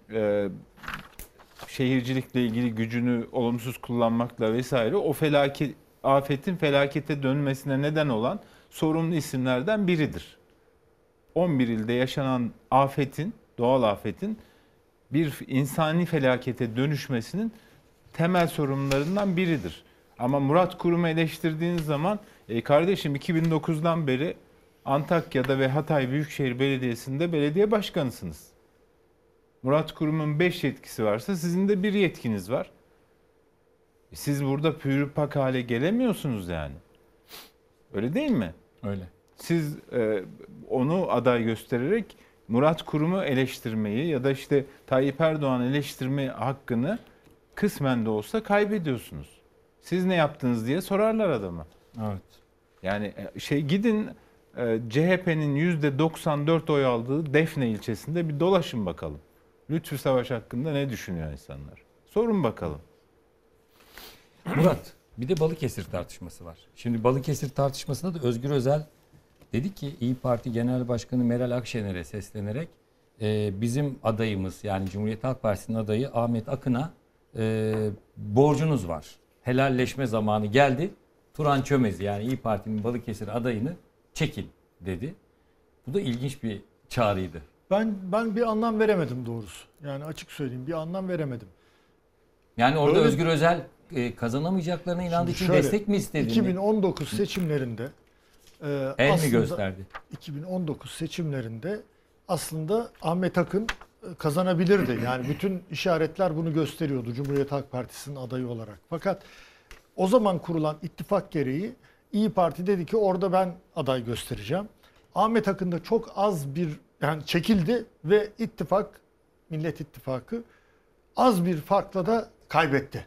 S11: şehircilikle ilgili gücünü olumsuz kullanmakla vesaire o afetin felakete dönmesine neden olan sorumlu isimlerden biridir. 11 ilde yaşanan afetin, doğal afetin bir insani felakete dönüşmesinin temel sorunlarından biridir. Ama Murat Kurum'u eleştirdiğiniz zaman kardeşim 2009'dan beri Antakya'da ve Hatay Büyükşehir Belediyesi'nde belediye başkanısınız. Murat Kurum'un 5 yetkisi varsa sizin de 1 yetkiniz var. Siz burada pürüpak hale gelemiyorsunuz yani. Öyle değil mi?
S1: Öyle.
S11: Siz onu aday göstererek Murat Kurum'u eleştirmeyi ya da işte Tayyip Erdoğan eleştirme hakkını kısmen de olsa kaybediyorsunuz. Siz ne yaptınız diye sorarlar adama.
S1: Evet.
S11: Yani gidin CHP'nin %94 oy aldığı Defne ilçesinde bir dolaşın bakalım. Lütfü Savaş hakkında ne düşünüyor insanlar? Sorun bakalım.
S1: Murat, bir de Balıkesir tartışması var. Şimdi Balıkesir tartışmasında da Özgür Özel dedi ki İYİ Parti Genel Başkanı Meral Akşener'e seslenerek bizim adayımız yani Cumhuriyet Halk Partisi'nin adayı Ahmet Akın'a borcunuz var. Helalleşme zamanı geldi. Turan Çömez yani İYİ Parti'nin Balıkesir adayını çekin dedi. Bu da ilginç bir çağrıydı.
S23: Ben bir anlam veremedim doğrusu. Yani açık söyleyeyim bir anlam veremedim.
S1: Yani orada Özgür Özel kazanamayacaklarına inandığı için destek mi istedi?
S23: 2019 seçimlerinde
S1: el mi gösterdi?
S23: 2019 seçimlerinde aslında Ahmet Akın kazanabilirdi. Yani bütün işaretler bunu gösteriyordu Cumhuriyet Halk Partisi'nin adayı olarak. Fakat o zaman kurulan ittifak gereği İYİ Parti dedi ki orada ben aday göstereceğim. Ahmet Akın da çok az bir yani çekildi ve ittifak Millet İttifakı az bir farkla da kaybetti.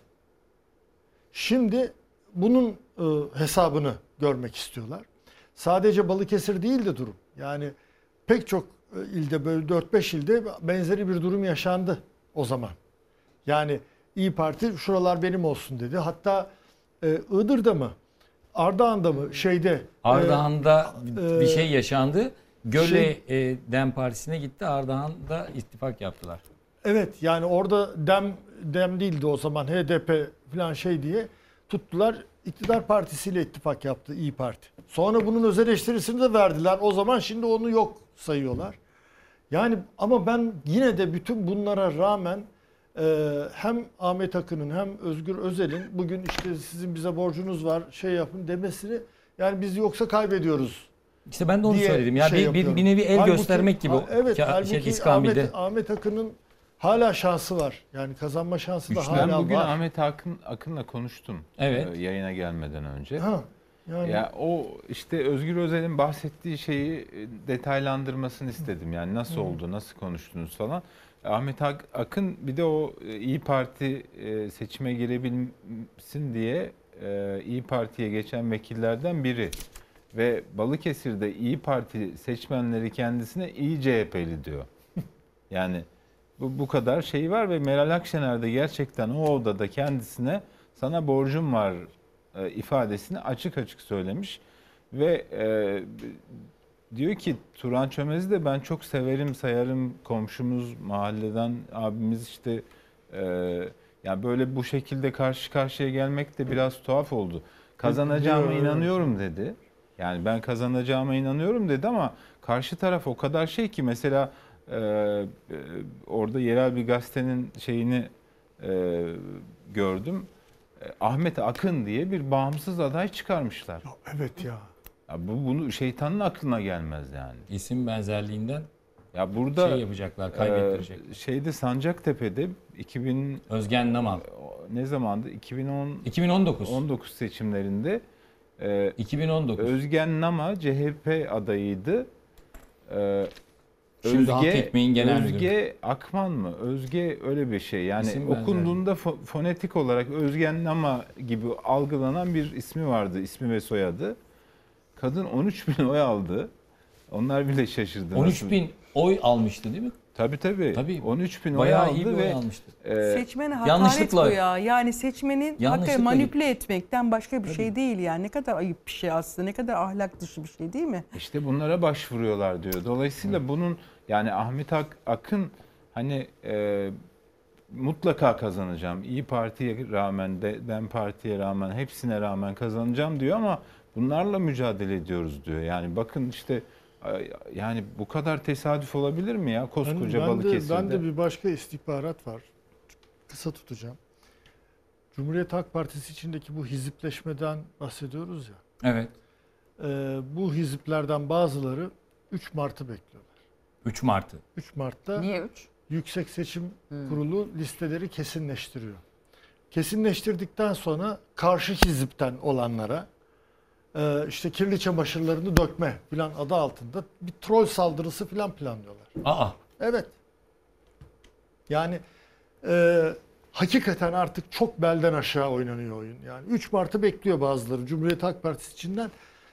S23: Şimdi bunun hesabını görmek istiyorlar. Sadece Balıkesir değil de durum. Yani pek çok ilde böyle 4-5 ilde benzeri bir durum yaşandı o zaman. Yani İYİ Parti şuralar benim olsun dedi. Hatta Iğdır'da mı? Ardahan'da mı?
S1: Ardahan'da bir şey yaşandı. Göle DEM Partisi'ne gitti. Ardahan'da ittifak yaptılar.
S23: Evet yani orada DEM değildi o zaman HDP falan diye tuttular. İktidar partisiyle ittifak yaptı İYİ Parti. Sonra bunun öz eleştirisini de verdiler. O zaman şimdi onu yok sayıyorlar. Yani ama ben yine de bütün bunlara rağmen hem Ahmet Akın'ın hem Özgür Özel'in bugün işte sizin bize borcunuz var yapın demesini yani biz yoksa kaybediyoruz.
S1: İşte ben de onu söyledim. Ya bir nevi el göstermek gibi.
S23: Evet, Ahmet Akın'ın hala şansı var. Yani kazanma şansı da hala var.
S11: Ben bugün Ahmet Akın'la konuştum.
S1: Evet.
S11: Yayına gelmeden önce.
S23: Yani
S11: ya o işte Özgür Özel'in bahsettiği şeyi detaylandırmasını istedim. Yani nasıl oldu, nasıl konuştunuz falan. Ahmet Akın bir de o İYİ Parti seçime girebilsin diye İYİ Parti'ye geçen vekillerden biri. Ve Balıkesir'de İYİ Parti seçmenleri kendisine İyi CHP'li diyor. Yani bu kadar şey var ve Meral Akşener de gerçekten o odada kendisine sana borcum var ifadesini açık açık söylemiş. Ve diyor ki Turan Çömez'i de ben çok severim, sayarım, komşumuz, mahalleden abimiz işte yani böyle bu şekilde karşı karşıya gelmek de biraz tuhaf oldu. Kazanacağıma inanıyorum dedi. Yani ben kazanacağıma inanıyorum dedi ama karşı taraf o kadar ki mesela orada yerel bir gazetenin gördüm. Ahmet Akın diye bir bağımsız aday çıkarmışlar.
S23: Evet ya.
S11: Bunu şeytanın aklına gelmez yani.
S1: İsim benzerliğinden
S11: ya burada
S1: şey yapacaklar, kaybettirecek.
S11: Şeyde Sancaktepe'de
S1: Özgen Namal
S11: ne zamandı? 2019 seçimlerinde
S1: 2019
S11: Özgen Nama CHP adayıydı.
S1: Şimdi Halk Ekmeğin genel müdürü.
S11: Özge Akman mı? Özge öyle bir şey. Yani
S1: İsim
S11: okunduğunda fonetik olarak Özgen Nama gibi algılanan bir ismi vardı. İsmi ve soyadı. Kadın 13.000 oy aldı. Onlar bile şaşırdı.
S1: 13.000 oy almıştı değil mi?
S11: Tabii. 13.000 oy
S1: bayağı
S11: aldı
S1: iyi bir
S11: ve
S1: oy almıştı.
S10: Seçmene hakaret
S1: yanlışlıkla,
S10: bu ya. Yani seçmenin hakikaten manipüle etmekten başka bir şey değil yani. Ne kadar ayıp bir şey aslında. Ne kadar ahlak dışı bir şey değil mi?
S11: İşte bunlara başvuruyorlar diyor. Dolayısıyla bunun yani Ahmet Akın hani mutlaka kazanacağım. İyi Parti'ye rağmen, DEM Parti'ye rağmen, hepsine rağmen kazanacağım diyor ama bunlarla mücadele ediyoruz diyor. Yani bakın işte yani bu kadar tesadüf olabilir mi ya koskoca Balıkesir'de?
S23: Ben de bir başka istihbarat var. Kısa tutacağım. Cumhuriyet Halk Partisi içindeki bu hizipleşmeden bahsediyoruz ya.
S1: Evet.
S23: Bu hiziplerden bazıları 3 Mart'ı bekliyorlar.
S1: 3 Mart'ı.
S23: 3 Mart'ta
S12: Niye 3?
S23: Yüksek Seçim Kurulu listeleri kesinleştiriyor. Kesinleştirdikten sonra karşı hizipten olanlara işte kirli çamaşırlarını dökme falan adı altında bir troll saldırısı falan planlıyorlar. Evet. Yani hakikaten artık çok belden aşağı oynanıyor oyun. Yani 3 Mart'ı bekliyor bazıları Cumhuriyet Halk Partisi içinden.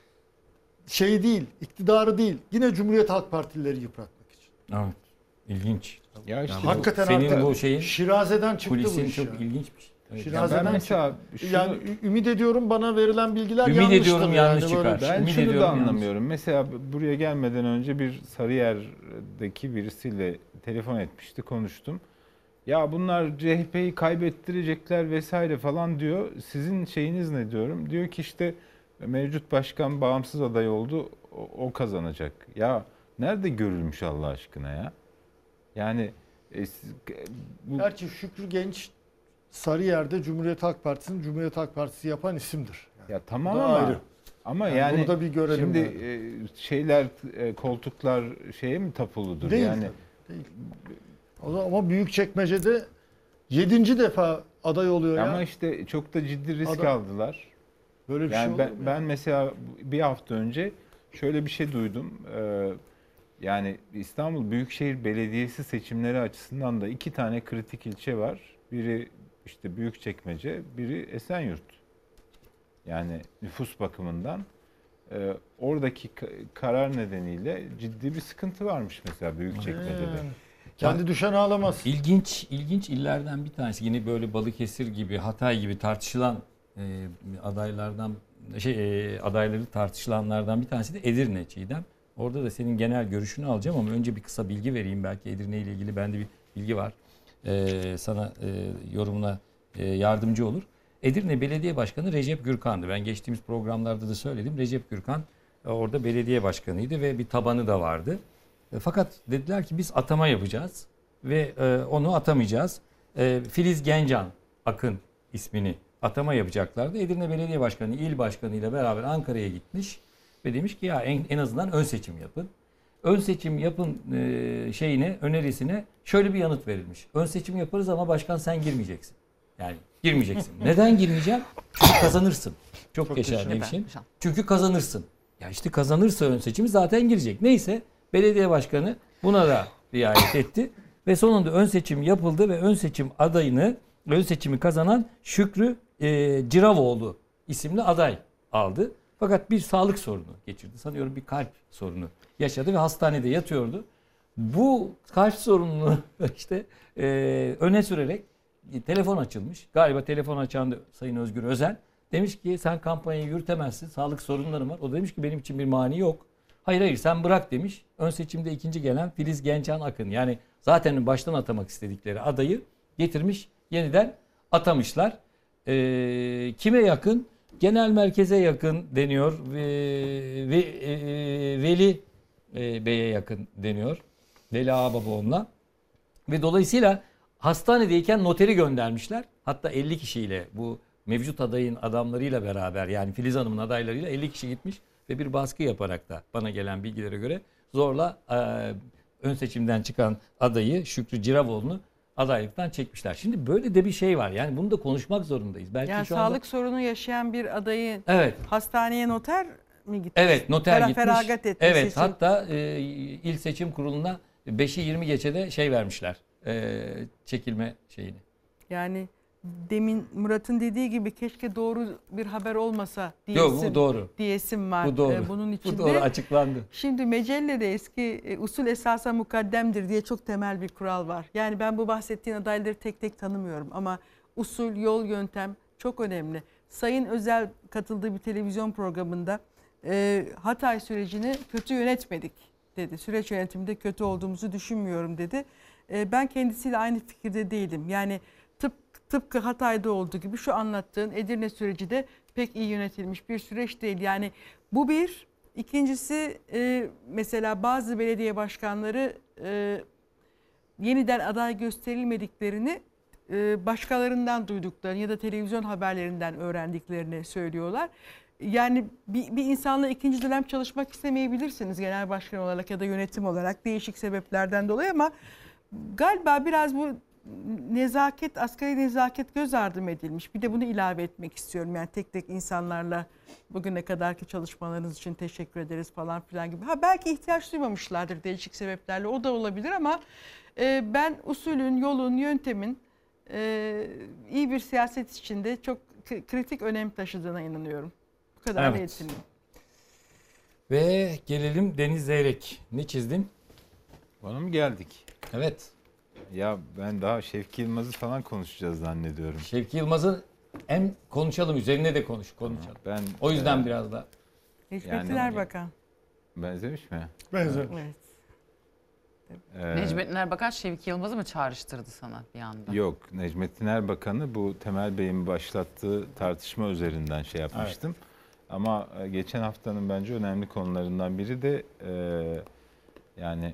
S23: Şey değil, iktidarı değil. Yine Cumhuriyet Halk Partilileri yıpratmak için.
S1: Evet. İlginç.
S23: Ya işte hakikaten
S1: senin
S23: artık
S1: bu şeyin
S23: Şiraze'den çıktı bu iş.
S1: çok
S23: ya.
S1: ilginç bir şey. Evet.
S23: Şiraze'den mesela yani ümit ediyorum bana verilen bilgiler
S1: ümit
S23: yanlıştır.
S1: Ediyorum yanlış
S23: yani
S1: çıkar.
S11: Ben
S1: Ümit
S11: şunu da anlamıyorum.
S1: Yanlış.
S11: Mesela buraya gelmeden önce bir Sarıyer'deki birisiyle telefon etmişti, konuştum. Ya bunlar CHP'yi kaybettirecekler vesaire falan diyor. Sizin şeyiniz ne diyorum? Diyor ki işte mevcut başkan bağımsız aday oldu, o kazanacak. Ya nerede görülmüş Allah aşkına ya? Yani
S23: gerçi Şükrü Genç Sarıyer'de Cumhuriyet Halk Partisi'nin Cumhuriyet Halk Partisi yapan isimdir. Yani
S11: ya tamam ama yani
S23: bunu da bir görelim.
S11: Şimdi
S23: yani.
S11: Şeyler koltuklar şeye mi tapuludur
S23: değil,
S11: yani?
S23: Değil. Ama Büyükçekmece'de 7. defa aday oluyor ya.
S11: Ama işte çok da ciddi risk aldılar.
S23: Böyle bir
S11: yani
S23: şey
S11: ben mesela bir hafta önce şöyle bir şey duydum. Yani İstanbul Büyükşehir Belediyesi seçimleri açısından da 2 tane kritik ilçe var. Biri işte Büyükçekmece, biri Esenyurt. Yani nüfus bakımından oradaki karar nedeniyle ciddi bir sıkıntı varmış mesela Büyükçekmece'de.
S23: Kendi düşen ağlamaz.
S1: İlginç illerden bir tanesi. Yine böyle Balıkesir gibi, Hatay gibi tartışılan adayları tartışılanlardan bir tanesi de Edirne, Çiğdem. Orada da senin genel görüşünü alacağım ama önce bir kısa bilgi vereyim. Belki Edirne ile ilgili bende bir bilgi var. Sana yorumuna yardımcı olur. Edirne Belediye Başkanı Recep Gürkan'dı. Ben geçtiğimiz programlarda da söyledim. Recep Gürkan orada belediye başkanıydı ve bir tabanı da vardı. Fakat dediler ki biz atama yapacağız ve onu atamayacağız. Filiz Gencan Akın ismini atama yapacaklardı. Edirne Belediye Başkanı il başkanıyla beraber Ankara'ya gitmiş ve demiş ki ya en azından ön seçim yapın. Ön seçim yapın önerisine şöyle bir yanıt verilmiş. Ön seçim yaparız ama başkan sen girmeyeceksin. Yani girmeyeceksin. Neden girmeyeceğim? Çünkü kazanırsın. Çok geçer demişim. Çünkü kazanırsın. Ya işte kazanırsa ön seçimi zaten girecek. Neyse belediye başkanı buna da riayet etti. Ve sonunda ön seçim yapıldı ve ön seçimi kazanan Şükrü Ciravoğlu isimli aday aldı. Fakat bir sağlık sorunu geçirdi. Sanıyorum bir kalp sorunu yaşadı ve hastanede yatıyordu. Bu kalp sorununu işte öne sürerek telefon açılmış. Galiba telefon açan da Sayın Özgür Özel. Demiş ki sen kampanyayı yürütemezsin. Sağlık sorunlarım var. O da demiş ki benim için bir mani yok. Hayır sen bırak demiş. Ön seçimde ikinci gelen Filiz Gencan Akın. Yani zaten baştan atamak istedikleri adayı getirmiş. Yeniden atamışlar. Kime yakın? Genel merkeze yakın deniyor. Veli Bey'e yakın deniyor. Veli Ağababaoğlu'na. Ve dolayısıyla hastanedeyken noteri göndermişler. Hatta 50 kişiyle bu mevcut adayın adamlarıyla beraber, yani Filiz Hanım'ın adaylarıyla 50 kişi gitmiş ve bir baskı yaparak da bana gelen bilgilere göre zorla ön seçimden çıkan adayı Şükrü Ciravoğlu'nu adaylıktan çekmişler. Şimdi böyle de bir şey var. Yani bunu da konuşmak zorundayız. Belki
S10: Yani
S1: şu anda...
S10: sağlık sorunu yaşayan bir adayı
S1: Evet.
S10: hastaneye noter mi gitmiş?
S1: Evet, noter gitmiş.
S10: Feragat etmesi
S1: Evet,
S10: için.
S1: hatta İl Seçim Kurulu'na 5'i 20 geçede şey vermişler. Çekilme şeyini.
S10: Yani demin Murat'ın dediği gibi keşke doğru bir haber olmasa
S1: Yok, bu doğru.
S10: diyesim var.
S1: Bu doğru.
S10: Bunun içinde.
S1: Bu doğru, açıklandı.
S10: Şimdi Mecelle'de eski usul esasa mukaddemdir diye çok temel bir kural var. Yani ben bu bahsettiğin adayları tek tek tanımıyorum ama usul, yol, yöntem çok önemli. Sayın Özel katıldığı bir televizyon programında Hatay sürecini kötü yönetmedik dedi. Süreç yönetiminde kötü olduğumuzu düşünmüyorum dedi. Ben kendisiyle aynı fikirde değilim. Yani tıpkı Hatay'da olduğu gibi şu anlattığın Edirne süreci de pek iyi yönetilmiş bir süreç değil. Yani bu bir. İkincisi mesela bazı belediye başkanları yeniden aday gösterilmediklerini başkalarından duyduklarını ya da televizyon haberlerinden öğrendiklerini söylüyorlar. Yani bir insanla ikinci dönem çalışmak istemeyebilirsiniz genel başkan olarak ya da yönetim olarak değişik sebeplerden dolayı ama galiba biraz bu nezaket, asgari nezaket göz ardı mı edilmiş? Bir de bunu ilave etmek istiyorum. Yani tek tek insanlarla bugüne kadarki çalışmalarınız için teşekkür ederiz falan filan gibi. Belki ihtiyaç duymamışlardır değişik sebeplerle, o da olabilir ama ben usulün, yolun, yöntemin iyi bir siyaset içinde çok kritik önem taşıdığına inanıyorum. Bu kadar
S1: evet.
S10: yetineyim.
S1: Ve gelelim Deniz Zeyrek. Ne çizdin?
S11: Bana mı geldik?
S1: Evet.
S11: Ya ben daha Şevki Yılmaz'ı falan konuşacağız zannediyorum.
S1: Şevki Yılmaz'ı hem konuşalım, üzerine de konuşalım.
S11: Ben
S1: o yüzden biraz da.
S10: Necmettin Erbakan.
S11: Benzemiş mi?
S23: Benzer.
S10: Evet.
S12: Necmettin Erbakan Şevki Yılmaz'ı mı çağrıştırdı sana bir anda?
S11: Yok, Necmettin Erbakan'ı bu Temel Bey'in başlattığı tartışma üzerinden şey yapmıştım. Evet. Ama geçen haftanın bence önemli konularından biri de yani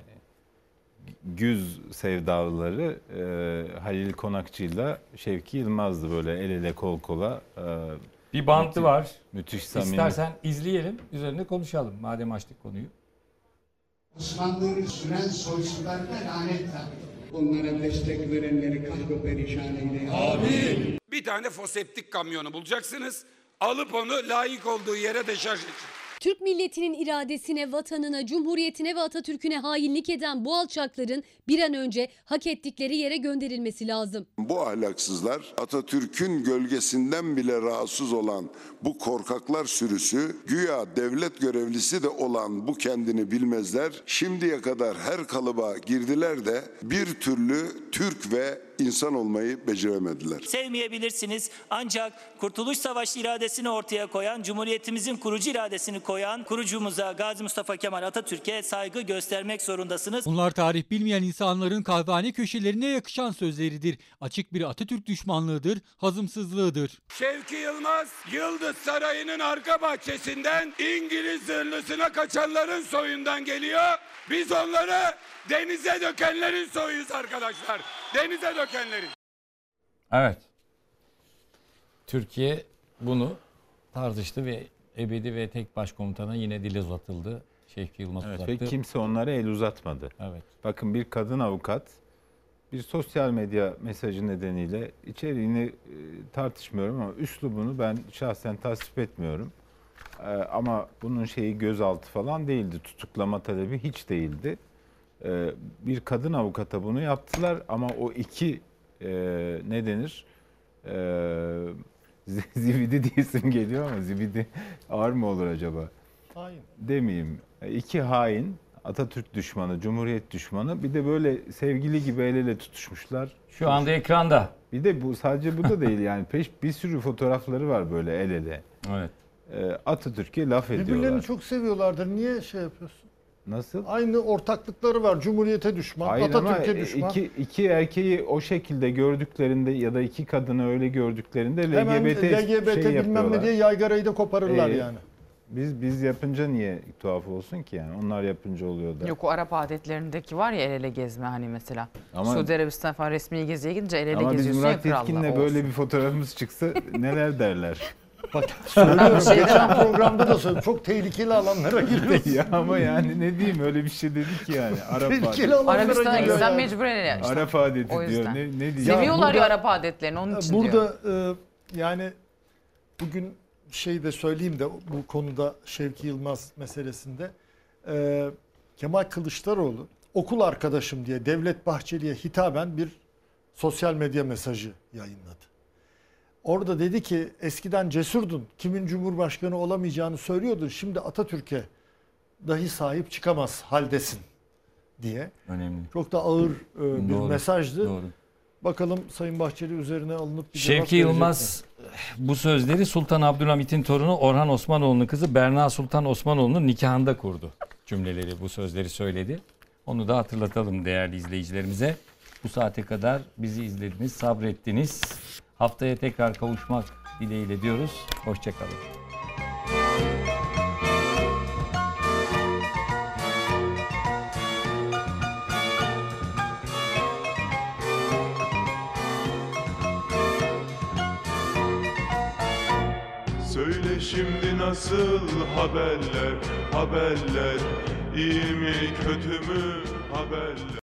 S11: güz sevdalıları Halil Konakçı'yla Şevki Yılmaz'dı, böyle el ele kol kola.
S1: Bir bantı var.
S11: Müthiş samimi.
S1: İstersen izleyelim, üzerine konuşalım madem açtık konuyu.
S2: Osmanlı'yı süren soysuzlarına lanet tabi. Onlara destek verenleri kahrı perişan eyle.
S24: Amin. Bir tane foseptik kamyonu bulacaksınız. Alıp onu layık olduğu yere deşarj edin.
S5: Türk milletinin iradesine, vatanına, cumhuriyetine ve Atatürk'üne hainlik eden bu alçakların bir an önce hak ettikleri yere gönderilmesi lazım.
S7: Bu ahlaksızlar, Atatürk'ün gölgesinden bile rahatsız olan bu korkaklar sürüsü, güya devlet görevlisi de olan bu kendini bilmezler, şimdiye kadar her kalıba girdiler de bir türlü Türk ve insan olmayı beceremediler.
S20: Sevmeyebilirsiniz ancak Kurtuluş Savaşı iradesini ortaya koyan, Cumhuriyetimizin kurucu iradesini koyan kurucumuza Gazi Mustafa Kemal Atatürk'e saygı göstermek zorundasınız.
S21: Bunlar tarih bilmeyen insanların kahvehane köşelerine yakışan sözleridir. Açık bir Atatürk düşmanlığıdır, hazımsızlığıdır.
S24: Şevki Yılmaz, Yıldız Sarayı'nın arka bahçesinden İngiliz zırhlısına kaçanların soyundan geliyor. Biz onları denize dökenlerin soyuyuz arkadaşlar. Denize dökenlerin.
S1: Evet. Türkiye bunu tartıştı ve ebedi ve tek başkomutana yine dil uzatıldı. Şevki Yılmaz uzattı.
S11: Ve kimse onlara el uzatmadı.
S1: Evet.
S11: Bakın, bir kadın avukat bir sosyal medya mesajı nedeniyle, içeriğini tartışmıyorum ama üslubunu ben şahsen tasvip etmiyorum. Ama bunun şeyi gözaltı falan değildi. Tutuklama talebi hiç değildi. Bir kadın avukata bunu yaptılar ama o iki ne denir? Zibidi diyesim geliyor ama zibidi ağır mı olur acaba?
S23: Hain.
S11: Demeyeyim. İki hain, Atatürk düşmanı, Cumhuriyet düşmanı, bir de böyle sevgili gibi el ele tutuşmuşlar.
S1: Şu anda ekranda.
S11: Bir de bu sadece bu da değil yani, bir sürü fotoğrafları var böyle el ele.
S1: Evet.
S11: Atatürk'e laf ediyorlar.
S23: Birbirlerini çok seviyorlardır. Niye şey yapıyorsun?
S11: Nasıl?
S23: Aynı ortaklıkları var. Cumhuriyete düşman,
S11: hayır,
S23: Atatürk'e düşman.
S11: İki erkeği o şekilde gördüklerinde ya da iki kadını öyle gördüklerinde
S23: hemen LGBT
S11: şey
S23: bilmem
S11: yapıyorlar.
S23: ne diye yaygarayı da koparırlar yani.
S11: Biz yapınca niye tuhaf olsun ki yani? Onlar yapınca oluyor da.
S12: Yok, o Arap adetlerindeki var ya el ele gezme hani mesela.
S11: Ama-
S12: Suudi Arabistan falan resmi geziye gidince el ele
S11: Ama biz
S12: geziyorsun ya
S11: Murat
S12: kralla.
S11: Yetkin'le böyle bir fotoğrafımız çıksa neler derler?
S23: Bak söylüyorum, geçen programda da söyledim. Çok tehlikeli alanlara giriyoruz.
S11: Ya ama yani ne diyeyim, öyle bir şey dedik yani. Arap
S23: Tehlikeli
S11: adeti.
S23: alanlara
S12: Arabistan'a
S23: giriyor
S12: gitsen
S23: yani.
S12: mecburen el işte.
S11: Arap adeti
S12: O
S11: diyor.
S12: yüzden.
S11: Ne diyeyim?
S12: Seviyorlar ya
S23: burada-
S12: Arap adetlerini, onun için diyor.
S23: Burada yani bugün şey de söyleyeyim de bu konuda Şevki Yılmaz meselesinde Kemal Kılıçdaroğlu okul arkadaşım diye Devlet Bahçeli'ye hitaben bir sosyal medya mesajı yayınladı. Orada dedi ki eskiden cesurdun, kimin cumhurbaşkanı olamayacağını söylüyordun, şimdi Atatürk'e dahi sahip çıkamaz haldesin diye.
S1: Önemli.
S23: Çok da ağır bir
S1: Doğru,
S23: mesajdı.
S1: doğru.
S23: Bakalım Sayın Bahçeli üzerine alınıp bir cevap
S1: Şevki
S23: verecek
S1: Yılmaz
S23: mi?
S1: bu sözleri Sultan Abdülhamit'in torunu Orhan Osmanoğlu'nun kızı Berna Sultan Osmanoğlu'nun nikahında kurdu. Cümleleri, bu sözleri söyledi. Onu da hatırlatalım değerli izleyicilerimize. Bu saate kadar bizi izlediniz, sabrettiniz. Haftaya tekrar kavuşmak dileğiyle diyoruz. Hoşçakalın.
S3: Söyle şimdi nasıl haberler, haberler, iyi mi kötü mü haberler?